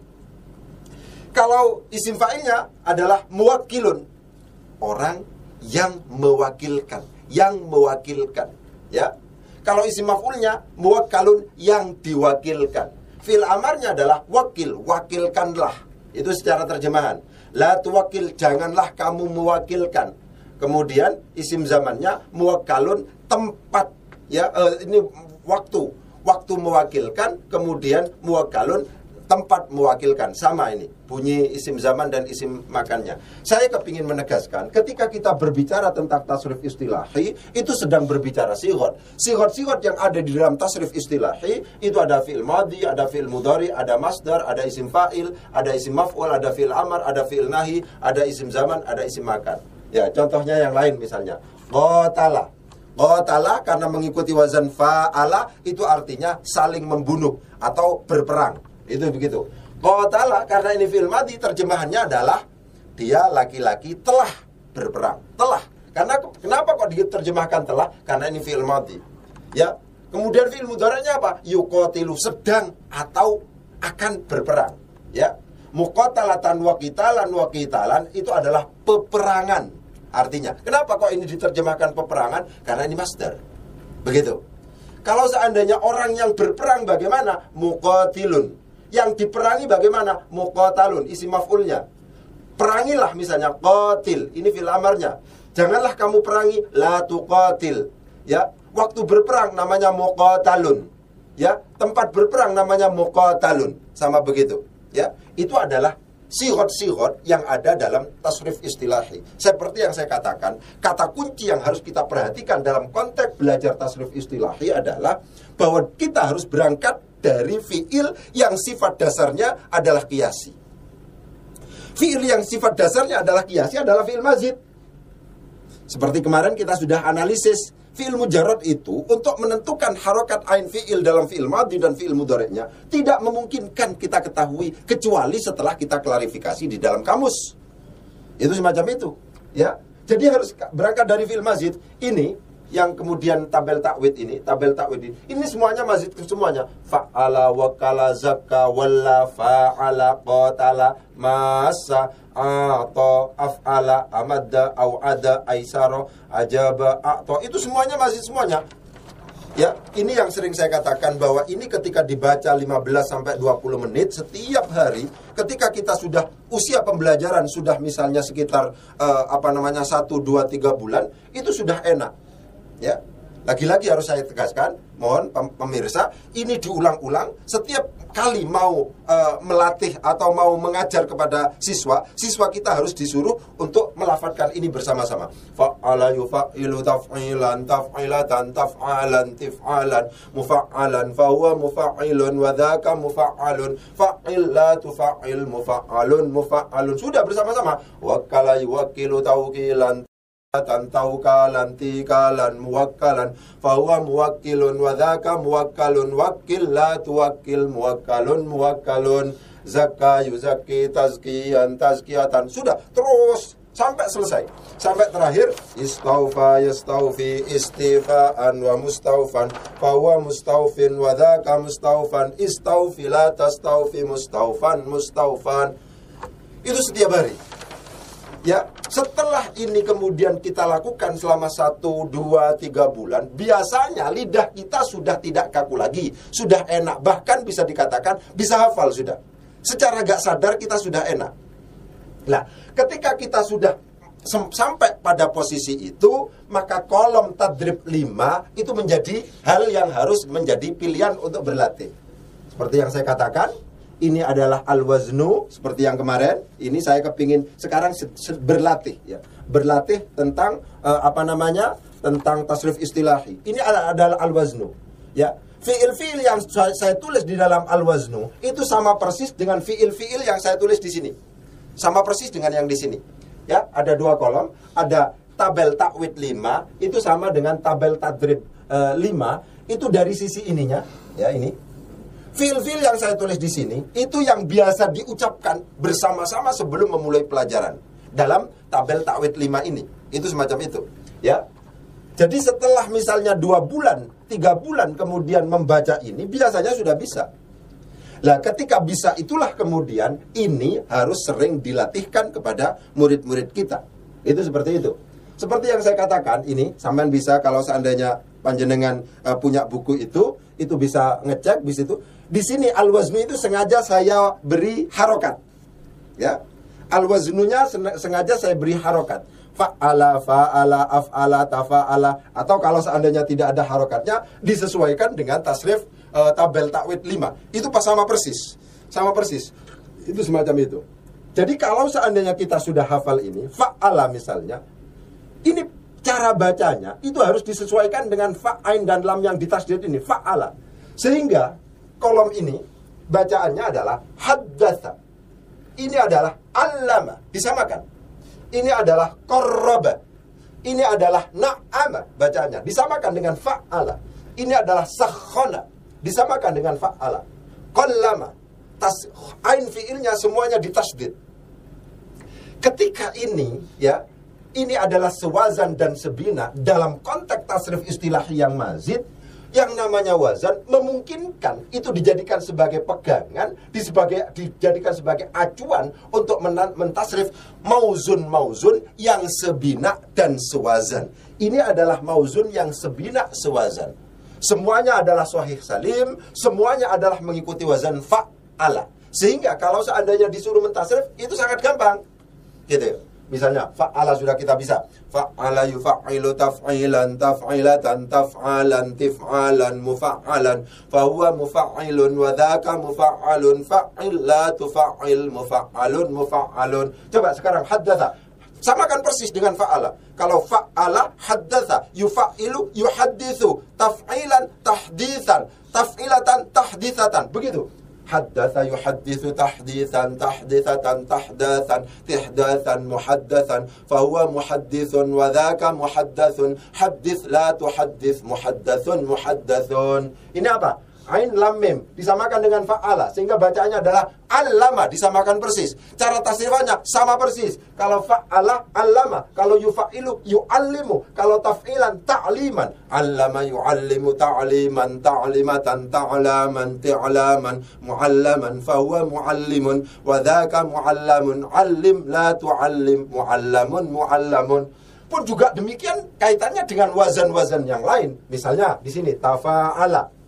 Kalau isim fa'ilnya adalah muwakilun, orang yang mewakilkan, yang mewakilkan, ya. Kalau isim maf'ulnya muwakkalun, yang diwakilkan. Fi'il amarnya adalah wakil, wakilkanlah. Itu secara terjemahan. La tuwakil, janganlah kamu mewakilkan. Kemudian isim zamannya muwakkalun, tempat, ya, eh, ini waktu, waktu mewakilkan, kemudian muwakkalun, tempat mewakilkan. Sama ini bunyi isim zaman dan isim makannya. Saya kepingin menegaskan, ketika kita berbicara tentang tasrif istilahi, itu sedang berbicara sighot. Sighot-sighot yang ada di dalam tasrif istilahi itu ada fi'il madhi, ada fi'il mudhari, ada masdar, ada isim fa'il, ada isim maf'ul, ada fi'il amar, ada fi'il nahi, ada isim zaman, ada isim makan. Ya, contohnya yang lain misalnya qatala. Qatala karena mengikuti wazan fa'ala, itu artinya saling membunuh atau berperang. Itu begitu. Qatala karena ini fi'il madhi, terjemahannya adalah dia laki-laki telah berperang. Telah. Karena kenapa kok diterjemahkan telah? Karena ini fi'il madhi. Ya. Kemudian fi'il mudhari'nya apa? Yuqatilu, sedang atau akan berperang. Ya. Muqatalatan wa qitalan wa qitalan itu adalah peperangan artinya. Kenapa kok ini diterjemahkan peperangan? Karena ini masdar. Begitu. Kalau seandainya orang yang berperang bagaimana? Muqatilun. Yang diperangi bagaimana? Muqatalun, isim maf'ulnya. Perangilah misalnya qatil, ini fi'il amarnya. Janganlah kamu perangi, la tuqatil. Ya, waktu berperang namanya muqatalun. Ya, tempat berperang namanya muqatalun. Sama begitu. Ya, itu adalah sighot-sighot yang ada dalam tasrif istilahi. Seperti yang saya katakan, kata kunci yang harus kita perhatikan dalam konteks belajar tasrif istilahi adalah bahwa kita harus berangkat dari fi'il yang sifat dasarnya adalah qiyasi. Fi'il yang sifat dasarnya adalah qiyasi adalah fi'il mazid. Seperti kemarin kita sudah analisis, fi'il mujarrad itu untuk menentukan harokat ain fi'il dalam fi'il madhi dan fi'il mudhari'nya tidak memungkinkan kita ketahui kecuali setelah kita klarifikasi di dalam kamus. Itu semacam itu, ya. Jadi harus berangkat dari fi'il mazid ini. Yang kemudian tabel takwid ini, tabel takwid ini, ini semuanya mazid semuanya. Fa'ala, wakala, zakka, walla, fa'ala, qatala, masa, a'ta, af'ala, amadda, aw'ada, aisara, ajaba, a'ta. Itu semuanya mazid semuanya. Ya, ini yang sering saya katakan bahwa ini ketika dibaca lima belas sampai dua puluh menit setiap hari, ketika kita sudah usia pembelajaran sudah misalnya sekitar uh, apa namanya satu, dua, tiga bulan, itu sudah enak. Ya, lagi-lagi harus saya tegaskan, mohon pemirsa, ini diulang-ulang setiap kali mau uh, melatih atau mau mengajar kepada siswa, siswa kita harus disuruh untuk melafadzkan ini bersama-sama. Fa'ala yufa'ilu taf'ilan, taf'ilatan, taf'alan, tif'alan, mufa'alan, fahuwa mufa'ilun, wadhaka mufa'alun, fa'il la tufa'il, mufa'alun, mufa'alun. Sudah bersama-sama. Wakala yuwakilu tawkilan. tan taukalan tikalan muwakkalan fahuwa muwakkilun wa dzaka muwakkalun wakkil la tuwakkil muwakkalun muwakkalun zakka yuzakki tazkiyan tazkiyatan. Sudah terus sampai selesai, sampai terakhir istaufa yastaufi istifaan wa mustaufan fahuwa mustaufin wa dzaka mustaufan istaufi la tastaufi mustaufan mustaufan. Itu setiap hari. Ya, setelah ini kemudian kita lakukan selama satu, dua, tiga bulan, biasanya lidah kita sudah tidak kaku lagi, sudah enak, bahkan bisa dikatakan bisa hafal sudah. Secara gak sadar kita sudah enak. Nah, ketika kita sudah sampai pada posisi itu, maka kolom tadrib lima itu menjadi hal yang harus menjadi pilihan untuk berlatih. Seperti yang saya katakan, ini adalah al-waznu, seperti yang kemarin. Ini saya kepingin sekarang berlatih, ya, berlatih tentang uh, apa namanya, tentang tasrif istilahi. Ini adalah al-waznu, ya. Fiil-fiil yang saya tulis di dalam al-waznu itu sama persis dengan fiil-fiil yang saya tulis di sini. Sama persis dengan yang di sini. Ya, ada dua kolom, ada tabel takwid lima, itu sama dengan tabel tadrib uh, lima, itu dari sisi ininya, ya ini. Fiil-fiil yang saya tulis di sini itu yang biasa diucapkan bersama-sama sebelum memulai pelajaran dalam tabel takwid lima ini. Itu semacam itu, ya. Jadi setelah misalnya dua bulan, tiga bulan kemudian membaca ini, biasanya sudah bisa. Nah, ketika bisa itulah kemudian ini harus sering dilatihkan kepada murid-murid kita. Itu seperti itu. Seperti yang saya katakan ini, sampean bisa kalau seandainya panjenengan uh, punya buku itu, itu bisa ngecek di situ. Di sini al-waznu itu sengaja saya beri harokat. Ya. Al-waznunya sengaja saya beri harokat. Fa'ala, fa'ala, af'ala, tafa'ala. Atau kalau seandainya tidak ada harokatnya, disesuaikan dengan tasrif uh, tabel takwid lima. Itu pas sama persis. Sama persis. Itu semacam itu. Jadi kalau seandainya kita sudah hafal ini, fa'ala misalnya, ini cara bacanya, itu harus disesuaikan dengan fa'ain dan lam yang ditasdid ini, fa'ala. Sehingga kolom ini, bacaannya adalah haddatha. Ini adalah allama, disamakan. Ini adalah qarraba. Ini adalah na'ama, bacaannya disamakan dengan fa'ala. Ini adalah sakhana, disamakan dengan fa'ala. Qallama, tas ain fiilnya semuanya ditasdid. Ketika ini, ya, ini adalah sewazan dan sebina dalam konteks tasrif istilahi yang mazid. Yang namanya wazan memungkinkan itu dijadikan sebagai pegangan, disebagai, dijadikan sebagai acuan untuk mentasrif mauzun-mauzun yang sebina dan sewazan. Ini adalah mauzun yang sebina sewazan. Semuanya adalah sahih salim, semuanya adalah mengikuti wazan fa'ala. Sehingga kalau seandainya disuruh mentasrif itu sangat gampang. Gitu. Misalnya, fa'ala sudah kita bisa. Fa'ala yufa'ilu taf'ilan taf'ilatan taf'alan tif'alan mufa'alan fahuwa mufa'ilun wa dhaka mufa'alun fa'il la tufa'il mufa'alun mufa'alun. Coba sekarang haddatha. Samakan persis dengan fa'ala. Kalau fa'ala haddatha, yufa'ilu yuhaddithu, taf'ilan tahdithan, taf'ilatan tahdithatan. Begitu. Haddatha yuhaddithu tahdithan, tahdithatan, tahdathan, tihdathan, muhaddathan, fahuwa muhaddithun, wa dhaka muhaddathun, haddith la tuhaddith, muhaddathun, muhaddathun. Ini apa? Ain lam mim disamakan dengan fa'ala, sehingga bacaannya adalah allama, disamakan persis. Cara tasrifannya sama persis. Kalau fa'ala, allama. Kalau yufa'ilu, yu'allimu. Kalau taf'ilan, ta'liman. Allama yu'allimu ta'liman, ta'limatan, ta'laman, ti'laman, mu'allaman, fahuwa mu'allimun, wa dhaka mu'allamun, allim la tu'allim, mu'allamun, mu'allamun. Pun juga demikian kaitannya dengan wazan-wazan yang lain. Misalnya di sini tafa'ala.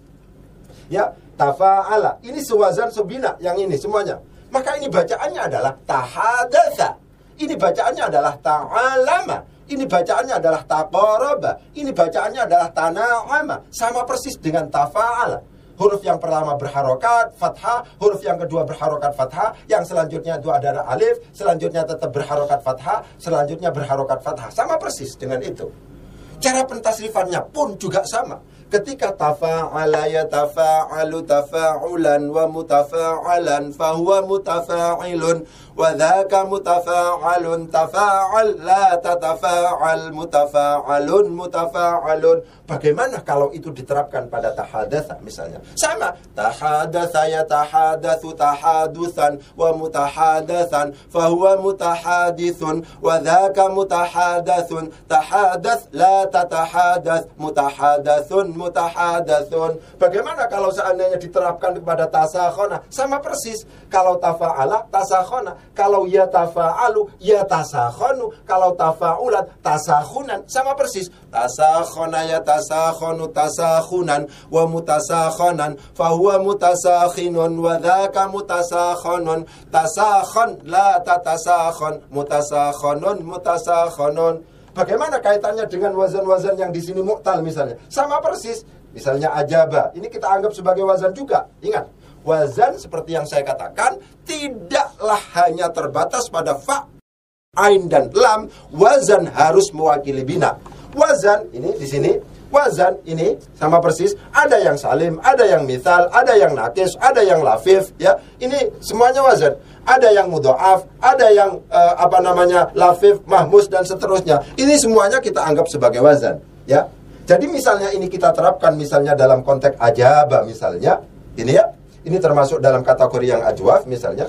Ya, tafa'ala. Ini sewazan sebina yang ini semuanya. Maka ini bacaannya adalah tahadatha. Ini bacaannya adalah ta'alama. Ini bacaannya adalah taqaraba. Ini bacaannya adalah tana'ama. Sama persis dengan tafa'ala. Huruf yang pertama berharokat fathah, huruf yang kedua berharokat fathah, yang selanjutnya itu adalah alif, selanjutnya tetap berharokat fathah, selanjutnya berharokat fathah. Sama persis dengan itu. Cara pentasrifannya pun juga sama. ketika tafa'ala yatafa'alu tafa'ulan wa mutafa'alan fahuwa mutafa'ilun wa dhaka mutafa'alun tafa'al la tatafa'al mutafa'alun mutafa'alun. Bagaimana kalau itu diterapkan pada tahadatsa misalnya? Sama, tahadatsa yatahadatsu tahadutsan wa mutahadatsan fahuwa mutahaditsun wa dhaka mutahadatsun tahadath la tatahadath mutahadathun mutahadathun. Bagaimana kalau seandainya diterapkan kepada tasakhona? Sama persis. Kalau tafa'ala tasakhona, kalau yatafa'alu yatasakhonu, kalau tafa'ulat tasakhunan, sama persis. Tasakhona yatasakhonu tasakhunan wa mutasakhonan fahuwa mutasakhinun wa dhaka mutasakhonun tasakhon la tatasakhon mutasakhonun mutasakhonun. Bagaimana kaitannya dengan wazan-wazan yang di sini mu'tal misalnya? Sama persis. Misalnya ajaba, ini kita anggap sebagai wazan juga. Ingat, wazan seperti yang saya katakan tidaklah hanya terbatas pada fa, ain dan lam. Wazan harus mewakili bina. Wazan ini di sini, wazan ini sama persis. Ada yang salim, ada yang mithal, ada yang nakis, ada yang lafif. Ya, ini semuanya wazan. Ada yang mudha'af, ada yang uh, apa namanya lafif, mahmus dan seterusnya. Ini semuanya kita anggap sebagai wazan. Ya. Jadi misalnya ini kita terapkan misalnya dalam konteks ajaba misalnya, ini ya, ini termasuk dalam kategori yang ajwaf misalnya.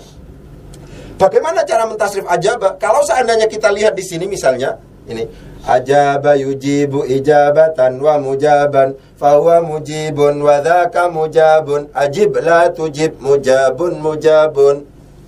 Bagaimana cara mentasrif ajaba? Kalau seandainya kita lihat di sini misalnya, ini ajaba yujibu ijabatan wa mujaban fahuwa mujibun wa dhaka mujabun ajib la tujib mujabun mujabun.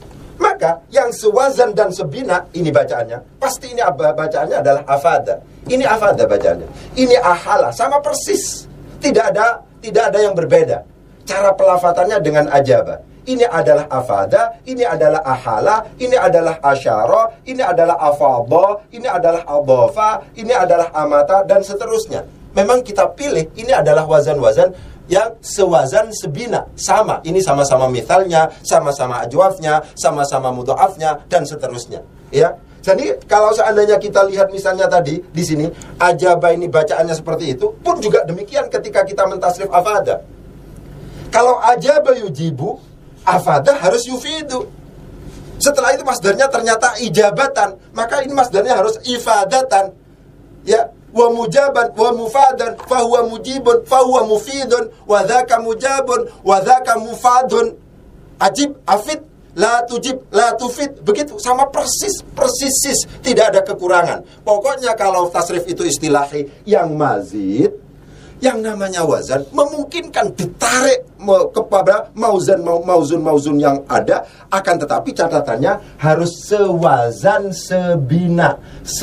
Maka yang sewazan dan sebina ini bacaannya, pasti ini bacaannya adalah afada. Ini afada bacaannya. Ini ahala, sama persis. Tidak ada tidak ada yang berbeda. Cara pelafatannya dengan ajaba. Ini adalah afada, ini adalah ahala, ini adalah asyara, ini adalah afadha, ini adalah adhafa, ini adalah amata dan seterusnya. Memang kita pilih ini adalah wazan-wazan yang sewazan sebina, sama. Ini sama-sama mithalnya, sama-sama ajwafnya, sama-sama mudha'afnya dan seterusnya. Ya. Jadi kalau seandainya kita lihat misalnya tadi di sini ajaba ini bacaannya seperti itu, pun juga demikian ketika kita mentasrif afada. Kalau ajaba yujibu, afada harus yufidu. Setelah itu masdarnya ternyata ijabatan, maka ini masdarnya harus ifadatan. Ya, wa mujaban wa mufadan fahuwa mujibun fahuwa mufidun wa dzaka mujabun wa dzaka mufadun. Ajib, afid, la tujib, la tufid. Begitu, sama persis, persisis, tidak ada kekurangan. Pokoknya kalau tasrif itu istilahi yang mazid, yang namanya wazan memungkinkan ditarik kepada mauzan mauzun mauzun yang ada, akan tetapi catatannya harus sewazan sebina,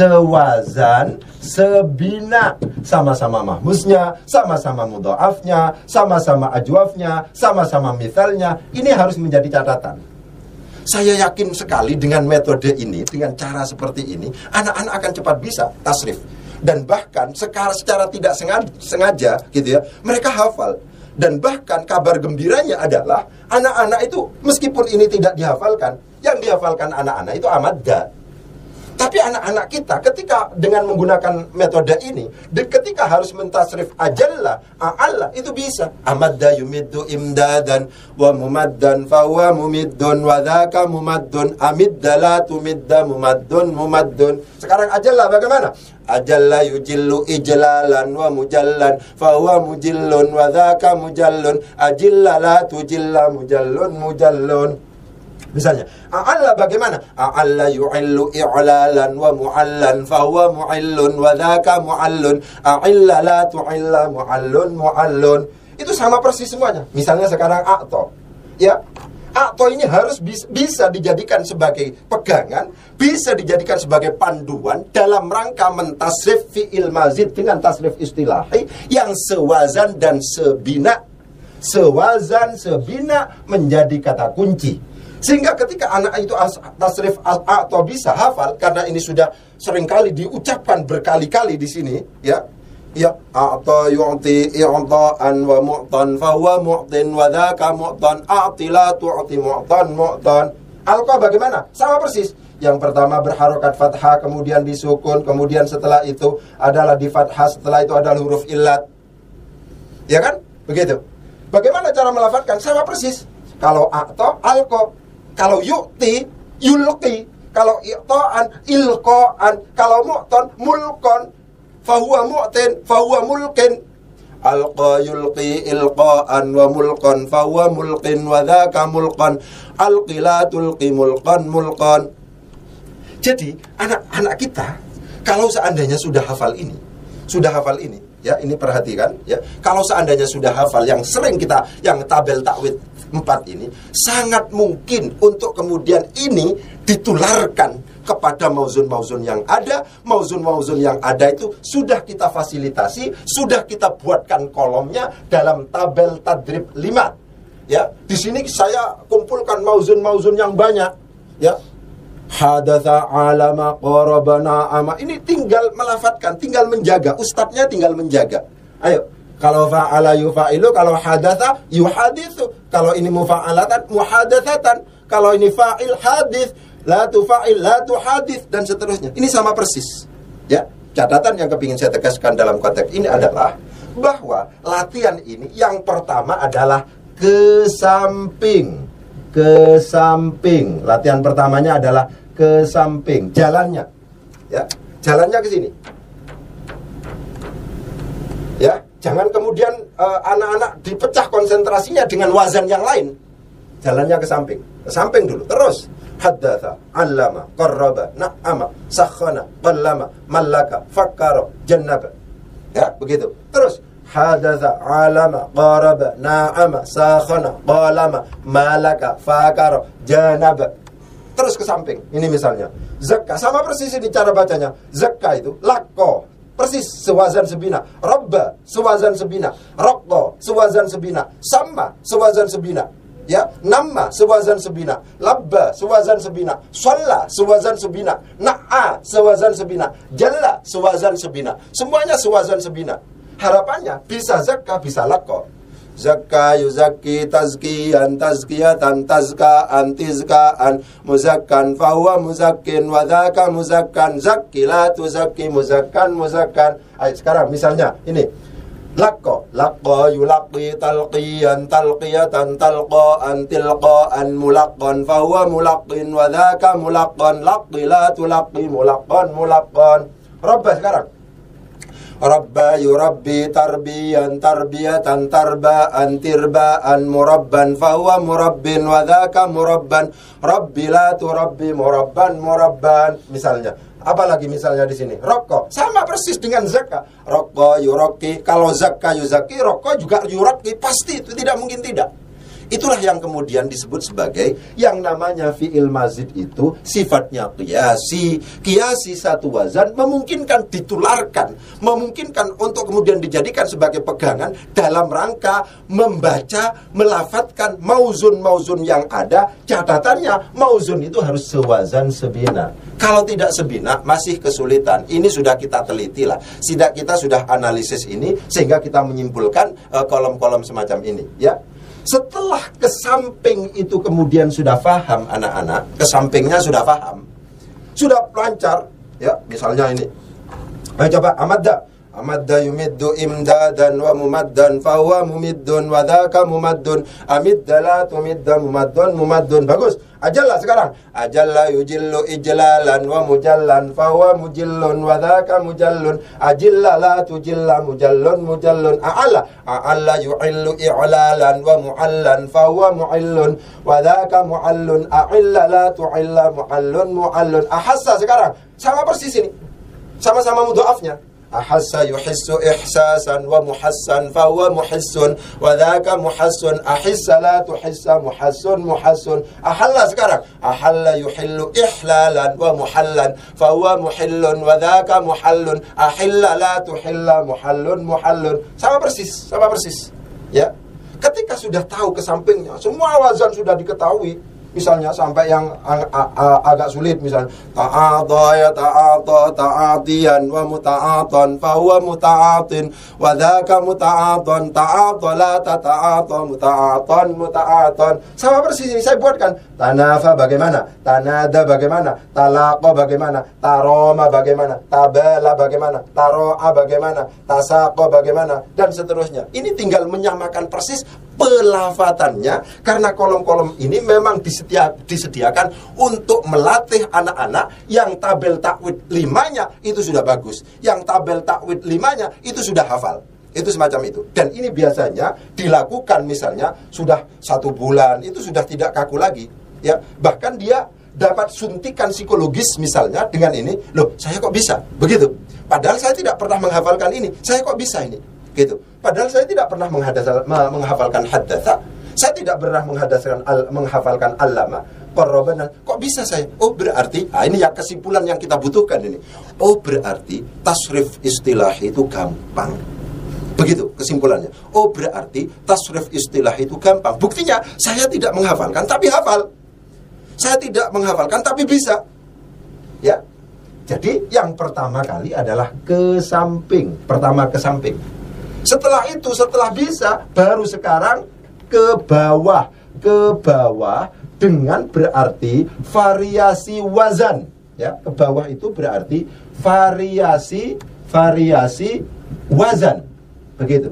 sewazan sebina, sama-sama mahmusnya, sama-sama mudha'afnya, sama-sama ajwafnya, sama-sama mithalnya. Ini harus menjadi catatan. Saya yakin sekali dengan metode ini, dengan cara seperti ini, anak-anak akan cepat bisa tasrif. Dan bahkan secara, secara tidak sengaja, sengaja gitu ya, mereka hafal. Dan bahkan kabar gembiranya adalah anak-anak itu meskipun ini tidak dihafalkan, yang dihafalkan anak-anak itu amadda. Tapi anak-anak kita ketika dengan menggunakan metode ini, ketika harus mentasrif ajalla, a'alla, itu bisa. Amadda yumiddu imdadan wa mumaddan fahuwa mumiddun wa dhaka mumaddun amidda la tumidda mumaddun mumaddun. Sekarang ajalla bagaimana? Ajalla yujillu ijlalan wa mujallan fahuwa mujillun wa dhaka mujallun ajilla la tujilla mujallun mujallun. Misalnya, a'alla bagaimana? A'alla yu'illu i'lalan wa mu'allan fahuwa mu'illun wa dhaka mu'allun a'illa la tu'illa mu'allun mu'allun. Itu sama persis semuanya. Misalnya sekarang a'to, ya, a'to ini harus bis, bisa dijadikan sebagai pegangan, bisa dijadikan sebagai panduan dalam rangka mentasrif fi'il mazid dengan tasrif istilahi yang sewazan dan sebina. Sewazan sebina menjadi kata kunci. Sehingga ketika anak itu tasrif atau bisa hafal, karena ini sudah seringkali diucapkan berkali-kali di sini, ya, ya, a'ta yu'ti i'ta'an wa mu'tan fa huwa mu'tin wa dzaka mu'tan a'ti la tu'ti mu'tan mu'tan. Alqa bagaimana? Sama persis. Yang pertama berharokat fathah, kemudian disukun, kemudian setelah itu adalah di fathah, setelah itu adalah huruf illat. Ya kan? Begitu. Bagaimana cara melafadzkan? Sama persis. Kalau a'ta, alqa. Kalau yu'ti, yulqi. Kalau i'ta'an, ilqa'an. Kalau mu'ton, mulqon. Fahuwa mu'tin, fahuwa mulqin. Alqa yulqi ilqa'an wa mulqan. Fahuwa mulqin wa dhaka mulqan. Alqi la tulqi mulqan mulqan. Jadi anak-anak kita, kalau seandainya sudah hafal ini, sudah hafal ini, ya ini perhatikan, ya. Kalau seandainya sudah hafal yang sering kita, yang tabel takwid empat ini, sangat mungkin untuk kemudian ini ditularkan kepada mauzun-mauzun yang ada. Mauzun-mauzun yang ada itu sudah kita fasilitasi, sudah kita buatkan kolomnya dalam tabel tadrib lima. Ya, di sini saya kumpulkan mauzun-mauzun yang banyak, ya. Hadatsa alama qarabana ama. Ini tinggal melafadzkan, tinggal menjaga. Ustadznya tinggal menjaga. Ayo, kalau fa'ala yufa'ilu, kalau hadatsa yuhaditsu. Kalau ini mufa'alatan muhadatsatan. Kalau ini fa'il hadits, la tufa'il la tuhadits, dan seterusnya. Ini sama persis. Ya, catatan yang kepingin saya tegaskan dalam konteks ini adalah bahwa latihan ini yang pertama adalah ke samping. Ke samping. Latihan pertamanya adalah ke samping. Jalannya, ya, jalannya ke sini. Ya, jangan kemudian uh, anak-anak dipecah konsentrasinya dengan wazan yang lain. Jalannya ke samping. Ke samping dulu. Terus haddatsa, 'allama, qarraba, na'ama, sakhana, qallama, mallaka, fakkara, jannaba. Ya, begitu. Terus hadatsa, 'alama, qaraba, na'ama, sakhana, qallama, malaka, fakkara, jannaba. Terus ke samping. Ini misalnya zakka, sama persis ini cara bacanya. Zakka itu lakko, persis sewazan sebina. Rabba sewazan sebina. Raqqa sewazan sebina. Sama sewazan sebina. Ya, nama sewazan sebina. Labba sewazan sebina. Shalla sewazan sebina. Na'a sewazan sebina. Jalla sewazan sebina. Semuanya sewazan sebina. Harapannya bisa zakka, bisa lakko. Zakka yuzakki tazkiyan tazkiyatan tazkaan tizkaan muzakkan fahuwa muzakkin wa dhaka muzakkan zakki la tuzakki muzakkan muzakkan. Ayo sekarang misalnya ini lakko, lakko yulaqi talqiyan talqiyatan talqaan tilqaan mulaqqan fahuwa mulaqqin wa dhaka mulaqqan laqi la tulaqi mulaqqan mulaqqan. Rabba sekarang Rabba yurabbi tarbiyan tarbiyatan tarbaan tirbaan murabban fahuwa murabbin wa dhaka murabban rabbi la turabbi murabban murabban. Misalnya apalagi misalnya di sini rokok sama persis dengan zakka. Rokok yuraki, kalau zakka yuzaki, rokok juga yuraki, pasti itu tidak mungkin tidak. Itulah yang kemudian disebut sebagai yang namanya fi'il mazid itu sifatnya qiyasi. Qiyasi satu wazan memungkinkan ditularkan, memungkinkan untuk kemudian dijadikan sebagai pegangan dalam rangka membaca, melafadzkan mauzun-mauzun yang ada. Catatannya mauzun itu harus sewazan sebina. Kalau tidak sebina masih kesulitan. Ini sudah kita teliti lah. Sidak kita sudah analisis ini sehingga kita menyimpulkan uh, kolom-kolom semacam ini, ya. Setelah ke samping itu kemudian sudah paham anak-anak, ke sampingnya sudah paham, sudah lancar, ya. Misalnya ini, ayo coba amadda, amadda yumiddu imdadan wa mumaddan fahuwa mumiddun wa dhaka mumaddun amidda la tumidda mumaddun mumaddun. Bagus. Ajalla sekarang, ajalla yujillu ijlalan wa mujallan fahuwa mujillun wa dhaka mujallun ajilla la tujilla mujallun mujallun a'alla a'alla yu'illu i'lalan wa mu'allan fahuwa mu'illun wa dhaka mu'allun a'illa la tu'illa mu'allun mu'allun. Ahassa sekarang sama persis ini, sama-sama mudha'afnya. Ahassa yuhissu ihsasan wa muhassan fahuwa muhissun wa dhaka muhassun ahissa la tuhissa muhassun muhassun. Ahalla sekarang, ahalla yuhillu ihlalan wa muhallan fahuwa muhillun wa dhaka muhallun ahilla la tuhilla muhallun muhallun. Sama persis, sama persis, ya. Ketika sudah tahu ke sampingnya, semua wazan sudah diketahui. misalnya sampai yang ag ag agak sulit, misalnya ta'ata ya ta'ata ta'atiyan wa muta'atan fa huwa muta'atin wa dzaka muta'atan ta'ata la ta'ata muta'atan muta'atan. Sama persis ini saya buatkan. Tanafa bagaimana? Tanada bagaimana? Talaqa bagaimana? Taroma bagaimana? Tabala bagaimana? Taro'a bagaimana? Tasaqa bagaimana? Dan seterusnya. Ini tinggal menyamakan persis pelafatannya, karena kolom-kolom ini memang disedia, disediakan untuk melatih anak-anak yang tabel takwid limanya itu sudah bagus, yang tabel takwid limanya itu sudah hafal. Itu semacam itu. Dan ini biasanya dilakukan misalnya sudah satu bulan, itu sudah tidak kaku lagi, ya. Bahkan dia dapat suntikan psikologis misalnya dengan ini, loh saya kok bisa begitu, padahal saya tidak pernah menghafalkan ini, saya kok bisa ini gitu. Padahal saya tidak pernah menghafalkan haddatsa, saya tidak pernah menghadaskan al, menghafalkan allama qarrabanan, kok bisa saya? Oh berarti, nah ini ya kesimpulan yang kita butuhkan ini. Oh berarti tasrif istilah itu gampang. Begitu kesimpulannya. Oh berarti tasrif istilah itu gampang. Buktinya saya tidak menghafalkan tapi hafal. Saya tidak menghafalkan tapi bisa. Ya. Jadi yang pertama kali adalah ke samping. Pertama ke samping. Setelah itu, setelah bisa, baru sekarang ke bawah. Ke bawah dengan berarti variasi wazan. Ya, ke bawah itu berarti variasi variasi wazan. Begitu.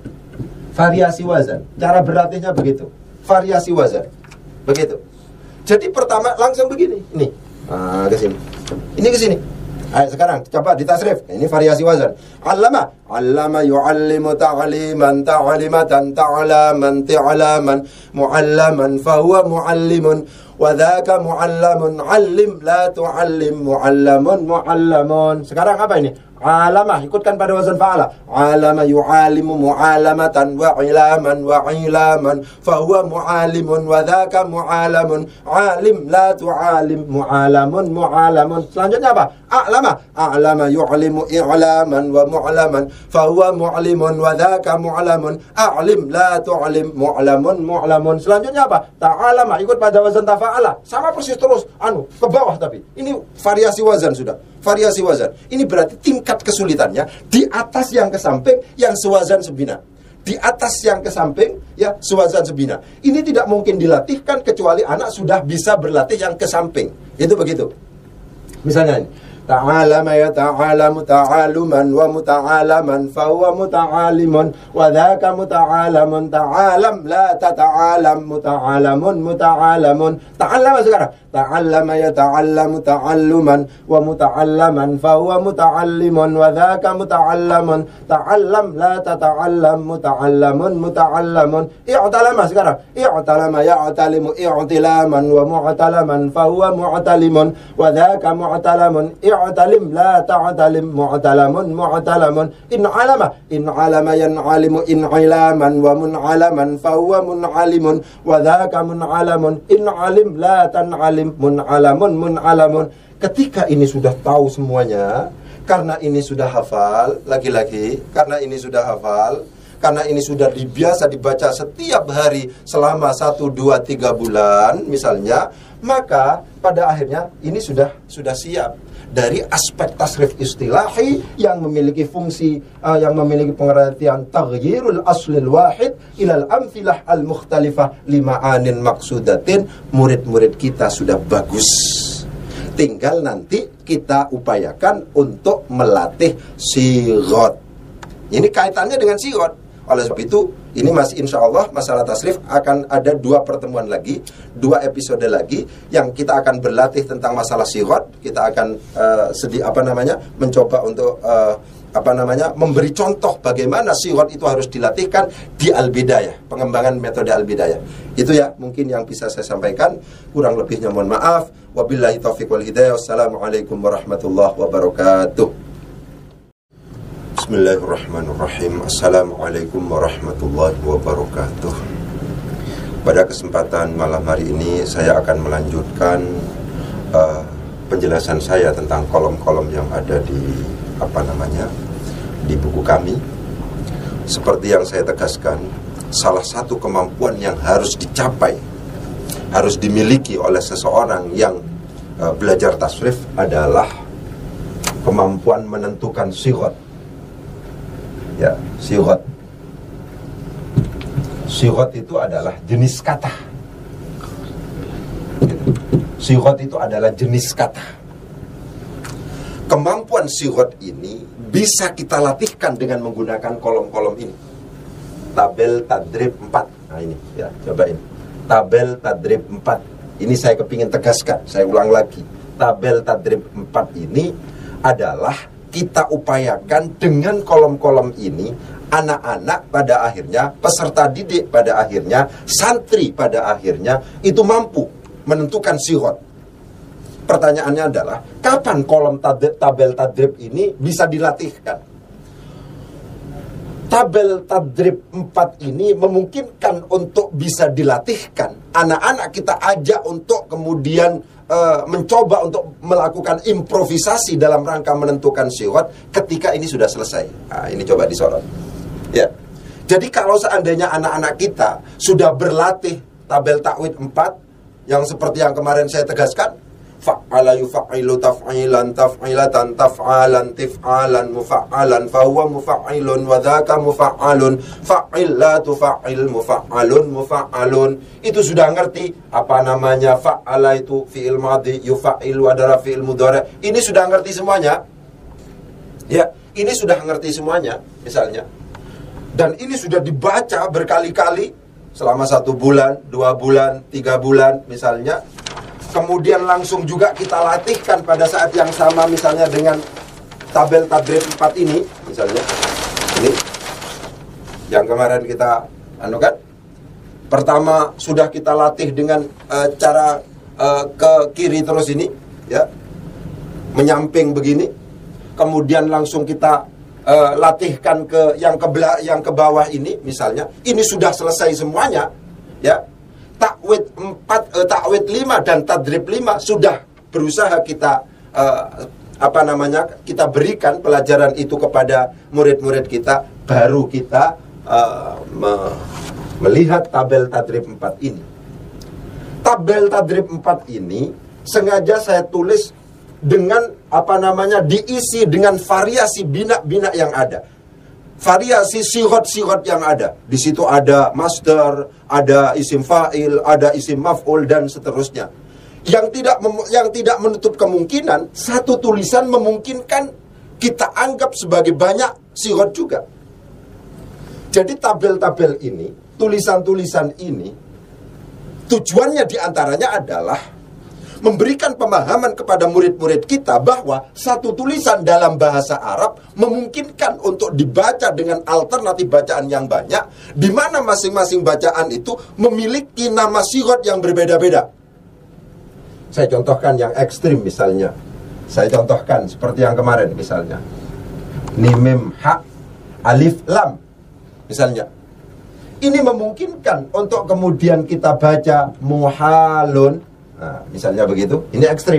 Variasi wazan. Cara berlatihnya begitu. Variasi wazan. Begitu. Jadi pertama langsung begini. Ini. Nah, ke sini. Ini ke sini. Ayo sekarang coba ditasrif. Ini variasi wazan. Allama, allama yu'allimu ta'liman ta'limatan ta'laman ta'laman mu'allaman fa huwa mu'allimun wa dzaka mu'allamun 'allim la tu'allim mu'allamun mu'allamun. Sekarang apa ini? Alamah, ikutkan pada wazan fa'ala. Alama yu'alimu mu'alamatan wa ilaman wa ilaman fa huwa mu'alimun wa dzaka mu'alamun 'alim la tu'alim mu'alamun mu'alamun. Selanjutnya apa? A'lama, a'lama yu'limu i'laman wa mu'laman fa huwa mu'limun wa dzaka mu'lamun 'alim la tu'alim mu'lamun mu'lamun. Selanjutnya apa? Ta'alama, ikut pada wazan tafa'ala. Sama persis terus anu ke bawah, tapi ini variasi wazan sudah. Variasi wazan. Ini berarti tingkat kesulitannya di atas yang ke samping yang sewazan sebina. Di atas yang ke samping ya sewazan sebina. Ini tidak mungkin dilatihkan kecuali anak sudah bisa berlatih yang ke samping. Itu begitu. Misalnya ini. Ta'alama ya ta'alamu ta'aluman wa muta'alaman fa huwa muta'alimun wa dzaka muta'alamun ta'alam la tata'alam muta'alamun muta'alamun. Ta'allama sekarang. Ta'allama ya ta'allamu ta'alluman wa muta'allaman fa huwa muta'allimun wa dzaka muta'allamun ta'allam la tata'allam muta'allamun muta'allamun. I'talama sekarang. I'talama ya'talimu i'tilaman wa mu'talaman fa huwa mu'talimun wa dzaka mu'talamun. I'talim la ta'talim mu'talamun mu'talamun. In 'alama in 'alama yan'alimu in 'ilaman wa mun'alaman fa huwa mun'alimun wa dzaka mun'alamun. In 'alim la tan'alim mun'alamun mun'alamun. Ketika ini sudah tahu semuanya, karena ini sudah hafal, lagi-lagi karena ini sudah hafal, karena ini sudah dibiasa dibaca setiap hari selama satu, dua, tiga bulan misalnya, maka pada akhirnya ini sudah sudah siap dari aspek tasrif istilahi yang memiliki fungsi uh, yang memiliki pengertian taghyirul aslil wahid ilal amthilah al mukhtalifah lima'anin maksudatin. Murid-murid kita sudah bagus, tinggal nanti kita upayakan untuk melatih sighot. Ini kaitannya dengan sighot. Oleh sebab itu, ini masih insya Allah masalah tasrif akan ada dua pertemuan lagi, dua episode lagi yang kita akan berlatih tentang masalah sighot. Kita akan uh, sedi apa namanya mencoba untuk uh, apa namanya memberi contoh bagaimana sighot itu harus dilatihkan di Al-Bidayah, pengembangan metode Al-Bidayah. Itu ya mungkin yang bisa saya sampaikan. Kurang lebihnya mohon maaf. Wabillahi taufiq wal hidayah. Wassalamualaikum warahmatullahi wabarakatuh. Bismillahirrahmanirrahim. Assalamualaikum warahmatullahi wabarakatuh. Pada kesempatan malam hari ini saya akan melanjutkan uh, penjelasan saya tentang kolom-kolom yang ada di apa namanya di buku kami. Seperti yang saya tegaskan, salah satu kemampuan yang harus dicapai, harus dimiliki oleh seseorang yang uh, belajar tasrif adalah kemampuan menentukan sighot. Ya, sighot. Sighot itu adalah jenis kata. Sighot itu adalah jenis kata. Kemampuan sighot ini bisa kita latihkan dengan menggunakan kolom-kolom ini. Tabel tadrib empat. Nah ini, ya, coba ini. Tabel tadrib empat. Ini saya kepingin tegaskan, saya ulang lagi. Tabel tadrib empat ini adalah kita upayakan dengan kolom-kolom ini, anak-anak pada akhirnya, peserta didik pada akhirnya, santri pada akhirnya, itu mampu menentukan sighot. Pertanyaannya adalah, kapan kolom tabel, tabel tadrib ini bisa dilatihkan? Tabel tadrib empat ini memungkinkan untuk bisa dilatihkan. Anak-anak kita ajak untuk kemudian uh, mencoba untuk melakukan improvisasi dalam rangka menentukan sighot ketika ini sudah selesai. Nah, ini coba disorot. Ya. Jadi kalau seandainya anak-anak kita sudah berlatih tabel takwid empat, yang seperti yang kemarin saya tegaskan, fa'ala yufa'ilu taf'ilan taf'ilatan taf'alan tif'alan mufa'alan fahuwa mufa'ilun wa dhaka mufa'alun fa'il la tufa'il mufa'alun mufa'alun. Itu sudah ngerti apa namanya fa'ala itu fi'il madhi, yufa'il adalah fi'il mudhari'. Ini sudah ngerti semuanya. Ya, ini sudah ngerti semuanya misalnya. Dan ini sudah dibaca berkali-kali selama satu bulan, dua bulan, tiga bulan misalnya. Kemudian langsung juga kita latihkan pada saat yang sama misalnya dengan tabel tadrib empat ini misalnya. Ini yang kemarin kita anu kan. Pertama sudah kita latih dengan uh, cara uh, ke kiri terus ini ya. Menyamping begini. Kemudian langsung kita uh, latihkan ke yang ke bela- yang ke bawah ini misalnya. Ini sudah selesai semuanya ya. Takwid empat, eh, takwid lima dan tadrib lima sudah berusaha kita eh, apa namanya kita berikan pelajaran itu kepada murid-murid kita, baru kita eh, me- melihat tabel tadrib empat ini. Tabel tadrib empat ini sengaja saya tulis dengan apa namanya diisi dengan variasi bina-bina yang ada. Variasi sighot-sighot yang ada. Di situ ada masdar, ada isim fa'il, ada isim maf'ul dan seterusnya. Yang tidak mem- yang tidak menutup kemungkinan satu tulisan memungkinkan kita anggap sebagai banyak sighot juga. Jadi tabel-tabel ini, tulisan-tulisan ini tujuannya diantaranya adalah memberikan pemahaman kepada murid-murid kita bahwa satu tulisan dalam bahasa Arab memungkinkan untuk dibaca dengan alternatif bacaan yang banyak, di mana masing-masing bacaan itu memiliki nama sighot yang berbeda-beda. Saya contohkan yang ekstrim misalnya. Saya contohkan seperti yang kemarin misalnya. Ni mim ha alif lam misalnya. Ini memungkinkan untuk kemudian kita baca muhalun. Nah, misalnya begitu, ini ekstrim.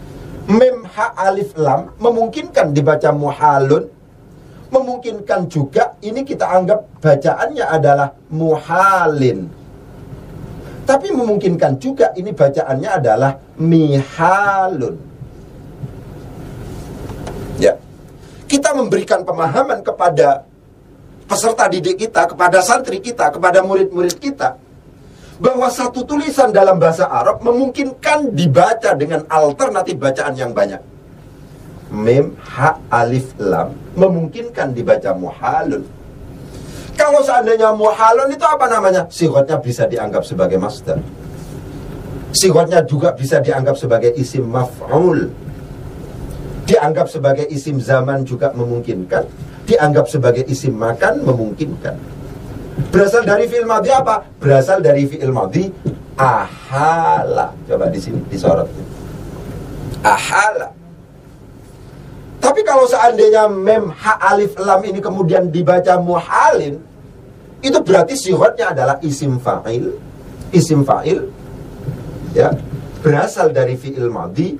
Mim ha alif lam memungkinkan dibaca muhalun, memungkinkan juga ini kita anggap bacaannya adalah muhalin. Tapi memungkinkan juga ini bacaannya adalah mihalun. Ya. Kita memberikan pemahaman kepada peserta didik kita, kepada santri kita, kepada murid-murid kita bahwa satu tulisan dalam bahasa Arab memungkinkan dibaca dengan alternatif bacaan yang banyak. Mim, ha, alif, lam memungkinkan dibaca muhalun. Kalau seandainya muhalun itu apa namanya? Sighotnya bisa dianggap sebagai masdar. Sighotnya juga bisa dianggap sebagai isim maf'ul. Dianggap sebagai isim zaman juga memungkinkan. Dianggap sebagai isim makan memungkinkan. Berasal dari fi'il madhi apa? Berasal dari fi'il madhi ahala. Coba di sini disorot. Ahala. Tapi kalau seandainya mem ha alif lam ini kemudian dibaca muhalin, itu berarti sighotnya adalah isim fa'il. Isim fa'il ya, berasal dari fi'il madhi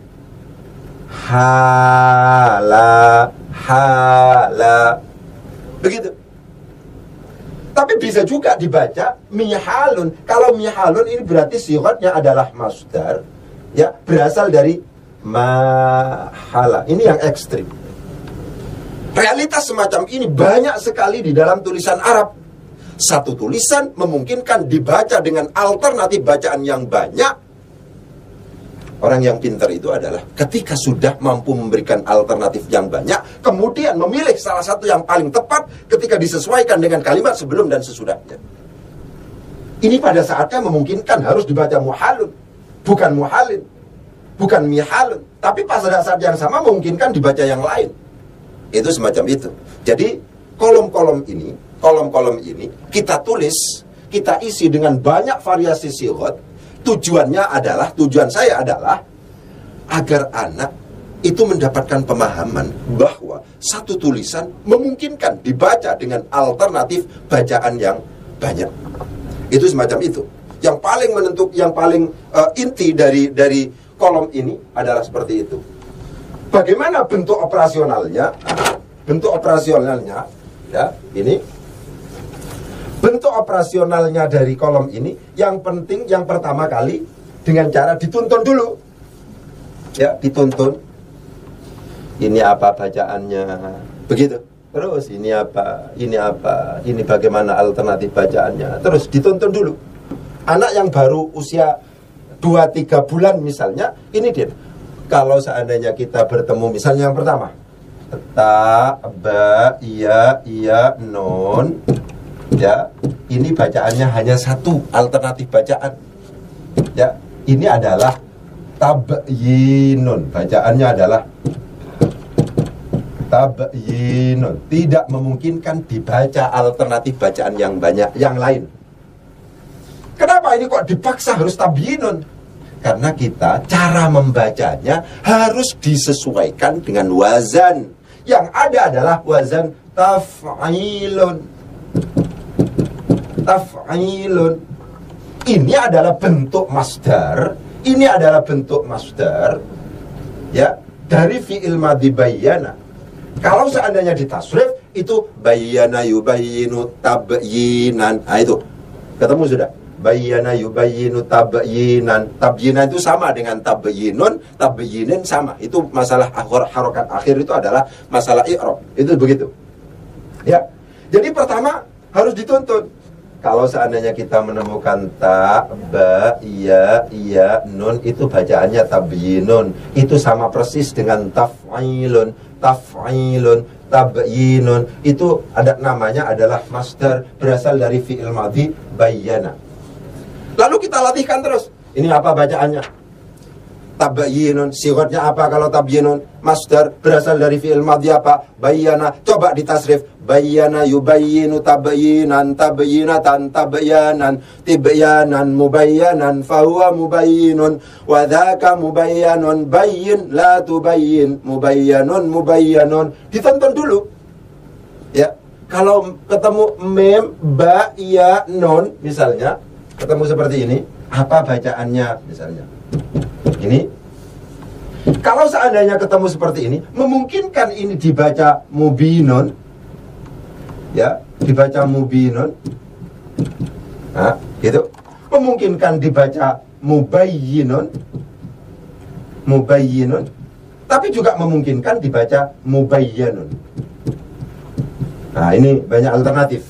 hala hala. Begitu. Tapi bisa juga dibaca mihalun. Kalau mihalun ini berarti sifatnya adalah masdar, ya, berasal dari mahala. Ini yang ekstrim. Realitas semacam ini banyak sekali di dalam tulisan Arab. Satu tulisan memungkinkan dibaca dengan alternatif bacaan yang banyak. Orang yang pintar itu adalah ketika sudah mampu memberikan alternatif yang banyak, kemudian memilih salah satu yang paling tepat ketika disesuaikan dengan kalimat sebelum dan sesudahnya. Ini pada saatnya memungkinkan harus dibaca muhalun, bukan muhalin, bukan mihalun. Tapi pada saat yang sama memungkinkan dibaca yang lain. Itu semacam itu. Jadi kolom-kolom ini, kolom-kolom ini kita tulis, kita isi dengan banyak variasi sighot. Tujuannya adalah, tujuan saya adalah agar anak itu mendapatkan pemahaman bahwa satu tulisan memungkinkan dibaca dengan alternatif bacaan yang banyak. Itu semacam itu. Yang paling menentuk, yang paling uh, inti dari dari kolom ini adalah seperti itu. Bagaimana bentuk operasionalnya? Bentuk operasionalnya, ya, ini. Bentuk operasionalnya dari kolom ini, yang penting yang pertama kali dengan cara dituntun dulu. Ya, dituntun. Ini apa bacaannya? Begitu. Terus ini apa? Ini apa? Ini bagaimana alternatif bacaannya? Terus dituntun dulu. Anak yang baru usia dua tiga bulan misalnya, ini dia. Kalau seandainya kita bertemu misalnya yang pertama, ta, ba, iya, iya, non. Ya, ini bacaannya hanya satu alternatif bacaan. Ya, ini adalah tabyinun. Bacaannya adalah tabyinun. Tidak memungkinkan dibaca alternatif bacaan yang banyak yang lain. Kenapa ini kok dipaksa harus tabyinun? Karena kita cara membacanya harus disesuaikan dengan wazan. Yang ada adalah wazan taf'ilun. Taf'ilun. Ini adalah bentuk masdar. Ini adalah bentuk masdar, ya, dari fi'il madhi bayyana. Kalau seandainya ditasrif, itu bayyana yubayyinu tabyinan. Nah itu, ketemu sudah. Bayyana yubayyinu tabyinan. Tabyinan itu sama dengan tabyinun. Tabyinin sama. Itu masalah harokat akhir itu adalah masalah i'rab. Itu begitu. Ya. Jadi pertama harus dituntun. Kalau seandainya kita menemukan ta, ba, iya, iya, nun, itu bacaannya tabyinun. Itu sama persis dengan taf'ilun, taf'ilun, tabyinun. Itu ada namanya adalah masdar, berasal dari fi'il madhi bayyana. Lalu kita latihkan terus. Ini apa bacaannya? Tabyinun. Sighotnya apa kalau tabyinun? Masdar, berasal dari fi'il madhi apa? Bayyana. Coba ditasrif. Bayyana yubayyinu tabyinan, tabyinatan, tabyanan, tibyanan, mubayyanan, fahuwa mubayyinun, wadhaka mubayyanun, bayyin, la tubayyin, mubayyanun, mubayyanun. Ditonton dulu. Ya, kalau ketemu mem, ba, ya, non, misalnya, ketemu seperti ini, apa bacaannya, misalnya. Ini. Kalau seandainya ketemu seperti ini, memungkinkan ini dibaca mubinun, ya, dibaca mubinun. Nah, gitu. Memungkinkan dibaca mubayyinun, mubayyinun. Tapi juga memungkinkan dibaca mubayyanun. Nah, ini banyak alternatif.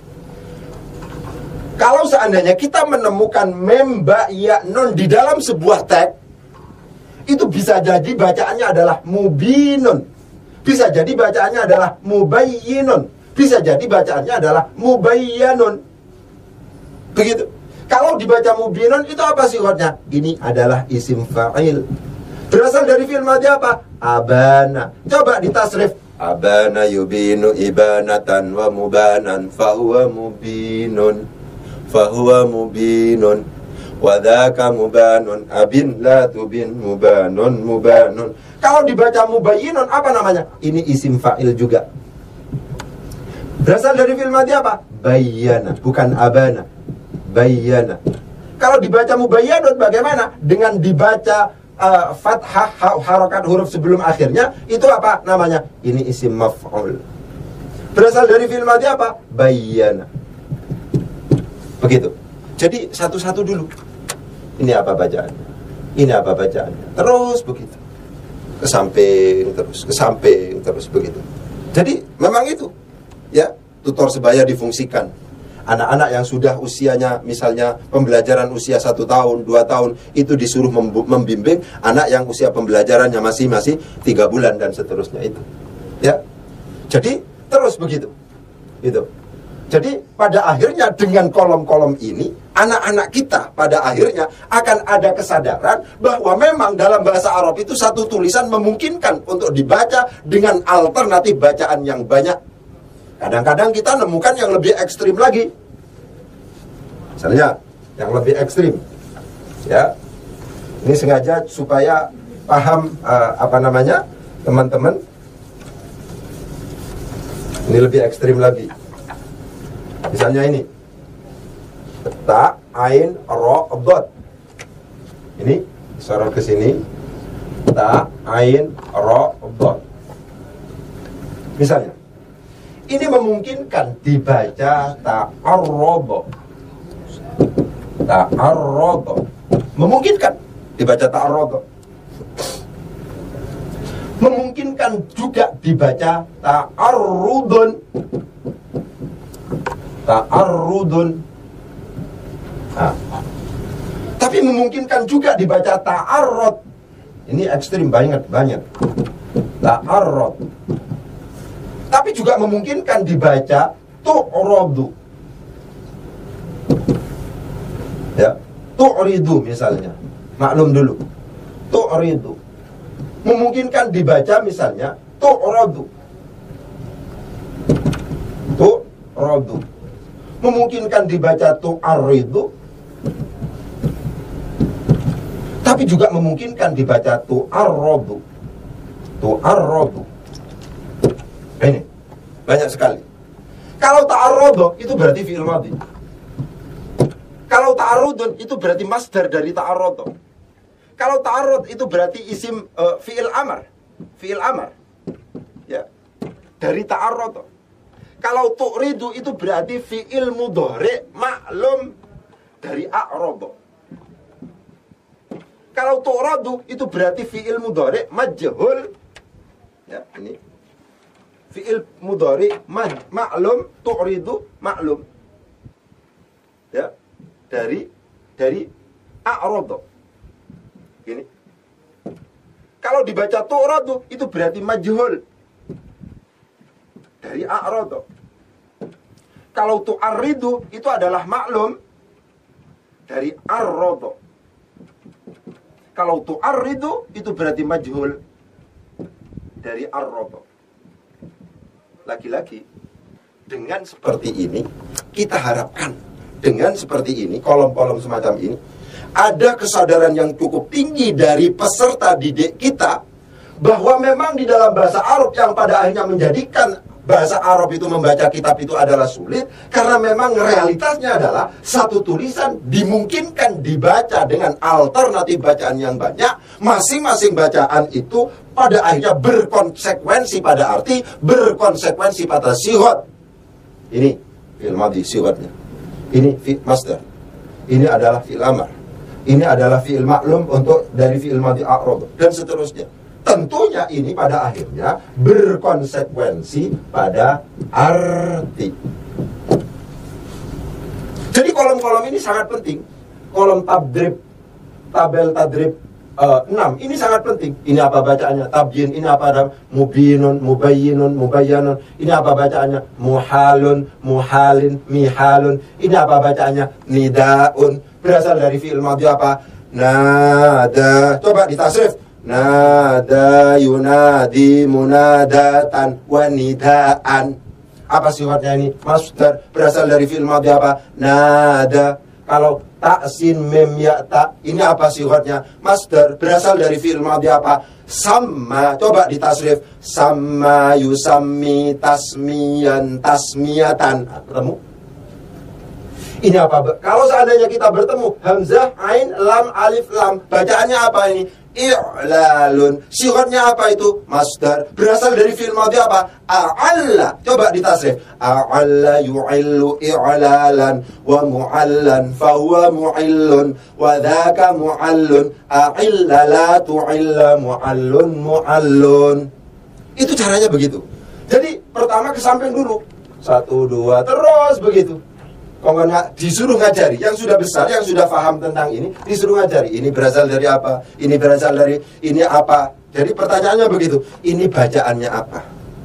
Kalau seandainya kita menemukan mem, ba, ya, nun di dalam sebuah teks, itu bisa jadi bacaannya adalah mubinun. Bisa jadi bacaannya adalah mubayyinun. Bisa jadi bacaannya adalah mubayyanun. Begitu. Kalau dibaca mubinun itu apa sifatnya? Ini adalah isim fa'il. Berasal dari fi'il madhi apa? Abana. Coba ditasrif. Abana yubinu ibanatan wa mubanan fahuwa mubinun. Fahuwa mubinun. Wadhaka mubanun. Abin la tubin mubanun mubanun. Kalau dibaca mubayyinun apa namanya? Ini isim fa'il juga. Berasal dari fi'il madhi apa? Bayyana, bukan abana. Bayyana. Kalau dibaca mubayyanun bagaimana? Dengan dibaca uh, fathah ha, harokat huruf sebelum akhirnya, itu apa namanya? Ini isim maf'ul. Berasal dari fi'il madhi apa? Bayyana. Begitu. Jadi satu-satu dulu. Ini apa bacaannya? Ini apa bacaannya? Terus begitu. Ke samping terus, ke samping terus begitu. Jadi memang itu, ya, tutor sebaya difungsikan. Anak-anak yang sudah usianya, misalnya pembelajaran usia satu tahun, dua tahun, itu disuruh membimbing anak yang usia pembelajarannya masih masih tiga bulan dan seterusnya itu. Ya, jadi terus begitu, gitu. Jadi pada akhirnya dengan kolom-kolom ini, anak-anak kita pada akhirnya akan ada kesadaran bahwa memang dalam bahasa Arab itu satu tulisan memungkinkan untuk dibaca dengan alternatif bacaan yang banyak. Kadang-kadang kita nemukan yang lebih ekstrim lagi. Misalnya, yang lebih ekstrim. Ya, ini sengaja supaya paham uh, apa namanya, teman-teman. Ini lebih ekstrim lagi. Misalnya ini, ta, ain, ro, dot. Ini sorot ke sini, ta, ain, ro, dot. Misalnya, ini memungkinkan dibaca ta'arrodo. Ta'arrodo. Memungkinkan dibaca ta'arrodo. Memungkinkan juga dibaca ta'arrudun. Ta'arrudun. Nah, tapi memungkinkan juga dibaca ta'arrod. Ini ekstrim banget, banyak. Ta'arrod. Tapi juga memungkinkan dibaca tu'rodu. Ya, tu'ridu misalnya. Maklum dulu. Tu'ridu. Memungkinkan dibaca misalnya tu'rodu. Tu'rodu. Memungkinkan dibaca tu'arridu, tapi juga memungkinkan dibaca tu'arrodu. Tu'arrodu. Ini banyak sekali. Kalau ta'arrodu itu berarti fi'il madhi. Kalau ta'arrudun itu berarti masdar dari ta'arrodu. Kalau ta'arrud itu berarti isim uh, fi'il amar. Fi'il amar, ya, dari ta'arrodu. Kalau tu'ridu itu berarti fi'il mudhari maklum dari a'rada. Kalau tu'radu itu berarti fi'il mudhari majhul. Ya, ini. Fi'il mudhari maklum, tu'ridu maklum. Ya, dari dari a'rada. Gini. Kalau dibaca tu'radu itu berarti majhul. Dari a'rada. Kalau tu'arridu itu adalah maklum dari arrada. Kalau tu'arridu itu berarti majhul dari arrada. Lagi-lagi dengan seperti ini kita harapkan, dengan seperti ini, kolom-kolom semacam ini, ada kesadaran yang cukup tinggi dari peserta didik kita bahwa memang di dalam bahasa Arab yang pada akhirnya menjadikan bahasa Arab itu membaca kitab itu adalah sulit, karena memang realitasnya adalah satu tulisan dimungkinkan dibaca dengan alternatif bacaan yang banyak. Masing-masing bacaan itu pada akhirnya berkonsekuensi pada arti, berkonsekuensi pada sihot. Ini fi'il madhi sihotnya. Ini fi'il masdar. Ini adalah fi'il amar. Ini adalah fi'il maklum untuk dari fi'il madhi a'rad dan seterusnya. Tentunya ini pada akhirnya berkonsekuensi pada arti. Jadi kolom-kolom ini sangat penting. Kolom tabdrib, tabel tadrib uh, enam, ini sangat penting. Ini apa bacaannya? Tabyin, ini apa ada? Mubinun, mubayyinun, mubayyanun. Ini apa bacaannya? Muhalun, muhalin, mihalun. Ini apa bacaannya? Nidaun. Berasal dari fi'il madhi apa? Nada. Coba ditasrif. Nada yunadi munadatan wa nidaan. Apa sifatnya ini? Masdar, berasal dari fi'il madhi apa? Nada. Kalau ta'sin mim ya ta, ini apa sifatnya? Masdar, berasal dari fi'il madhi apa? Sama. Coba ditasrif. Sama yusammi tasmiyan tasmiyatan. Ketemu? Ini apa? Kalau seandainya kita bertemu hamzah, ain, lam, alif, lam, bacaannya apa ini? i'lalun. Syighotnya apa itu? Masdar. Berasal dari fi'il madhi apa? A'alla. Coba ditasrif. A'alla yu'illu i'lalan wa mu'allan fahuwa mu'illun wa dhaka mu'allun. A'illa la tu'illa mu'allun mu'allun. Itu caranya begitu. Jadi pertama ke samping dulu. Satu, dua, terus begitu. Kalau nggak disuruh ngajari, yang sudah besar, yang sudah paham tentang ini, disuruh ngajari. Ini berasal dari apa? Ini berasal dari ini apa? Jadi pertanyaannya begitu. Ini bacaannya apa?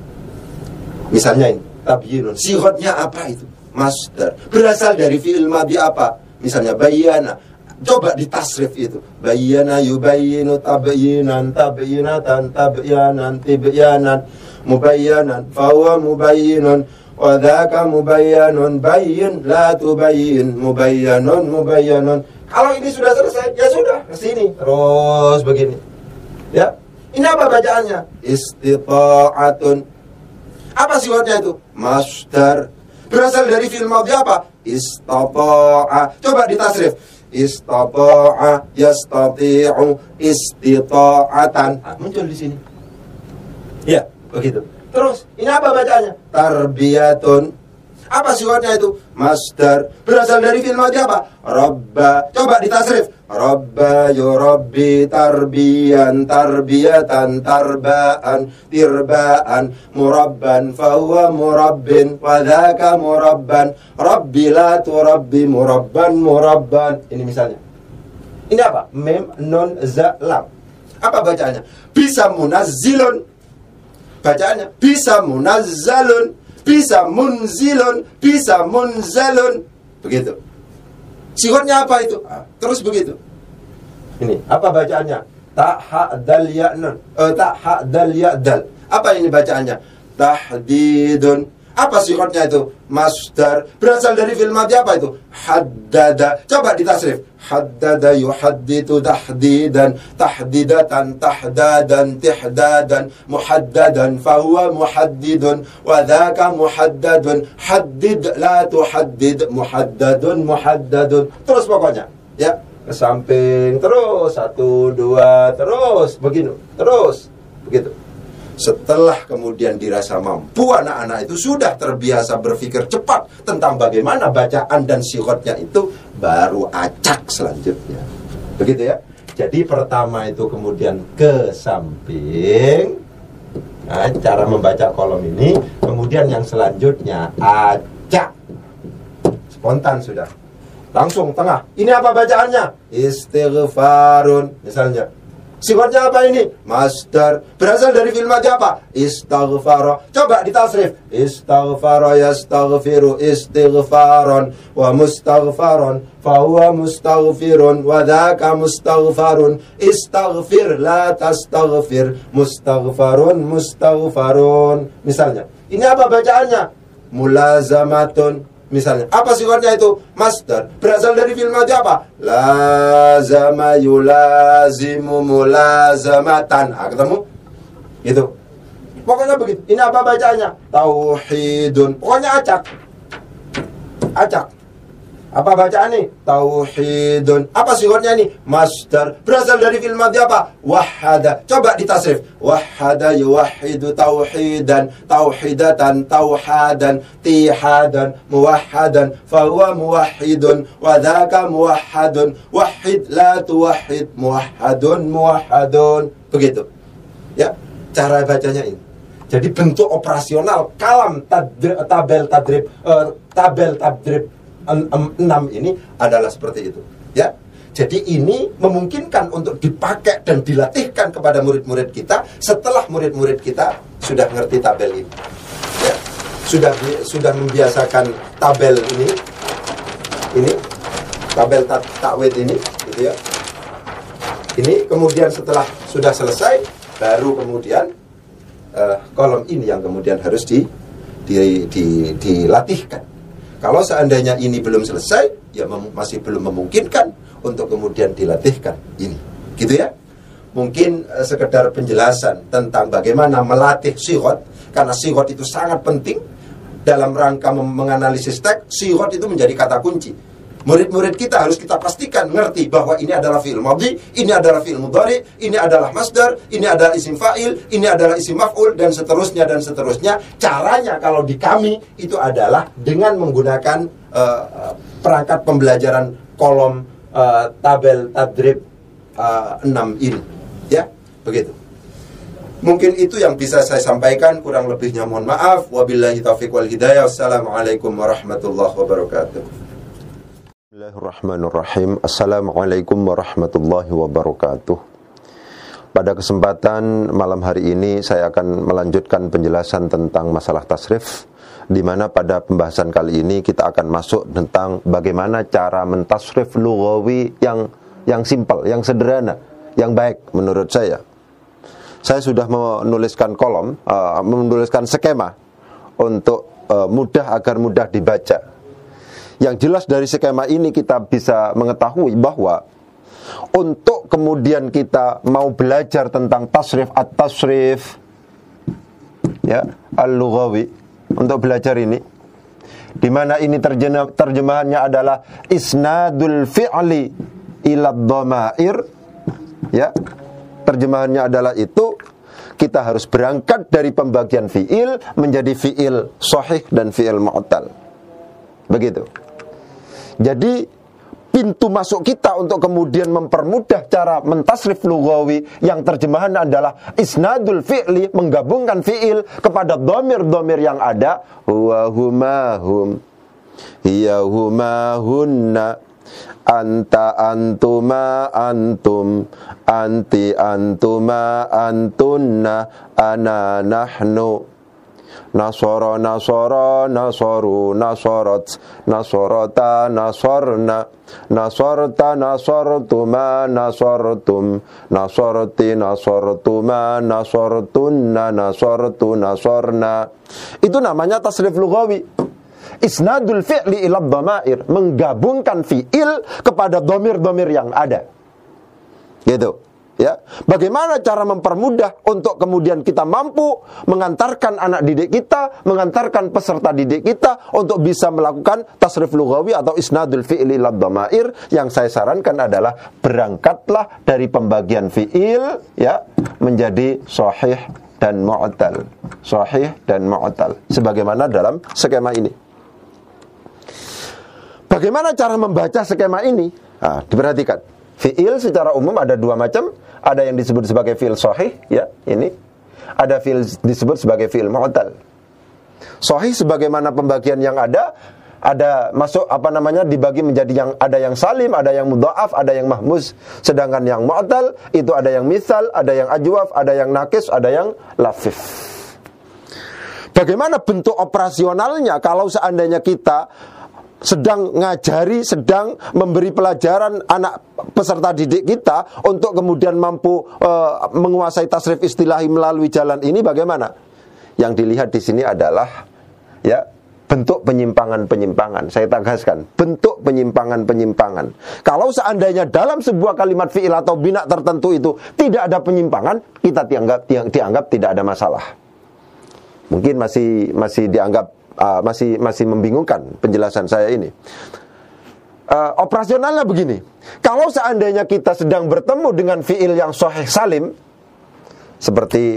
Misalnya ini, tabyinun. Sighotnya apa itu? Masdar. Berasal dari fi'il madhi apa? Misalnya bayyana. Coba ditasrif itu. Bayyana yubayyinu tabyinan tabyinatan tabyanan tibyanan mubayyanan fahuwa mubayyinun. Wadhaka mubayyanun bayyin la tubayyin mubayyanun mubayyanun. Kalau ini sudah selesai, ya sudah, ke sini terus begini. Ya. Ini apa bacaannya? Istita'atun. Apa sifatnya itu? Masdar. Berasal dari fi'il madhi apa? Istata'a. Coba ditasrif. Istata'a yastati'u istita'atan. Nah, muncul di sini. Ya, begitu. Terus, ini apa bacanya? Tarbiyatun. Apa sifatnya itu? Masdar. Berasal dari fi'il madhi apa? Rabba. Coba ditasrif. Rabba yurabbi tarbiyan tarbiyatan tarbaan tirbaan murabban fahuwa murabbin wadhaka murabban rabbi la turabbi murabban murabban. Ini misalnya. Ini apa? Mem, nun, za, lam. Apa bacanya? Bisa munazzilun. Bacaannya bisa munazzalun, bisa munzilun, bisa munzalun. Begitu. Sighotnya apa itu? Ah, terus begitu. Ini apa bacaannya? Ta ha dal ya nun. Eh, ta ha dal ya dal. Apa ini bacaannya? Tahdidun. Apa sighotnya itu? Masdar. Berasal dari fi'il madhi apa itu? Haddada. Coba ditasrif. Haddada yuhadditu tahdidan tahdidatan tahdadan tihdadan muhaddadan fahuwa muhaddidun wa dhaka muhaddadun haddid la tuhaddid muhaddadun muhaddadun. Terus pokoknya ya, ke samping terus, satu, dua, terus begini, terus begitu. Setelah kemudian dirasa mampu, anak-anak itu sudah terbiasa berpikir cepat tentang bagaimana bacaan dan sighotnya itu, baru acak selanjutnya. Begitu ya. Jadi pertama itu kemudian ke samping, nah, cara membaca kolom ini. Kemudian yang selanjutnya acak, spontan sudah. Langsung tengah. Ini apa bacaannya? Istighfarun misalnya. Sifatnya apa ini? Masdar. Berasal dari fi'il madhi apa? Istaghfara. Coba ditasrif. Istaghfara yastaghfiru istighfaran wa mustaghfaran fahuwa mustaghfirun wa dhaka mustaghfarun. Istaghfir la tastaghfir mustaghfarun mustaghfarun. Misalnya, ini apa bacaannya? Mulazamatun. Misalnya, apa sifatnya itu? Masdar. Berasal dari fi'il madhi apa? Lazama yulazimu mulazamatan. Ah, ketemu? Gitu. Pokoknya begitu. Ini apa bacaannya? Tauhidun. Pokoknya acak. Acak. Apa bacaan nih? Tauhidun. Apa sifatnya ini? Masdar. Berasal dari fi'il madhi apa? Wahada. Coba ditasrif. Wahada yuwahidu tauhidan tauhidatan tauhadan tihadan muwahhadan fahuwa muwahhidun wa dhaka muwahhadun wahid la tuwahhid muwahhadun muwahhadun. Begitu. Ya, cara bacanya ini. Jadi bentuk operasional kalam tadrib, tabel tadrib uh, tabel tadrib enam ini adalah seperti itu, ya. Jadi ini memungkinkan untuk dipakai dan dilatihkan kepada murid-murid kita setelah murid-murid kita sudah ngerti tabel ini, ya. Sudah sudah membiasakan tabel ini, ini tabel tak takwid ini, gitu ya. Ini kemudian setelah sudah selesai, baru kemudian uh, kolom ini yang kemudian harus di, di, di dilatihkan. Kalau seandainya ini belum selesai, ya mem- masih belum memungkinkan untuk kemudian dilatihkan ini, gitu ya. Mungkin uh, sekedar penjelasan tentang bagaimana melatih sighot, karena sighot itu sangat penting dalam rangka mem- menganalisis teks. Sighot itu menjadi kata kunci. Murid-murid kita harus kita pastikan ngerti bahwa ini adalah fi'il madhi, ini adalah fi'il mudhari, ini adalah masdar, ini adalah isim fa'il, ini adalah isim maf'ul, dan seterusnya dan seterusnya. Caranya kalau di kami itu adalah dengan menggunakan uh, perangkat pembelajaran kolom uh, tabel tadrib uh, enam ini. Ya, begitu. Mungkin itu yang bisa saya sampaikan, kurang lebihnya mohon maaf. Wabillahi taufiq wal hidayah. Wassalamualaikum warahmatullahi wabarakatuh. Bismillahirrahmanirrahim. Assalamualaikum warahmatullahi wabarakatuh. Pada kesempatan malam hari ini saya akan melanjutkan penjelasan tentang masalah tasrif, di mana pada pembahasan kali ini kita akan masuk tentang bagaimana cara mentasrif lughawi yang yang simpel, yang sederhana, yang baik menurut saya. Saya sudah menuliskan kolom, uh, menuliskan skema untuk uh, mudah agar mudah dibaca. Yang jelas dari skema ini kita bisa mengetahui bahwa untuk kemudian kita mau belajar tentang tasrif at-tasrif, ya, al-lughawi, untuk belajar ini, di mana ini terjemah, terjemahannya adalah isnadul fi'li ila dhamair, ya, terjemahannya adalah itu. Kita harus berangkat dari pembagian fi'il menjadi fi'il sahih dan fi'il mu'tal. Begitu. Jadi pintu masuk kita untuk kemudian mempermudah cara mentasrif lughawi yang terjemahan adalah isnadul fi'li, menggabungkan fi'il kepada dhamir-dhamir yang ada, huwa huma hum, hiya huma hunna, anta antuma antum, anti antuma antunna, ana nahnu. Nasara nasara nasaru nasarat, nasarata nasarna, nasarta nasartuma nasartum, nasarti nasartuma nasartunna, nasartu nasarna. Itu namanya tasrif lughawi. Isnadul fi'li ila dhamair, menggabungkan fi'il kepada dhamir-dhamir yang ada. Gitu. Ya, bagaimana cara mempermudah untuk kemudian kita mampu mengantarkan anak didik kita, mengantarkan peserta didik kita untuk bisa melakukan tasrif lughawi atau isnadul fi'li ila dhamair. Yang saya sarankan adalah berangkatlah dari pembagian fi'il, ya, menjadi sahih dan mu'tal. Sahih dan mu'tal sebagaimana dalam skema ini. Bagaimana cara membaca skema ini? Nah, diperhatikan. Fi'il secara umum ada dua macam. Ada yang disebut sebagai fi'il sahih, ya, ini. Ada fi'il disebut sebagai fi'il mu'tal. Sahih sebagaimana pembagian yang ada, ada masuk apa namanya dibagi menjadi yang ada yang salim, ada yang mudha'af, ada yang mahmuz. Sedangkan yang mu'tal itu ada yang misal, ada yang ajwaf, ada yang nakis, ada yang lafif. Bagaimana bentuk operasionalnya kalau seandainya kita sedang ngajari, sedang memberi pelajaran anak peserta didik kita untuk kemudian mampu uh, menguasai tasrif istilahi melalui jalan ini, bagaimana? Yang dilihat di sini adalah, ya, bentuk penyimpangan-penyimpangan. Saya tegaskan, bentuk penyimpangan-penyimpangan. Kalau seandainya dalam sebuah kalimat fi'il atau bina tertentu itu tidak ada penyimpangan, kita dianggap dianggap tidak ada masalah. Mungkin masih masih dianggap Uh, masih masih membingungkan penjelasan saya ini. Uh, operasionalnya begini. Kalau seandainya kita sedang bertemu dengan fi'il yang sahih salim, seperti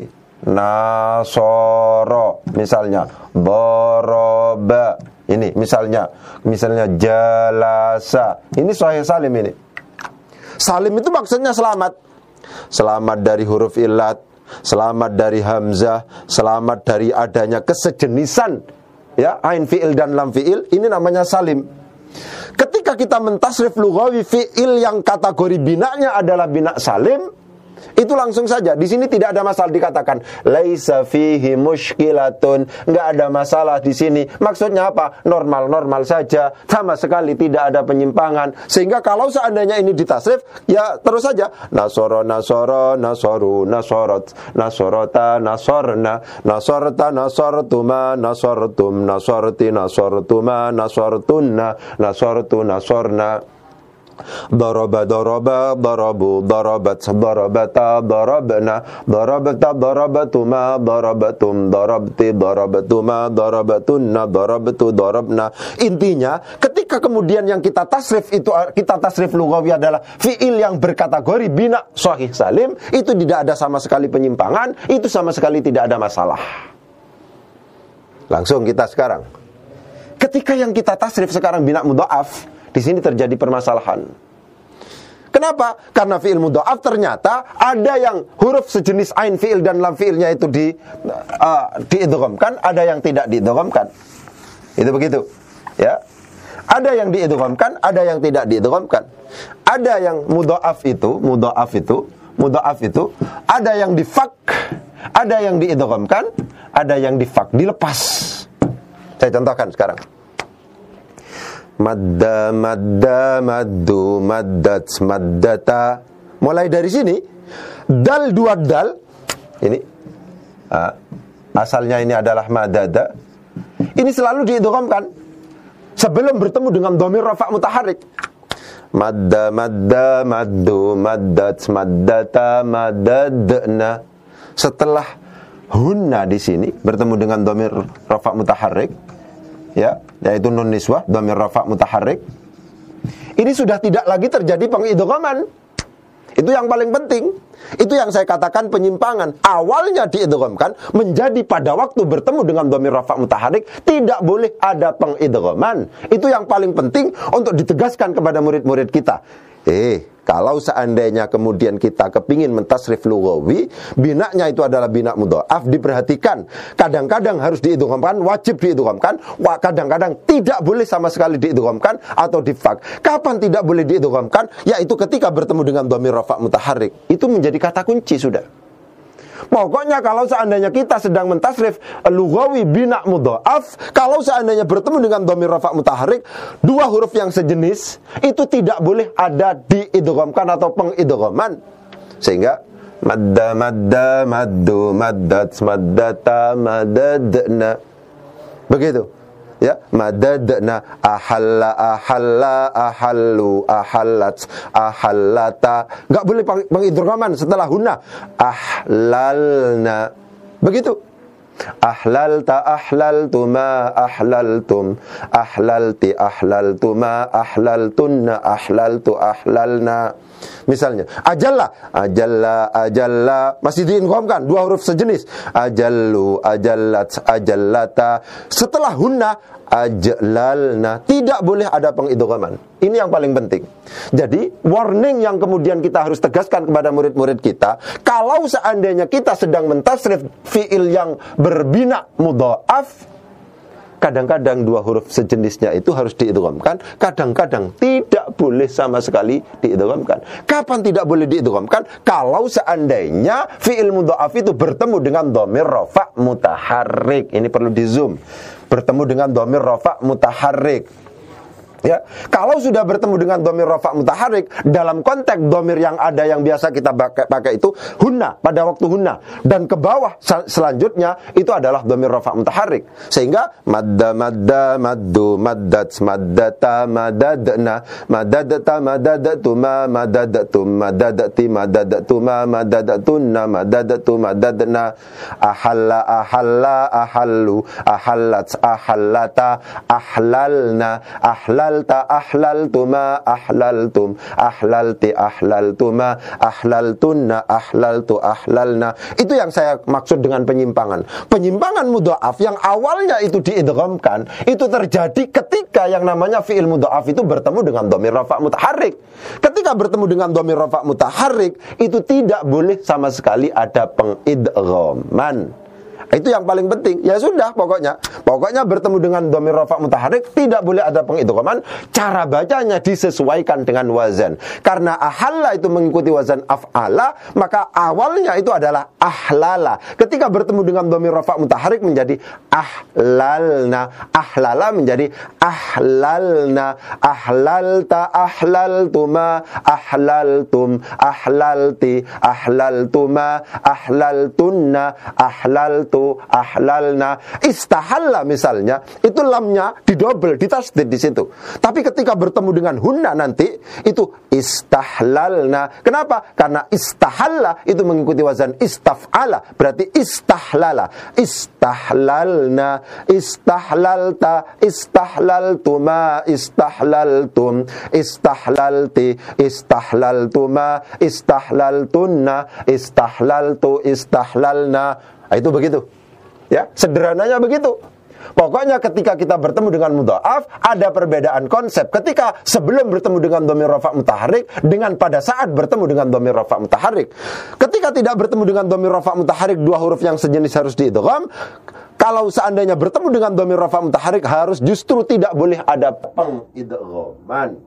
nasoro misalnya, doroba ini misalnya, misalnya jalasa, ini sahih salim ini. Salim itu maksudnya selamat. Selamat dari huruf illat, selamat dari hamzah, selamat dari adanya kesejenisan, ya, ain fi'il dan lam fi'il, ini namanya salim. Ketika kita mentasrif lughawi fi'il yang kategori binanya adalah bina salim, itu langsung saja di sini tidak ada masalah dikatakan laisa fihi mushkilatun, enggak ada masalah di sini. Maksudnya apa? Normal-normal saja, sama sekali tidak ada penyimpangan. Sehingga kalau seandainya ini ditasrif, ya terus saja nasoro nasoro nasoru nasorot, nasorota nasorna, nasorta nasortuma nasortum, nasorti nasortuma nasortunna, nasortu nasorna. Daraba, daraba, darabu, darabat, darabata, darabna, darabata, darabatuma, darabatum, darabti, darabatuma, darabatunna, darabtu, darabna. Intinya, ketika kemudian yang kita tasrif itu, kita tasrif lughawi adalah fi'il yang berkategori bina sahih salim, itu tidak ada sama sekali penyimpangan, itu sama sekali tidak ada masalah. Langsung kita sekarang. Ketika yang kita tasrif sekarang bina mudha'af, di sini terjadi permasalahan. Kenapa? Karena fi'il mudha'af ternyata ada yang huruf sejenis ain fi'il dan lam fi'ilnya itu di uh, diidghamkan, ada yang tidak diidghamkan. Itu begitu. Ya. Ada yang diidghamkan, ada yang tidak diidghamkan. Ada yang mudha'af itu, mudha'af itu, mudha'af itu ada yang difak, ada yang diidghamkan, ada yang difak, dilepas. Saya contohkan sekarang. Madda, madda, maddu, maddat, maddata. Mulai dari sini, dal dua dal. Ini ah, asalnya ini adalah madada. Ini selalu diidghamkan sebelum bertemu dengan dhamir rafa' mutaharrik. Madda, madda, maddu, maddat, maddata, maddadna. Setelah hunna di sini bertemu dengan dhamir rafa' mutaharrik, ya, yaitu nun niswah, dhamir rafa' mutaharrik. Ini sudah tidak lagi terjadi pengidghaman. Itu yang paling penting. Itu yang saya katakan penyimpangan. Awalnya diidghamkan, menjadi pada waktu bertemu dengan dhamir rafa' mutaharrik tidak boleh ada pengidghaman. Itu yang paling penting untuk ditegaskan kepada murid-murid kita. Eh, kalau seandainya kemudian kita kepingin mentasrif lughawi, binaknya itu adalah bina mudha'af, diperhatikan. Kadang-kadang harus diidghamkan, wajib diidghamkan, kadang-kadang tidak boleh sama sekali diidghamkan atau difak. Kapan tidak boleh diidghamkan? Yaitu ketika bertemu dengan dhamir rafa' mutaharrik. Itu menjadi kata kunci sudah. Pokoknya kalau seandainya kita sedang mentasrif lughawi bina mudha'af, kalau seandainya bertemu dengan dhamir rafa' mutaharrik, dua huruf yang sejenis itu tidak boleh ada diidghamkan atau pengidghaman. Sehingga madda, madda, maddu, maddat, maddata, maddadna. Begitu. Ya, madadna, ahalla, ahalla, ahallu, ahallat, ahallata. Enggak boleh pengidghaman setelah hunna. Ahlalna. Begitu. Ahlalta, ahlaltuma, ahlaltum, ahlalti, ahlaltuma, ahlaltunna, ahlaltu, ahlalna. Misalnya, ajalla, ajalla, ajalla, masih diidghamkan dua huruf sejenis. Ajallu, ajallat, ajallata. Setelah hunna, ajlalna. Tidak boleh ada pengidghaman. Ini yang paling penting. Jadi, warning yang kemudian kita harus tegaskan kepada murid-murid kita, kalau seandainya kita sedang mentasrif fi'il yang berbina mudha'af, kadang-kadang dua huruf sejenisnya itu harus diidghamkan, kadang-kadang tidak boleh sama sekali diidghamkan. Kapan tidak boleh diidghamkan? Kalau seandainya fi'il mudha'af itu bertemu dengan dhamir rafa' mutaharrik. Ini perlu di zoom. Bertemu dengan dhamir rafa' mutaharrik. Ya, kalau sudah bertemu dengan dhamir rafa' mutaharrik, dalam konteks dhamir yang ada yang biasa kita pakai, pakai itu hunna, pada waktu hunna, dan ke bawah selanjutnya itu adalah dhamir rafa' mutaharrik. Sehingga madda, madda, maddu, maddat, maddata, madadna, madadata, madadatuma, madadatum, madadati, madadatuma, madadatunna, madadatu, madadna, ahalla, ahalla, ahallu, ahallat, ahallata, ahlalna, ahlalna, ahlalta, ahlaltuma, ahlaltum, ahlalti, ahlaltuma, ahlaltunna, ahlaltu, ahlalna. Itu yang saya maksud dengan penyimpangan. Penyimpangan mudha'af yang awalnya itu diidghamkan, itu terjadi ketika yang namanya fi'il mudha'af itu bertemu dengan dhamir rafa' mutaharrik. Ketika bertemu dengan dhamir rafa' mutaharrik, itu tidak boleh sama sekali ada pengidghaman. Itu yang paling penting. Ya sudah, pokoknya Pokoknya bertemu dengan dhamir rafa' mutaharrik, tidak boleh ada pengidghaman. Cara bacanya disesuaikan dengan wazan. Karena ahalla itu mengikuti wazan af'ala, maka awalnya itu adalah ahlala. Ketika bertemu dengan dhamir rafa' mutaharrik menjadi ahlalna. Ahlala menjadi ahlalna. Ahlalta, ahlaltuma, ahlaltum, ahlalti, ahlaltuma, ahlaltunna, ahlaltu, ahlaltu, ahlalna. Istahalla misalnya, itu lamnya didobel, ditasdid di situ. Tapi ketika bertemu dengan hunna nanti, itu istahlalna. Kenapa? Karena istahalla itu mengikuti wazan istaf'ala, berarti istahlala. Istahlalna, istahlalta, istahlaltuma, istahlaltum, istahlalti, istahlaltuma, istahlaltunna, istahlaltu, istahlalna. Nah, itu begitu. Ya, sederhananya begitu. Pokoknya ketika kita bertemu dengan mudha'af, ada perbedaan konsep ketika sebelum bertemu dengan dhamir rafa' mutaharrik dengan pada saat bertemu dengan dhamir rafa' mutaharrik. Ketika tidak bertemu dengan dhamir rafa' mutaharrik, dua huruf yang sejenis harus diidgham. Kalau seandainya bertemu dengan dhamir rafa' mutaharrik, harus justru tidak boleh ada pengidghaman.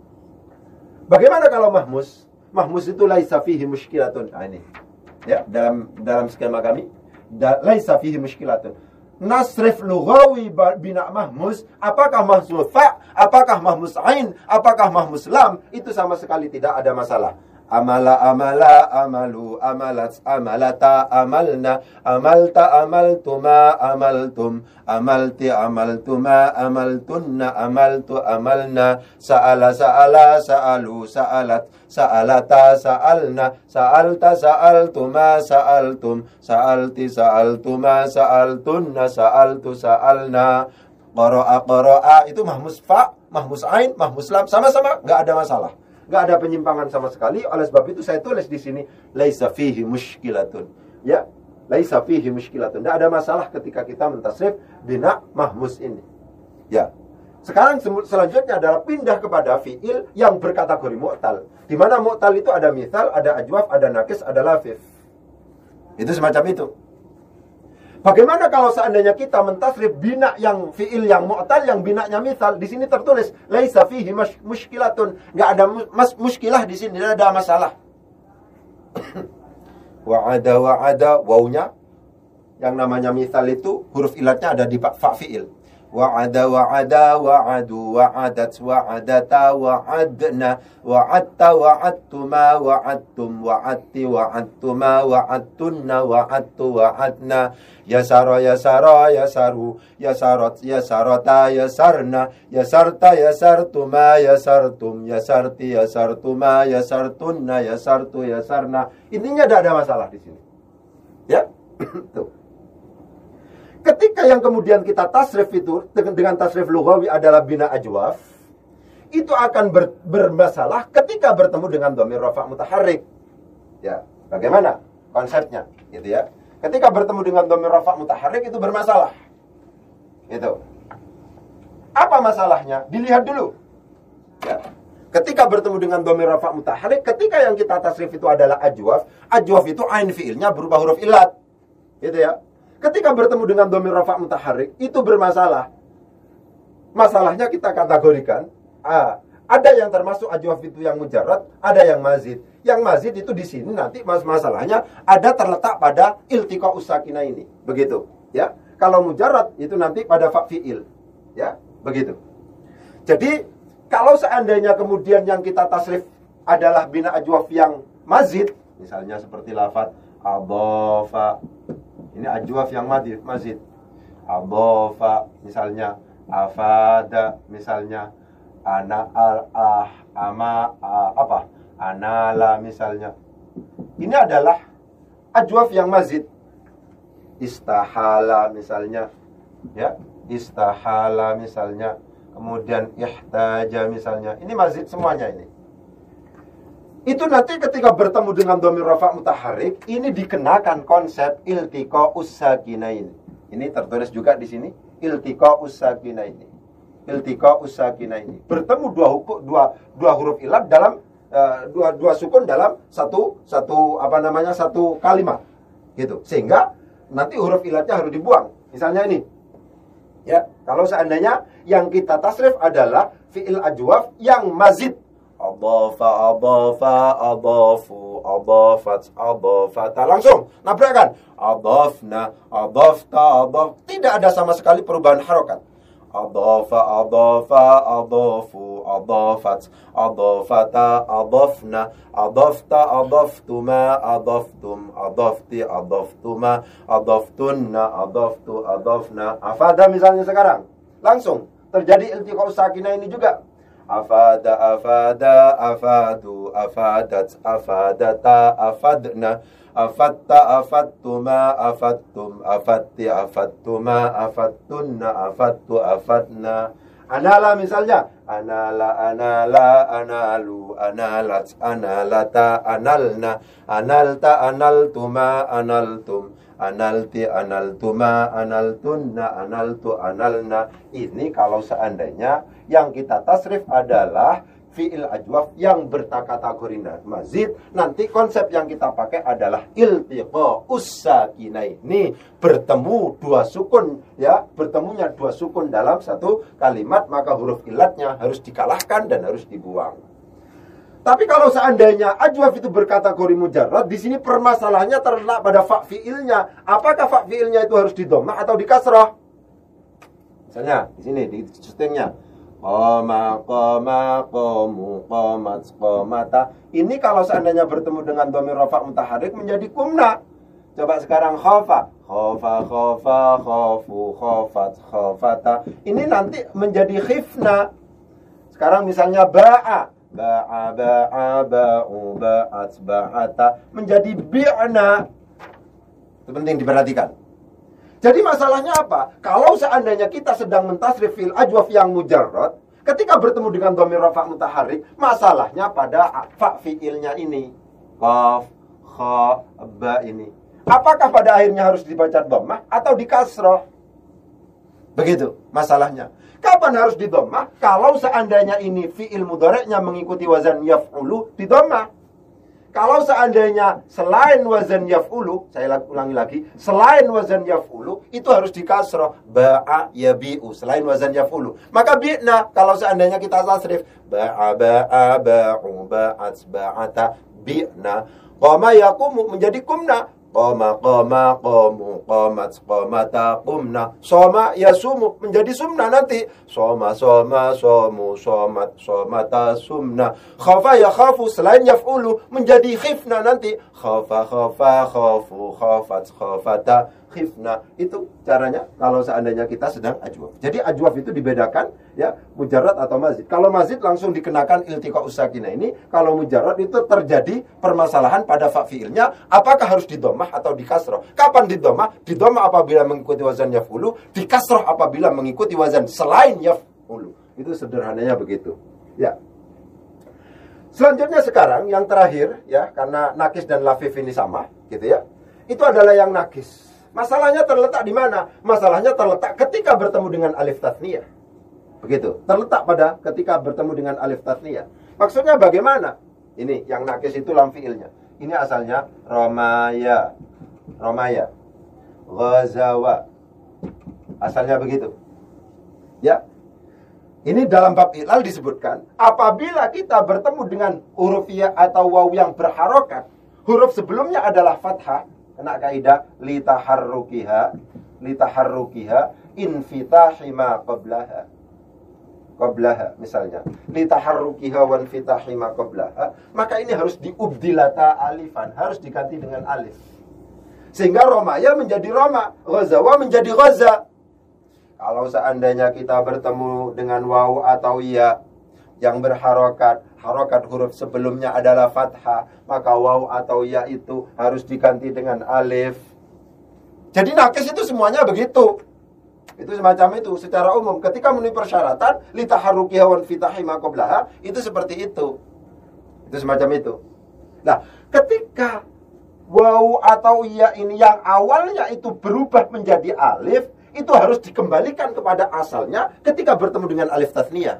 Bagaimana kalau mahmus? Mahmus itu laisa fihi mushkilatun. Nah, ini. Ya, dalam dalam skema kami, da, laisa fihi mushkilatun. Nasrif lughawi bina mahmus, apakah mahmus fa, apakah mahmus ain, apakah mahmus lam, itu sama sekali tidak ada masalah. Amala amala amalu amalat amalata amalna amalta amaltuma amaltum amalti amaltuma amaltunna amaltu amalna sa'ala sa'ala sa'alu sa'alat sa'alata sa'alna sa'alta sa'altuma sa'altum sa'alti sa'altuma sa'altunna sa'altu sa'alna qara'a qara'a. Itu mahmus fa, mahmus ain, mahmus lam, sama-sama nggak ada masalah. Nggak ada penyimpangan sama sekali. Oleh sebab itu saya tulis di sini laisa fihi mushkilatun. Ya, laisa fihi mushkilatun. Nggak ada masalah ketika kita mentasrif bina mahmus ini. Ya. Sekarang selanjutnya adalah pindah kepada fiil yang berkategori mu'tal. Di mana mu'tal itu ada mithal, ada ajwaf, ada nakis, ada lafif. Itu semacam itu. Bagaimana kalau seandainya kita mentasrif bina yang fiil yang mu'tal, yang binanya mithal? Di sini tertulis laisa fihi mushkilatun. Enggak ada mas muskilah di sini, tidak ada masalah. Wa'ada wa'ada, wawnya yang namanya mithal itu huruf ilatnya ada di fa fiil. Wa'ada wa'ada wa'adu wa'adat wa'adata wa'adna wa'atta wa'attuma wa'attum wa'atti wa'attuma wa'attunna wa'attu wa'atna yasara yasara yasaru yasarat yasarata yasarna yasarta yasartuma yasartum yasarti yasartuma yasartunna yasartu yasarna. Intinya tidak ada masalah di sini. Ya? Tuh. Ketika yang kemudian kita tasrif itu dengan tasrif lughawi adalah bina ajwaf, itu akan ber, bermasalah ketika bertemu dengan dhamir rafa' mutaharrik. Ya, bagaimana konsepnya? Gitu ya. Ketika bertemu dengan dhamir rafa' mutaharrik itu bermasalah. Itu. Apa masalahnya? Dilihat dulu. Ya. Ketika bertemu dengan dhamir rafa' mutaharrik, ketika yang kita tasrif itu adalah ajwaf, ajwaf itu ain fiilnya berubah huruf ilat. Gitu ya. Ketika bertemu dengan dhamir rafa' mutaharrik itu bermasalah. Masalahnya kita kategorikan, ah, ada yang termasuk ajwaf itu yang mujarrad, ada yang mazid. Yang mazid itu di sini nanti mas masalahnya ada terletak pada iltiqa usakina ini. Begitu, ya. Kalau mujarrad itu nanti pada fa' fi'il. Ya, begitu. Jadi, kalau seandainya kemudian yang kita tasrif adalah bina ajwaf yang mazid, misalnya seperti lafaz adhafa. Ini ajwaf yang mazid, mazid. Adhafa misalnya, afada misalnya, ana al ah ama ah, apa? Anala misalnya. Ini adalah ajwaf yang mazid. Istahala misalnya, ya. Istahala misalnya, kemudian ihtaja misalnya. Ini mazid semuanya ini. Itu nanti ketika bertemu dengan dhamir rafa' mutaharrik, ini dikenakan konsep iltiqa ussakinain. Ini tertulis juga di sini, iltiqa ussakinain. Iltiqa ussakinain. Bertemu dua huruf dua dua huruf ilat dalam uh, dua dua sukun dalam satu satu apa namanya satu kalimat. Gitu. Sehingga nanti huruf ilatnya harus dibuang. Misalnya ini. Ya, kalau seandainya yang kita tasrif adalah fi'il ajwaf yang mazid. Adhafa, adhafa, adhafu, adhafat, adhafata. Langsung nabrakan. Adhafna, adhafta, adhaf. Tidak ada sama sekali perubahan harokat. Adhafa, adhafa, adhafu, adhafat, adhafata, adhafna, adhafta, adhaftuma, adhaftum, adhafti, adhaftuma, adhaftunna, adhaftu, adhafna. Afada misalnya sekarang. Langsung terjadi iltiqa sakinah ini juga. Afada, afada, afadu, afadat, afadata, afadna, afatta, afattuma, afattum, afatti, afattuma, afattunna, afattu, afatna. Anala misalnya, anala, anala, analu, analat, analata, analna, analta, analtuma, analtum, analti, analtuma, analtunna, analtu, analna. Ini kalau seandainya yang kita tasrif adalah fi'il ajwaf yang berkategori mazid, nanti konsep yang kita pakai adalah iltiqa ussakinaini, bertemu dua sukun, ya, bertemunya dua sukun dalam satu kalimat, maka huruf ilatnya harus dikalahkan dan harus dibuang. Tapi kalau seandainya ajwaf itu berkategori mujarrad, di sini permasalahannya terletak pada fa' fi'ilnya. Apakah fa' fi'ilnya itu harus di dhammah atau di kasrah? Misalnya di sini di syutingnya qama, qama, qamu, qamat, qamata. Ini kalau seandainya bertemu dengan dhamir rafa' mutaharrik menjadi kumna. Coba sekarang khafa, khafa, khafa, khafu, khafat, khafata. Ini nanti menjadi khifna. Sekarang misalnya ba'a, ba'a, ba'a, ba'u, ba'at, ba'ata, menjadi bi'na. Itu penting diperhatikan. Jadi masalahnya apa? Kalau seandainya kita sedang mentasrif fil ajwaf yang mujarrad, ketika bertemu dengan dhamir rafa' mutaharrik, masalahnya pada fa' fi'ilnya ini. Qaf, kha, ba ini. Apakah pada akhirnya harus dibaca dhammah atau di kasrah? Begitu masalahnya. Kapan harus di dhammah? Kalau seandainya ini fi'il mudhari'nya mengikuti wazan yaf'ulu, di dhammah. Kalau seandainya selain wazan yaf'ulu, saya ulangi lagi, selain wazan yaf'ulu, itu harus di kasrah. Ba'a yabi'u, selain wazan yaf'ulu. Maka bi'na, kalau seandainya kita tasrif, ba'a, ba'a, ba'u, ba'at, ba'ata, bi'na. Qama yaqumu menjadi kumna. Qama, qama, qamu, qamat, qamata, qumna. Soma yasumu menjadi sumna nanti. Soma, soma, somu, somat, somata, sumna. Khafa yakhafu selain yaf'ulu menjadi khifna nanti. Khafa, khafa, khafu, khafat, khafata, khifna. Itu caranya kalau seandainya kita sedang ajwaf. Jadi ajwaf itu dibedakan, ya, mujarrad atau mazid. Kalau mazid langsung dikenakan iltiqa usakinah ini. Kalau mujarrad itu terjadi permasalahan pada fa' fi'ilnya, apakah harus di dhammah atau di kasrah? Kapan di dhammah? Di dhammah apabila mengikuti wazan yaf'ulu, di kasrah apabila mengikuti wazan selain yaf'ulu. Itu sederhananya begitu. Ya. Selanjutnya sekarang yang terakhir, ya, karena nakis dan lafif ini sama, gitu ya. Itu adalah yang nakis. Masalahnya terletak di mana? Masalahnya terletak ketika bertemu dengan alif tathniyah. Begitu. Terletak pada ketika bertemu dengan alif tathniyah. Maksudnya bagaimana? Ini yang nakis itu lam fi'ilnya. Ini asalnya romaya. Romaya. Ghazawa. Asalnya begitu. Ya. Ini dalam bab ilal disebutkan, apabila kita bertemu dengan huruf ya atau waw yang berharokat, huruf sebelumnya adalah fathah, kena kaidah litaharrukiha, litaharrukiha infitahi ma qablaha. Qablaha misalnya, litaharrukiha wa infitahi ma qablaha, maka ini harus diubdilata alifan, harus diganti dengan alif. Sehingga romaya menjadi roma, ghazawa menjadi ghaza. Kalau seandainya kita bertemu dengan waw atau ya yang berharokat, harokat huruf sebelumnya adalah fathah, maka waw atau ya itu harus diganti dengan alif. Jadi nakis itu semuanya begitu. Itu semacam itu secara umum. Ketika memenuhi persyaratan litaharrukiha wa infitahi ma qablaha, itu seperti itu. Itu semacam itu. Nah, ketika waw atau ya ini yang awalnya itu berubah menjadi alif, itu harus dikembalikan kepada asalnya ketika bertemu dengan alif tathniyah.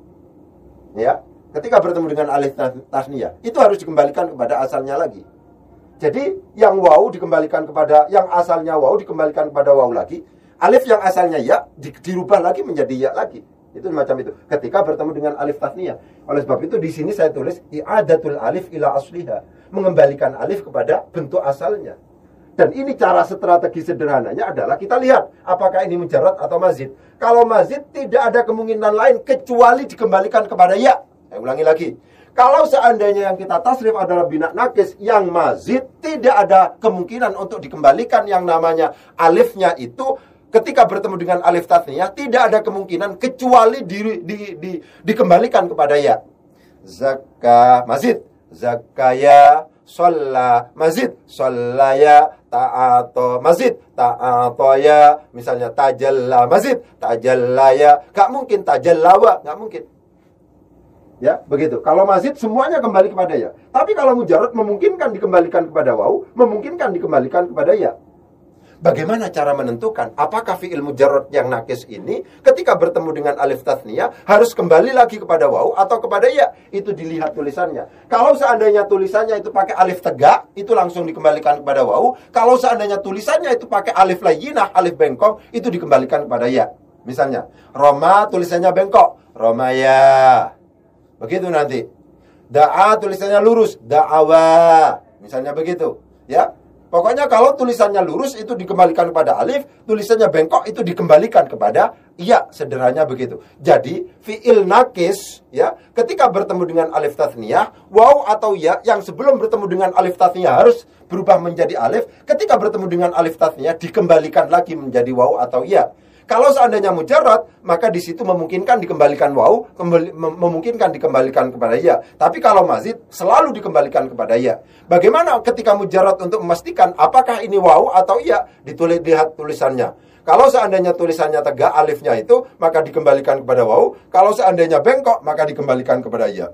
Ya, ketika bertemu dengan alif tasniyah, itu harus dikembalikan kepada asalnya lagi. Jadi yang waw dikembalikan kepada yang asalnya waw dikembalikan kepada waw lagi. Alif yang asalnya ya dirubah lagi menjadi ya lagi. Itu macam itu. Ketika bertemu dengan alif tasniyah. Oleh sebab itu di sini saya tulis i'adatul alif ila asliha, mengembalikan alif kepada bentuk asalnya. Dan ini cara strategi sederhananya adalah kita lihat apakah ini mujarrad atau mazid. Kalau mazid tidak ada kemungkinan lain kecuali dikembalikan kepada ya. Saya ulangi lagi. Kalau seandainya yang kita tasrif adalah bina nakis yang mazid, tidak ada kemungkinan untuk dikembalikan yang namanya alifnya itu ketika bertemu dengan alif tathniyah, tidak ada kemungkinan kecuali di, di, di, dikembalikan kepada ya. Zakka mazid, zakaya sholla mazid, shollaya ta'ato mazid, ta'atoya misalnya tajalla mazid, tajallaya, gak mungkin tajallawa, gak mungkin. Ya, begitu. Kalau mazid semuanya kembali kepada ya. Tapi kalau mujarrad memungkinkan dikembalikan kepada waw, memungkinkan dikembalikan kepada ya. Bagaimana cara menentukan apakah fi'il mujarrad yang nakis ini ketika bertemu dengan alif tathniyah harus kembali lagi kepada waw atau kepada ya? Itu dilihat tulisannya. Kalau seandainya tulisannya itu pakai alif tegak, itu langsung dikembalikan kepada waw. Kalau seandainya tulisannya itu pakai alif layyinah, alif bengkok, itu dikembalikan kepada ya. Misalnya, Roma tulisannya bengkok, Romaya. Begitu nanti. Da'a tulisannya lurus, da'awa. Misalnya begitu, ya. Pokoknya kalau tulisannya lurus itu dikembalikan kepada alif, tulisannya bengkok itu dikembalikan kepada iya, sederhananya begitu. Jadi fi'il nakis ya, ketika bertemu dengan alif tathniyah, waw atau ya yang sebelum bertemu dengan alif tathniyah harus berubah menjadi alif, ketika bertemu dengan alif tathniyah dikembalikan lagi menjadi waw atau ya. Kalau seandainya mujarrad, maka di situ memungkinkan dikembalikan waw, kembali, mem memungkinkan dikembalikan kepada ya. Tapi kalau mazid, selalu dikembalikan kepada ya. Bagaimana ketika mujarrad untuk memastikan apakah ini waw atau ya? Ditulis, lihat tulisannya. Kalau seandainya tulisannya tegak, alifnya itu, maka dikembalikan kepada waw. Kalau seandainya bengkok, maka dikembalikan kepada ya.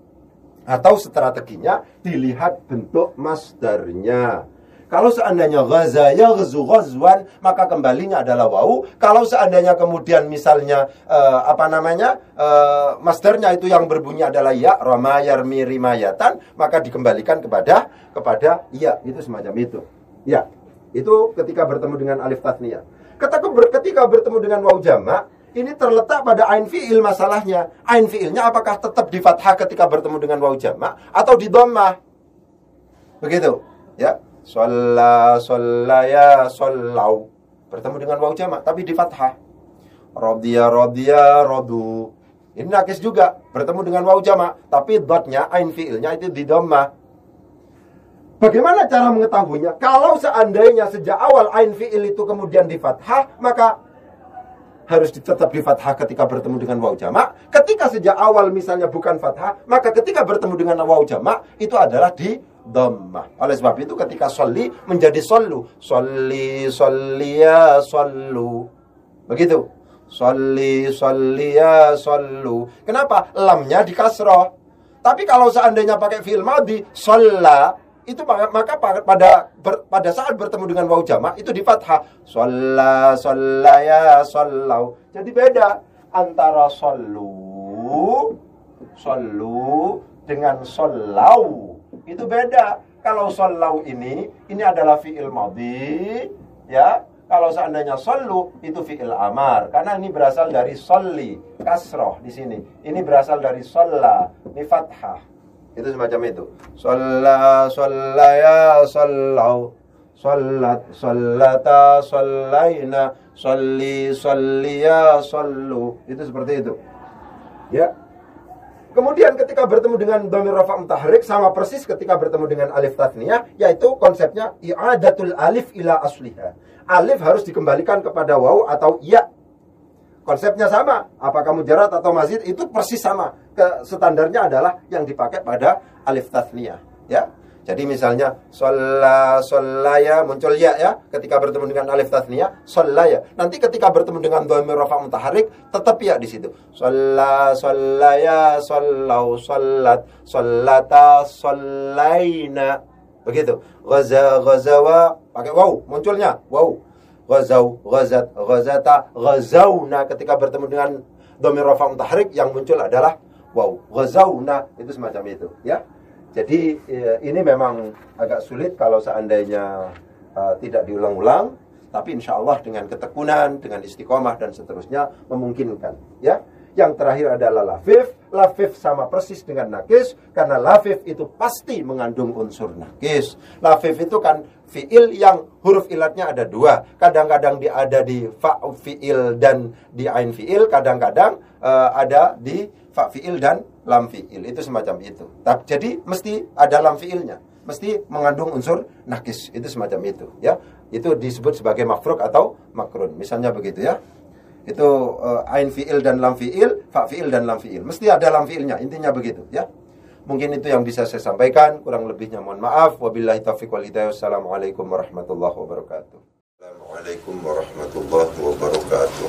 Atau strateginya, dilihat bentuk masdarnya. Kalau seandainya ghaza yaghzu ghazwan, maka kembalinya adalah waw. Kalau seandainya kemudian misalnya uh, apa namanya uh, masdarnya itu yang berbunyi adalah ya, rama yarmi rimayatan, maka dikembalikan kepada kepada ya, itu semacam itu. Ya, itu ketika bertemu dengan alif tathniyah. Ketika, ber, ketika bertemu dengan waw jamak, ini terletak pada ain fi'il masalahnya. Ain fi'ilnya apakah tetap di fathah ketika bertemu dengan waw jamak atau di dhammah? Begitu, ya. Sholla, shollaya, shollau. Bertemu dengan waw jamak tapi di fathah. Rodiya, rodiya, rodu. Ini nakis juga. Bertemu dengan waw jamak tapi dotnya, ain fi'ilnya itu di dhammah. Bagaimana cara mengetahuinya? Kalau seandainya sejak awal ain fi'il itu kemudian di fathah, maka harus tetap di fathah ketika bertemu dengan waw jamak. Ketika sejak awal misalnya bukan fathah, maka ketika bertemu dengan waw jamak itu adalah di dhammah. Oleh sebab itu ketika sholli menjadi shollu. Sholli, sholliya, shollu. Begitu. Sholli, sholliya, shollu. Kenapa? Lamnya di kasroh. Tapi kalau seandainya pakai fi'il madhi, sholla, itu maka pada ber, pada saat bertemu dengan waw jamak itu di fathah. Sholla, shollaya, shollau. Jadi beda antara shollu, shollu dengan shollau. Itu beda. Kalau shollau ini, ini adalah fi'il madhi, ya. Kalau seandainya shollu, itu fi'il amar. Karena ini berasal dari sholli, kasroh di sini. Ini berasal dari sholla, ini fathah. Itu semacam itu. Sholla, shollaya, shollau. Shollat, shollata, shollaina. Sholli, sholliya, shollu. Itu seperti itu. Ya. Kemudian ketika bertemu dengan dhamir rafa' mutahrik sama persis ketika bertemu dengan alif tathniyah, yaitu konsepnya i'adatul alif ila asliha. Alif harus dikembalikan kepada waw atau ya. Konsepnya sama, apakah mujarrad atau mazid itu persis sama. Ke standarnya adalah yang dipakai pada alif tathniyah, ya. Jadi misalnya sholla, shollaya muncul ya ya ketika bertemu dengan alif tathniyah, shollaya. Nanti ketika bertemu dengan dhamir rafa' mutaharrik tetap ya di situ. Sholla, shollaya, shollau, shollat, shollata, shollaina. Begitu. Ghaza, ghazawa pakai waw, munculnya waw. Ghazau, ghazat, ghazata, ghazauna ketika bertemu dengan dhamir rafa' mutaharrik yang muncul adalah waw. Ghazauna, itu semacam itu, ya. Jadi ini memang agak sulit kalau seandainya uh, tidak diulang-ulang, tapi insya Allah dengan ketekunan, dengan istiqomah dan seterusnya memungkinkan. Ya, yang terakhir adalah lafif. Lafif sama persis dengan nakis karena lafif itu pasti mengandung unsur nakis. Lafif itu kan fi'il yang huruf ilatnya ada dua. Kadang-kadang dia ada di fa fi'il dan di ain fi'il. Kadang-kadang uh, ada di fa fi'il dan lam fi'il. Itu semacam itu. Jadi mesti ada lam fi'ilnya, mesti mengandung unsur nakis. Itu semacam itu, ya. Itu disebut sebagai mafruk atau makrun. Misalnya begitu, ya. Itu uh, ain fi'il dan lam fi'il, fa fi'il dan lam fi'il. Mesti ada lam fi'ilnya. Intinya begitu, ya. Mungkin itu yang bisa saya sampaikan. Kurang lebihnya mohon maaf. Wabillahi taufiq wal hidayah. Wassalamualaikum warahmatullahi wabarakatuh. Assalamualaikum warahmatullahi wabarakatuh.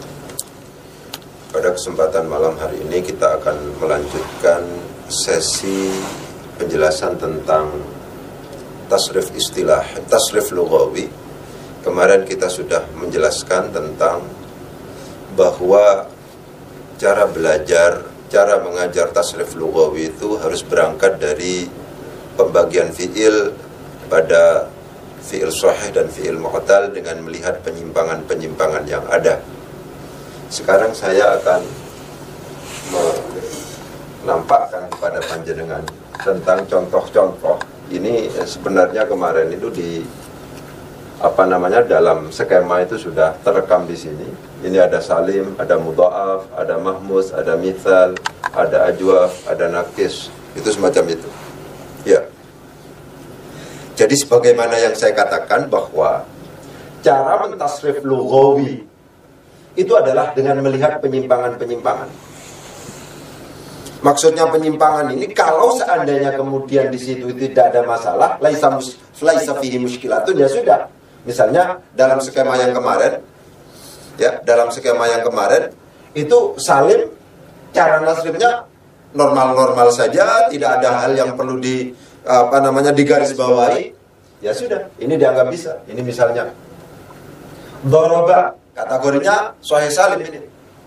Pada kesempatan malam hari ini kita akan melanjutkan sesi penjelasan tentang tasrif istilah, tasrif lughawi. Kemarin kita sudah menjelaskan tentang bahwa cara belajar, cara mengajar tasrif lughawi itu harus berangkat dari pembagian fi'il pada fi'il sahih dan fi'il mu'tal dengan melihat penyimpangan-penyimpangan yang ada. Sekarang saya akan menampakkan kepada panjenengan tentang contoh-contoh. Ini sebenarnya kemarin itu di apa namanya dalam skema itu sudah terekam di sini. Ini ada salim, ada mudha'af, ada mahmus, ada mithal, ada ajwaf, ada nakis. Itu semacam itu. Ya. Jadi sebagaimana yang saya katakan bahwa cara mentasrif lughawi itu adalah dengan melihat penyimpangan-penyimpangan. Maksudnya penyimpangan ini kalau seandainya kemudian di situ tidak ada masalah, laisa mus laisa fihi mushkilatun, ya sudah. Misalnya dalam skema yang kemarin, ya, dalam skema yang kemarin itu salim cara nasrifnya normal-normal saja, tidak ada hal yang perlu di apa namanya digarisbawahi. Ya sudah, ini dianggap bisa. Ini misalnya daraba, kategorinya sahih salim ini.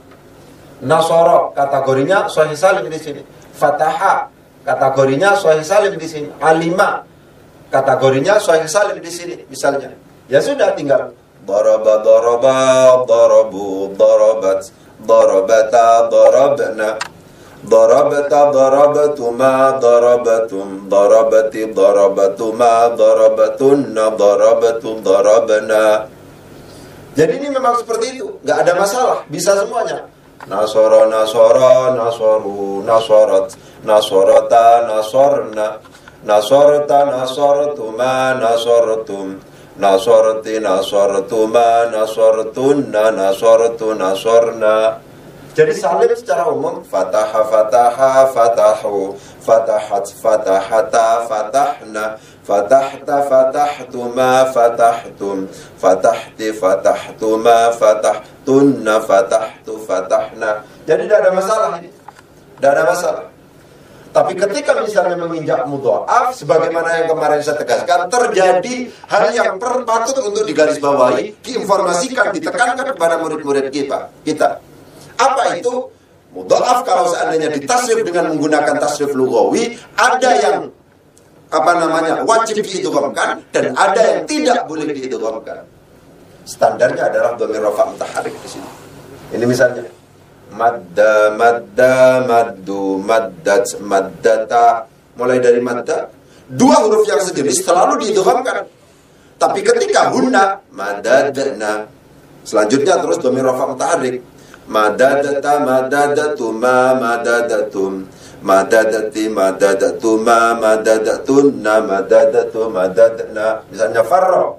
Nasara, kategorinya sahih salim di sini. Fataha, kategorinya sahih salim di sini. Alima, kategorinya sahih salim di sini misalnya. Ya sudah, tinggal daraba daraba darabu darabat darabata darabna darabata darabatuma darabatum darabati darabatuma darabatunna darabatu darabna. Jadi ini memang seperti itu, nggak ada masalah, bisa semuanya. Nasara nasara nasaru nasarat nasarata nasarna nasarta nasartuma nasartum nasarti nasartuma nasartunna nasartu nasarna. Jadi salim secara umum fataha fataha fatahu fatahat fatahata fatahna fatahta fatahtuma fatahtum fatahti fatahtuma fatahtunna fatahtu fatahna. Jadi tidak ada masalah ini, tidak ada masalah. Tapi ketika misalnya menginjak mudha'af, sebagaimana yang kemarin saya tegaskan, terjadi hal yang patut untuk digarisbawahi, diinformasikan, ditekankan kepada murid-murid kita. Kita. Apa itu? Mudha'af kalau seandainya ditasrif dengan menggunakan tasrif lughawi, ada yang apa namanya wajib diidghamkan dan ada yang tidak boleh diidghamkan. Standarnya adalah dhamir rafa' mutaharrik di sini. Ini misalnya madda madda maddu maddat maddata, mulai dari madda dua huruf yang sejenis selalu diidghamkan. Tapi ketika hunna madadna, selanjutnya terus dhamir rafa' mutaharrik. Madadata madadatuma madadatum madadati madadatuma madadatunna madadatu madadna. Misalnya farra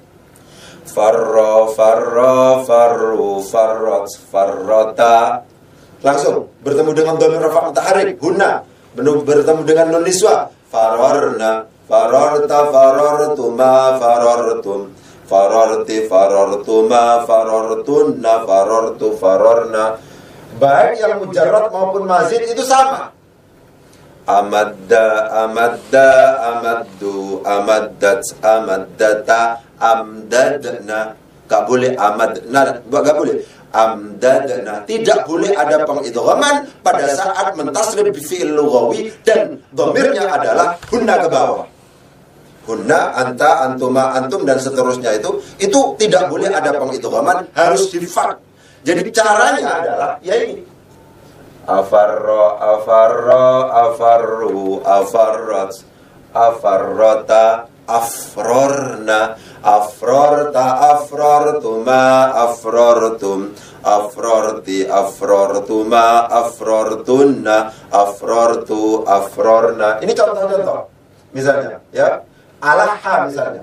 farra farra farru farrat farrata, langsung bertemu dengan dhamir rafa' mutaharrik hunna, bertemu dengan nun niswa fararna fararta farartuma farartum fararti farartuma farartunna farartu fararna. Baik yang mujarrad maupun mazid itu sama. Amadda amadda amaddu amaddat amaddata amdadna. Gak boleh amadna, gak boleh amdadna. Tidak boleh ada pengidghaman pada saat mentasrif fi'il lughawi dan dhamirnya adalah hunna ke bawah. Hunna, anta, antuma, antum dan seterusnya itu itu tidak boleh ada pengidghaman, harus difat. Jadi caranya adalah ya ini. Afarra, afarra, afarru, afarrat, afarrata, afrorna, afrorta, afrortuma, afrortum, afrorti, afrortuma, afrortunna, afrortu, afrorna. Ini contoh-contoh. Misalnya, ya, alaha misalnya.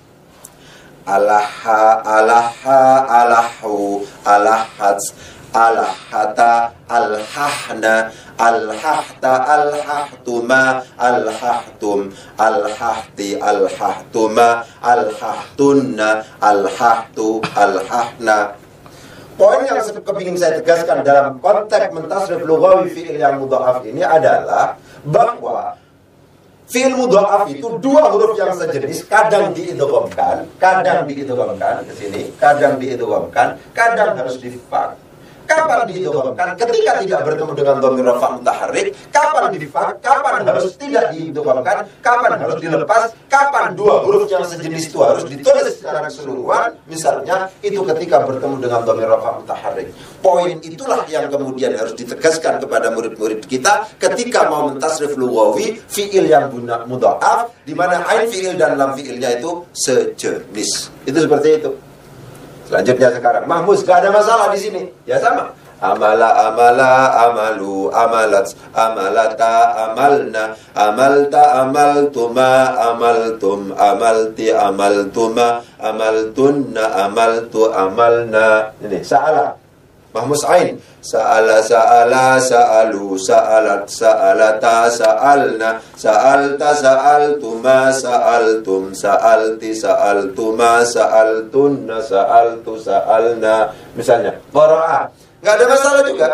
Alaha, alaha, alahu, alahats, alahata, alhahna, alhahta, alhahtuma, alhahtum, alhahti, alhahtuma, alhahtunna, alhahtu, alhahna. Poin yang kepingin saya tegaskan dalam konteks mentasrif lughawi fi'il yang mudha'af ini adalah bahwa fi'il mudha'af itu dua huruf yang sejenis, kadang diidghamkan, kadang diidghamkan ke sini, kadang diidghamkan, kadang harus difak. Kapan diidghamkan? Ketika tidak bertemu dengan dhamir rafa' mutaharrik. Kapan difak? Kapan harus tidak diidghamkan? Kapan harus dilepas? Kapan dua huruf yang sejenis itu harus ditulis secara keseluruhan? Misalnya, itu ketika bertemu dengan dhamir rafa' mutaharrik. Poin itulah yang kemudian harus ditegaskan kepada murid-murid kita ketika mau mentasrif lughawi fi'il yang mudha'af, di mana ain fi'il dan lam fi'ilnya itu sejenis. Itu seperti itu. Selanjutnya sekarang, mahmuz, gak ada masalah di sini. Ya sama. Amala, amala, amalu, amalat, amalata, amalna, amalta, amaltuma, amaltum, amalti, amaltuma, amaltunna, amaltu, amalna. Ini, sa'ala. Mahmuz ain. Sa'ala, sa'ala, sa'alu, sa'alat, sa'alata, sa'alna, sa'alta, sa'altuma, sa'altum, sa'alti, sa'altuma, sa'altunna, sa'altu, sa'alna. Misalnya, qara'a. Nggak ada masalah juga.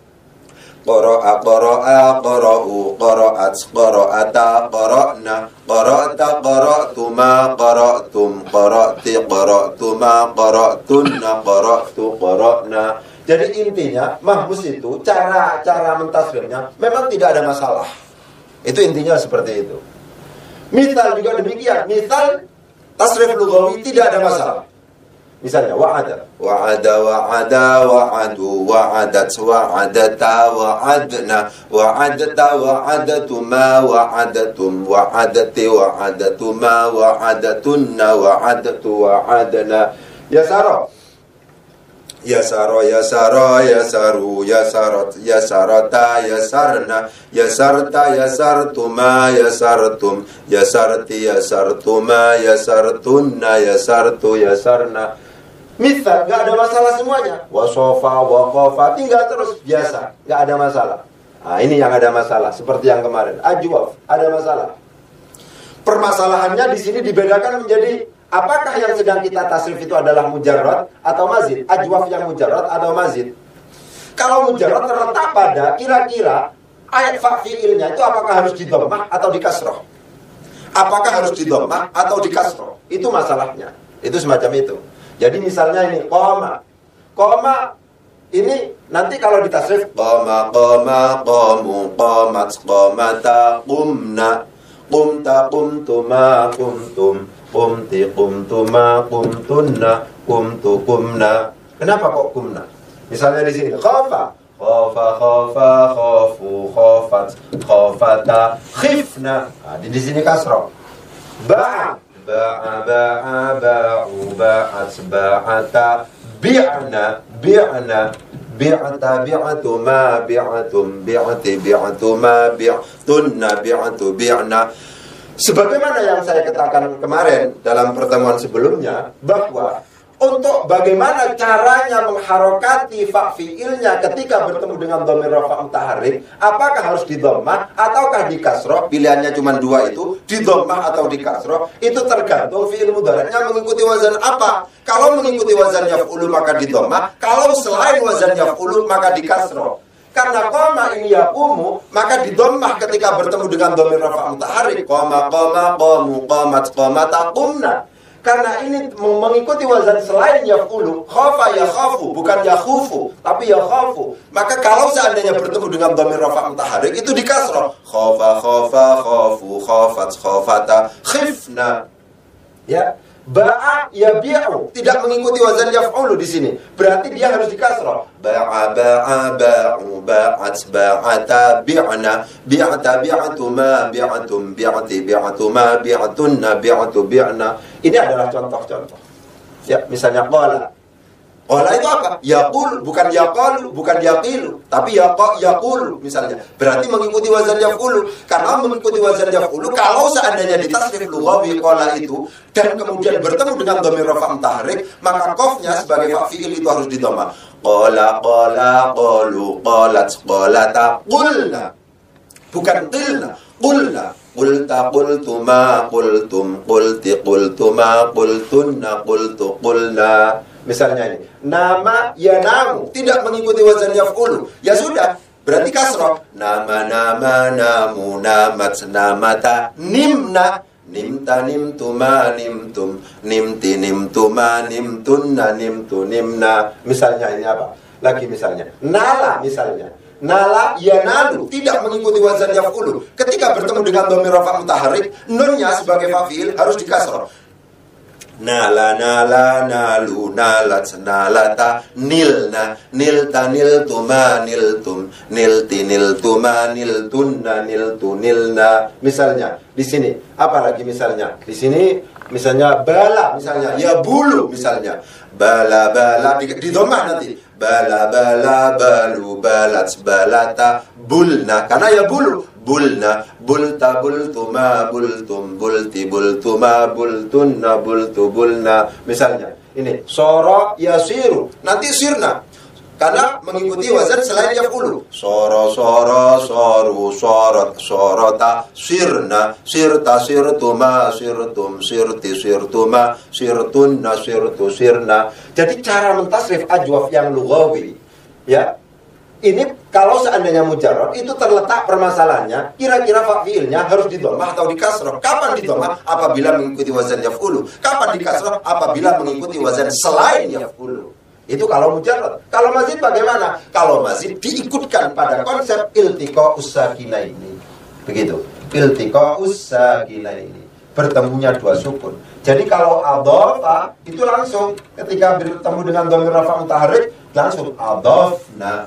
Qara'a, qara'a, qara'u, qara'at, qara'ata, qara'na, qara'ta, qara'tuma, qara'tum, qara'ti, qara'tuma, qara'tunna, qara'tu, qara'na. Jadi intinya, mahmuz itu cara-cara mentasrifnya memang tidak ada masalah. Itu intinya seperti itu. Misal juga demikian. Misal tasrif lughawi tidak ada masalah. Misalnya wa'ada, wa'ada, wa'ada, wa'adu, wa'adat, wa'adata, wa'adna, wa'adata, wa'adatuma, wa'adatum, wa'adati, wa'adatuma, wa'adatunna, wa'adatu, wa'adana. Yasara. Yasara, yasara, yasaru, yasarat, yasarata, yasarna, yasarta, yasartuma, yasartum, yasarti, yasartuma, yasartunna, yasartu, yasarna. Misal, gak ada masalah semuanya. Wasofa, waqafa, tinggal terus biasa, gak ada masalah. Nah, ini yang ada masalah, seperti yang kemarin. Ajwaf, ada masalah. Permasalahannya di sini dibedakan menjadi apakah yang sedang kita tasrif itu adalah mujarrad atau mazid? Ajwaf yang mujarrad atau mazid? Kalau mujarrad terletak pada kira-kira ayat fa fi'ilnya itu apakah harus di dhammah atau di kasroh? Apakah harus di dhammah atau di kasroh? Itu masalahnya. Itu semacam itu. Jadi misalnya ini qoma. Qoma ini nanti kalau ditasrif qoma, qoma, qamu, qamat, qamata, qumna, qumta, qumtuma, qumtum, qumti, qumtuma, qumtunna, qumtu, qumna. Kenapa kok qumna? Misalnya di sini khafa, khafa, khafa, khafu, khafat, khafata, khifna. Nah, di, di sini kasroh. Ba'a, ba'a, ba'a, ba'u, ba'at, ba'ata, bi'na, bi'na, bi'ata, bi'atuma, bi'atum, bi'ati, bi'atuma, bi'tunna, bi'atu, bi'na. Sebagaimana yang saya katakan kemarin dalam pertemuan sebelumnya, bahwa untuk bagaimana caranya mengharokati fa fi'ilnya ketika bertemu dengan dhamir rafa' mutaharrik, apakah harus di dhammah ataukah di kasroh? Pilihannya cuma dua itu, di dhammah atau di kasroh. Itu tergantung fi'il mudhari'nya mengikuti wazan apa. Kalau mengikuti wazan yaf'ulu maka di dhammah, kalau selain wazan yaf'ulu maka di kasroh. Karena qoma ini yaqumu, maka di dhammah ketika bertemu dengan dhamir rafa' mutaharrik. Qoma, qoma, qamu, qamat, qamata, qumna. Karena ini mengikuti wazan selain yaf'ulu, khafa yakhafu, bukan yakhufu, tapi yakhafu. Maka kalau seandainya bertemu dengan dhamir rafa' mutaharrik itu di kasrah. Khafa, khafa, khafu, khafat, khafata, khifna. Ya. Ba'a yabi'u, tidak mengikuti wazan yaf'ulu di sini. Berarti dia harus dikasrah. Ba'a ba'a ba'u ba'at ba'ata bi'na bi'ata bi'atuma bi'atum bi'ati bi'atuma bi'atunna bi'atu bi'na. Ini adalah contoh-contoh. Ya, misalnya qala. Qala itu apa? Yaqul, bukan yaqalu, bukan yaqilu, tapi yaqa yaqul misalnya. Berarti mengikuti wazan yaf'ulu. Karena mengikuti wazan yaf'ulu, kalau seandainya ditasrif lughawi qala itu dan kemudian bertemu dengan dhamir rafa' mutahharrik, maka qafnya sebagai fa' fi'il itu harus didhamma. Qala qala qalu qalat qalata qulna. Bukan qilna, qulna. Qulta qultuma qultum qulti qultuma qultunna qultu qulna. Misalnya ini, nama yanamu tidak mengikuti wazan yaf'ulu. Ya sudah, berarti kasrah. Nama nama namu namat namata nimna nimta nimtuma nimtum nimti nimtuma nimtunna nimtu nimna. Misalnya ini apa? Lagi misalnya, nala misalnya. Nala yanalu tidak mengikuti wazan yaf'ulu. Ketika bertemu dengan dhamir rafa' mutahharrik, nunnya sebagai fa'il harus dikasrah. Nala nala nalu nalat nalata nilna nilta niltuma niltum nilti niltuma niltunna niltu nilna. Misalnya di sini apa lagi misalnya? Di sini misalnya bala misalnya ya bulu misalnya bala bala di, di domah nanti bala bala balu balat balata bulna karena ya bulu bulna bulta bultuma bultum bulti bultuma bultunna bultu bulna. Misalnya ini soro yasiru nanti sirna karena mengikuti wazan selain yaf'ulu. Soro soro soru sorot sorota sirna sirta sirtuma sirtum sirti sirtuma sirtunna sirtu sirna. Jadi cara mentasrif ajwaf yang lughawi ya, ini kalau seandainya mujarrad itu terletak permasalahannya, kira-kira fa'ilnya harus didhammah atau dikasrah. Kapan didhammah? Apabila mengikuti wazan yaf'ulu. Kapan dikasrah? Apabila mengikuti wazan selain yaf'ulu. Itu kalau mujarrad. Kalau mazid bagaimana? Kalau mazid diikutkan pada konsep iltiqa ussakinaini. Begitu. Iltiqa ussakinaini. Bertemunya dua sukun. Jadi kalau adhafa itu langsung ketika bertemu dengan dhamir rafa' mutahharrik langsung adhafna.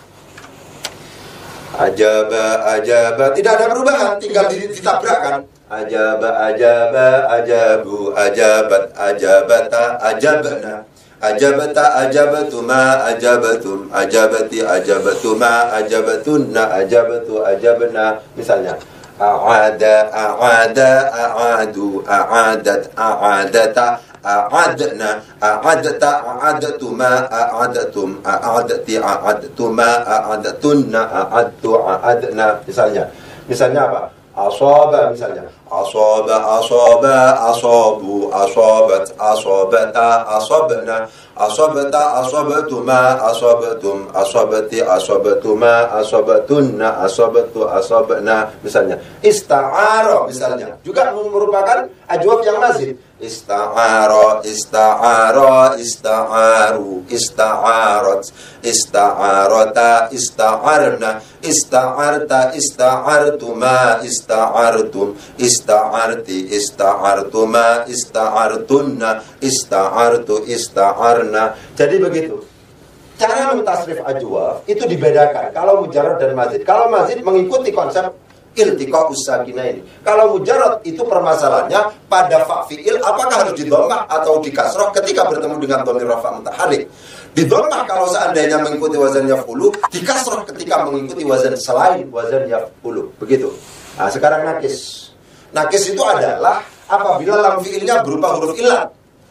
Ajaba ajaba tidak ada perubahan, tinggal ditabrakkan. Ajaba ajaba ajabu ajabat ajabata ajabna. Ajabata ajabatuma ajabatum ajabati ajabatuma ajabatunna ajabatu ajabna. Misalnya a'ada a'ada a'adu a'adat a'adata a'adna a'adata a'adatuma a'adatum a'adati a'adatuma a'adatunna a'adtu a'adna. Misalnya misalnya apa? Asaba misalnya asaba asaba asabu asabat asabata asabna asabata asabatuma asabatum asabati asabatuma asabatunna asabatu asabna. Misalnya ista'ara misalnya juga merupakan ajwaf yang mazid. Ista'ara ista'ara ista'aru ista'arat ista'arata ista'arna ista'arta ista'artuma ista'artum ista'arti ista'artuma ista'artunna ista'artu ista'arna. Jadi begitu cara mentasrif ajwaf itu dibedakan kalau mujarrad dan mazid. Kalau mazid mengikuti konsep iltiqa ussakinaini. Kalau mujarrad itu permasalahannya pada fa' fi'il apakah harus didhammah atau dikasrah ketika bertemu dengan dhamir rafa' mutahharrik. Didhammah kalau seandainya mengikuti wazan yaf'ulu, dikasrah ketika mengikuti wazan selain wazan yaf'ulu. Begitu. Nah, sekarang nakis. Nakis itu adalah apabila lam fi'ilnya berupa huruf illat.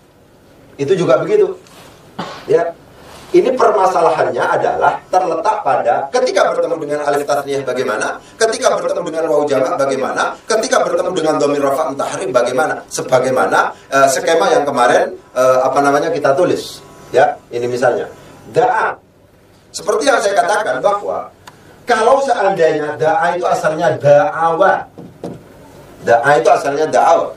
Itu juga begitu. Ya. Ini permasalahannya adalah terletak pada ketika bertemu dengan alif tasniyah bagaimana, ketika bertemu dengan wawu jamak bagaimana, ketika bertemu dengan dhamir rafa' mutahharrik bagaimana. Sebagaimana uh, skema yang kemarin uh, apa namanya kita tulis. Ya, ini misalnya da'a. Seperti yang saya katakan bahwa kalau seandainya da'a itu asalnya da'awa. Da'a itu asalnya da'awa.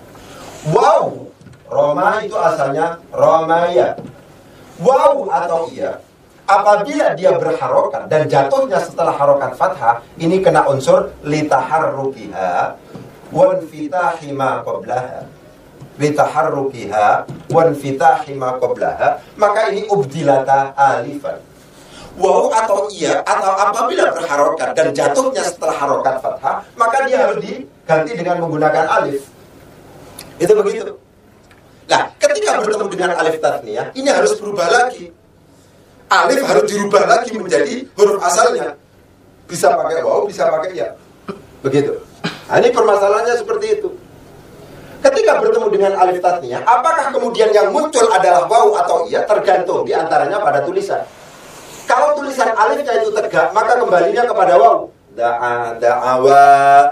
Wow, Roma itu asalnya Romaya. Waw atau iya apabila dia berharokat dan jatuhnya setelah harokat fathah ini kena unsur litaharrukiha wanfitahi ma qablaha. bitaharrukiha wan fitahi ma qablaha, maka ini ubdilata alifan. Waw atau iya atau apabila berharokat dan jatuhnya setelah harokat fathah, maka dia harus diganti dengan menggunakan alif. Itu begitu. Nah, ketika bertemu dengan alif tatniyah, ini harus berubah lagi. Alif harus dirubah lagi menjadi huruf asalnya. Bisa pakai waw, bisa pakai iya. Begitu. Nah, ini permasalahannya seperti itu. Ketika bertemu dengan alif tatniyah, apakah kemudian yang muncul adalah waw atau iya? Tergantung diantaranya pada tulisan. Kalau tulisan alifnya itu tegak, maka kembalinya kepada waw. Da'a, da'awa,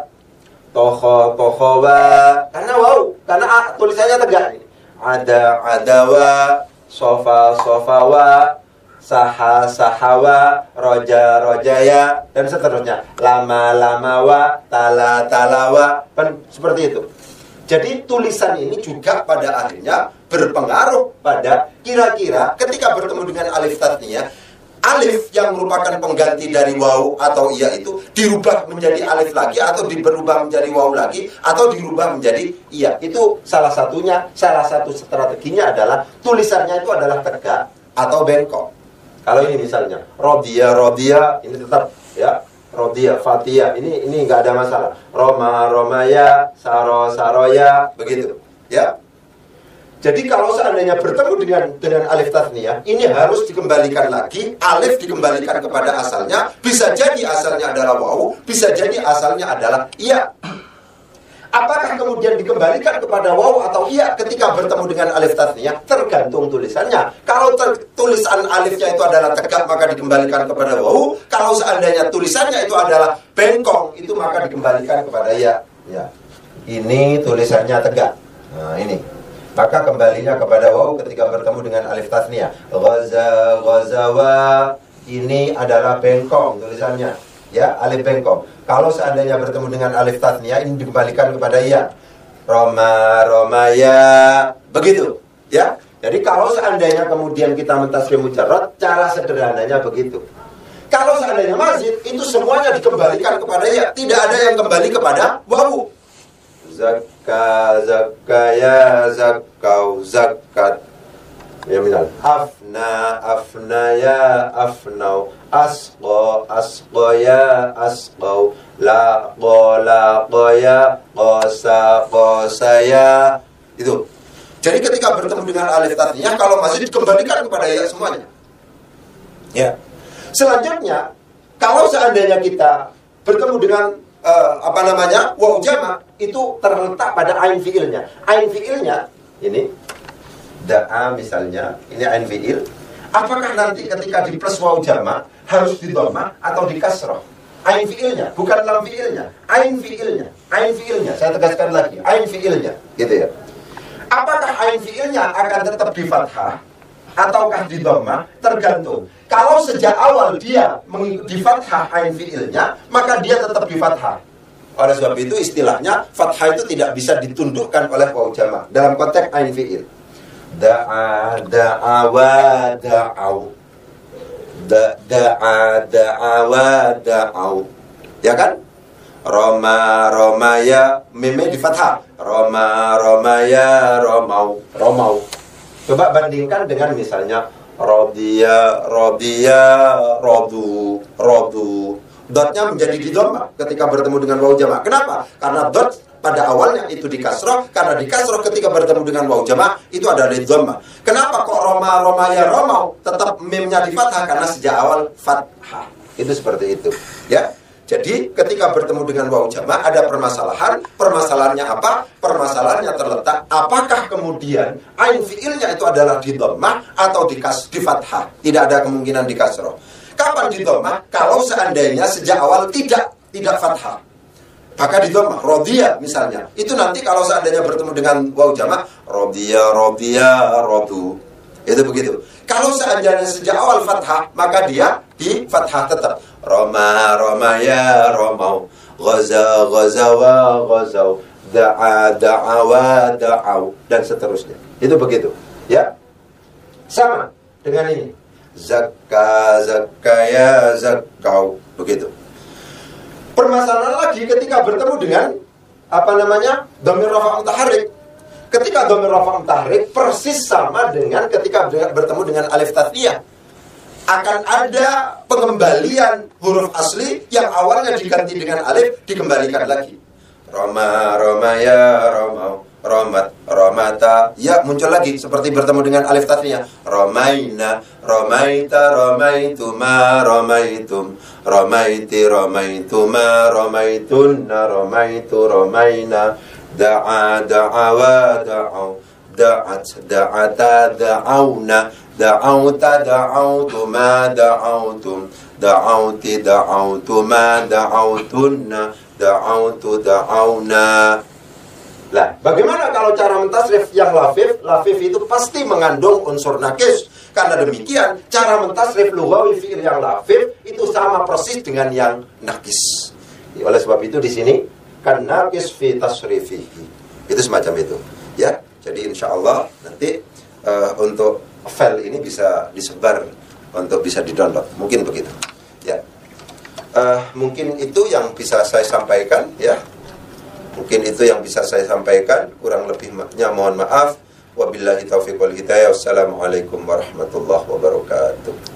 toho, tohowa. Karena waw, karena a, tulisannya tegak. Ada, adawa, sofa, sofawa, saha, sahawa, roja, rojaya, dan seterusnya. Lama, lamawa, tala, talawa. Kan seperti itu. Jadi tulisan ini juga pada akhirnya berpengaruh pada kira-kira ketika bertemu dengan alif tatniyah, alif yang merupakan pengganti dari waw atau iya itu dirubah menjadi alif lagi atau berubah menjadi waw lagi atau dirubah menjadi iya. Itu salah satunya, salah satu strateginya adalah tulisannya itu adalah tegak atau bengkok. Kalau ini misalnya Rodia, Rodia, ini tetap ya Rodia, Fatia, ini ini nggak ada masalah. Roma, Romaya, Saro, Saroya, begitu ya. Jadi kalau seandainya bertemu dengan dengan alif tatniyah, ini harus dikembalikan lagi, alif dikembalikan kepada asalnya. Bisa jadi asalnya adalah waw, bisa jadi asalnya adalah iya. Apakah kemudian dikembalikan kepada waw atau iya ketika bertemu dengan alif tatniyah? Tergantung tulisannya. Kalau tulisan alifnya itu adalah tegak, maka dikembalikan kepada waw. Kalau seandainya tulisannya itu adalah bengkong, itu maka dikembalikan kepada iya. Ya. Ini tulisannya tegak. Nah, ini. Maka kembalinya kepada waw ketika bertemu dengan alif tasniyah. Ghaza, ghazawa, ini adalah bengkong tulisannya. Ya, alif bengkong. Kalau seandainya bertemu dengan alif tasniyah, ini dikembalikan kepada ya. Roma, romaya, begitu. Ya. Jadi kalau seandainya kemudian kita mentasrif mujarrad, cara sederhananya begitu. Kalau seandainya mazid, itu semuanya dikembalikan kepada ya. Tidak ada yang kembali kepada waw. Zakka, zakaya, zakkau, zakat. Ya misal afna, afnaya, afnau, asqo, asqoya, asqau, laqo, laqoya, qosa, qosaya. Itu. Jadi ketika bertemu dengan alif tasniyah, kalau masih dikembalikan kepada ya semuanya. Ya. Selanjutnya, kalau seandainya kita bertemu dengan Uh, apa namanya waw jama, itu terletak pada ain fiilnya. Ain fiilnya ini da'a misalnya, ini ain fiil. Apakah nanti ketika di plus waw jama harus di dhamma atau di kasrah? Ain fiilnya, bukan lam fiilnya. Ain fiilnya, ain fiilnya. Saya tegaskan lagi, ain fiilnya, gitu ya. Apakah ain fiilnya akan tetap di fathah ataukah di dhamma? Tergantung. Kalau sejak awal dia mengikuti fathah ain fiilnya, maka dia tetap di fathah. Oleh sebab itu istilahnya fathah itu tidak bisa ditundukkan oleh waw jama dalam konteks ain fiil. Da'a, da'awa, da'au. Da, da'a, da'awa, da'au. Ya kan? Roma, romaya, meme di fathah. Roma, romaya, romau, romau. Coba bandingkan dengan misalnya Rodia, Rodia, Rodu, Rodu. Dotnya menjadi di dhamma ketika bertemu dengan waw jama. Kenapa? Karena dot pada awalnya itu di kasroh. Karena di kasroh ketika bertemu dengan waw jama itu ada di dhamma. Kenapa kok Roma, Romaya, Romau tetap mimnya di fathah? Karena sejak awal fathah. Itu seperti itu. Ya. Jadi ketika bertemu dengan waw jama ada permasalahan. Permasalahannya apa? Permasalahannya terletak apakah kemudian ain fiilnya itu adalah di dhammah atau di kas di fathah. Tidak ada kemungkinan di kasroh. Kapan di dhammah? Kalau seandainya sejak awal tidak tidak fathah. Maka di dhammah. Rodiya misalnya. Itu nanti kalau seandainya bertemu dengan waw jama, rodiya, rodiya, rodu. Itu begitu. Kalau seandainya sejak awal fathah, maka dia di fathah tetap. Roma, Romaya, Romau. Ghaza, Ghazawa, Ghazau. Da'a, Da'awa, Da'au. Dan seterusnya. Itu begitu. Ya. Sama dengan ini. Zakka, Zakkaya, Zakkau. Begitu. Permasalahan lagi ketika bertemu dengan apa namanya? Dhamir rafa' mutaharrik. ketika dhamir rafa' mutahrik persis sama dengan ketika bertemu dengan alif tathniyah. Akan ada pengembalian huruf asli yang awalnya diganti dengan alif, dikembalikan lagi. Roma, Roma ya, Romau, Romat, Romata. Ya, muncul lagi seperti bertemu dengan alif tathniyah. Romaina, Romaita, Romaituma, Romaitum, Romaiti, Romaituma, Romaitunna, Romaitu, Romaina. Da'a, da'awa, da'au, da'at, da'ata, da'auna, da'auta, da'autuma, da'autum, da'auti, da'autuma, da'autunna, da'autu, da'auna. Lah, bagaimana kalau cara mentasrif yang lafif? Lafif itu pasti mengandung unsur nakis. Karena demikian, cara mentasrif lughawi fi'il yang lafif itu sama persis dengan yang nakis. Oleh sebab itu di sini kan nakis fi tasrifihi. Itu semacam itu. Ya, jadi insya Allah nanti uh, untuk file ini bisa disebar untuk bisa di-download. Mungkin begitu. Ya. Uh, mungkin itu yang bisa saya sampaikan ya. Mungkin itu yang bisa saya sampaikan, kurang lebihnya mohon maaf. Wabillahi taufiq wal hidayah. Wassalamualaikum warahmatullahi wabarakatuh.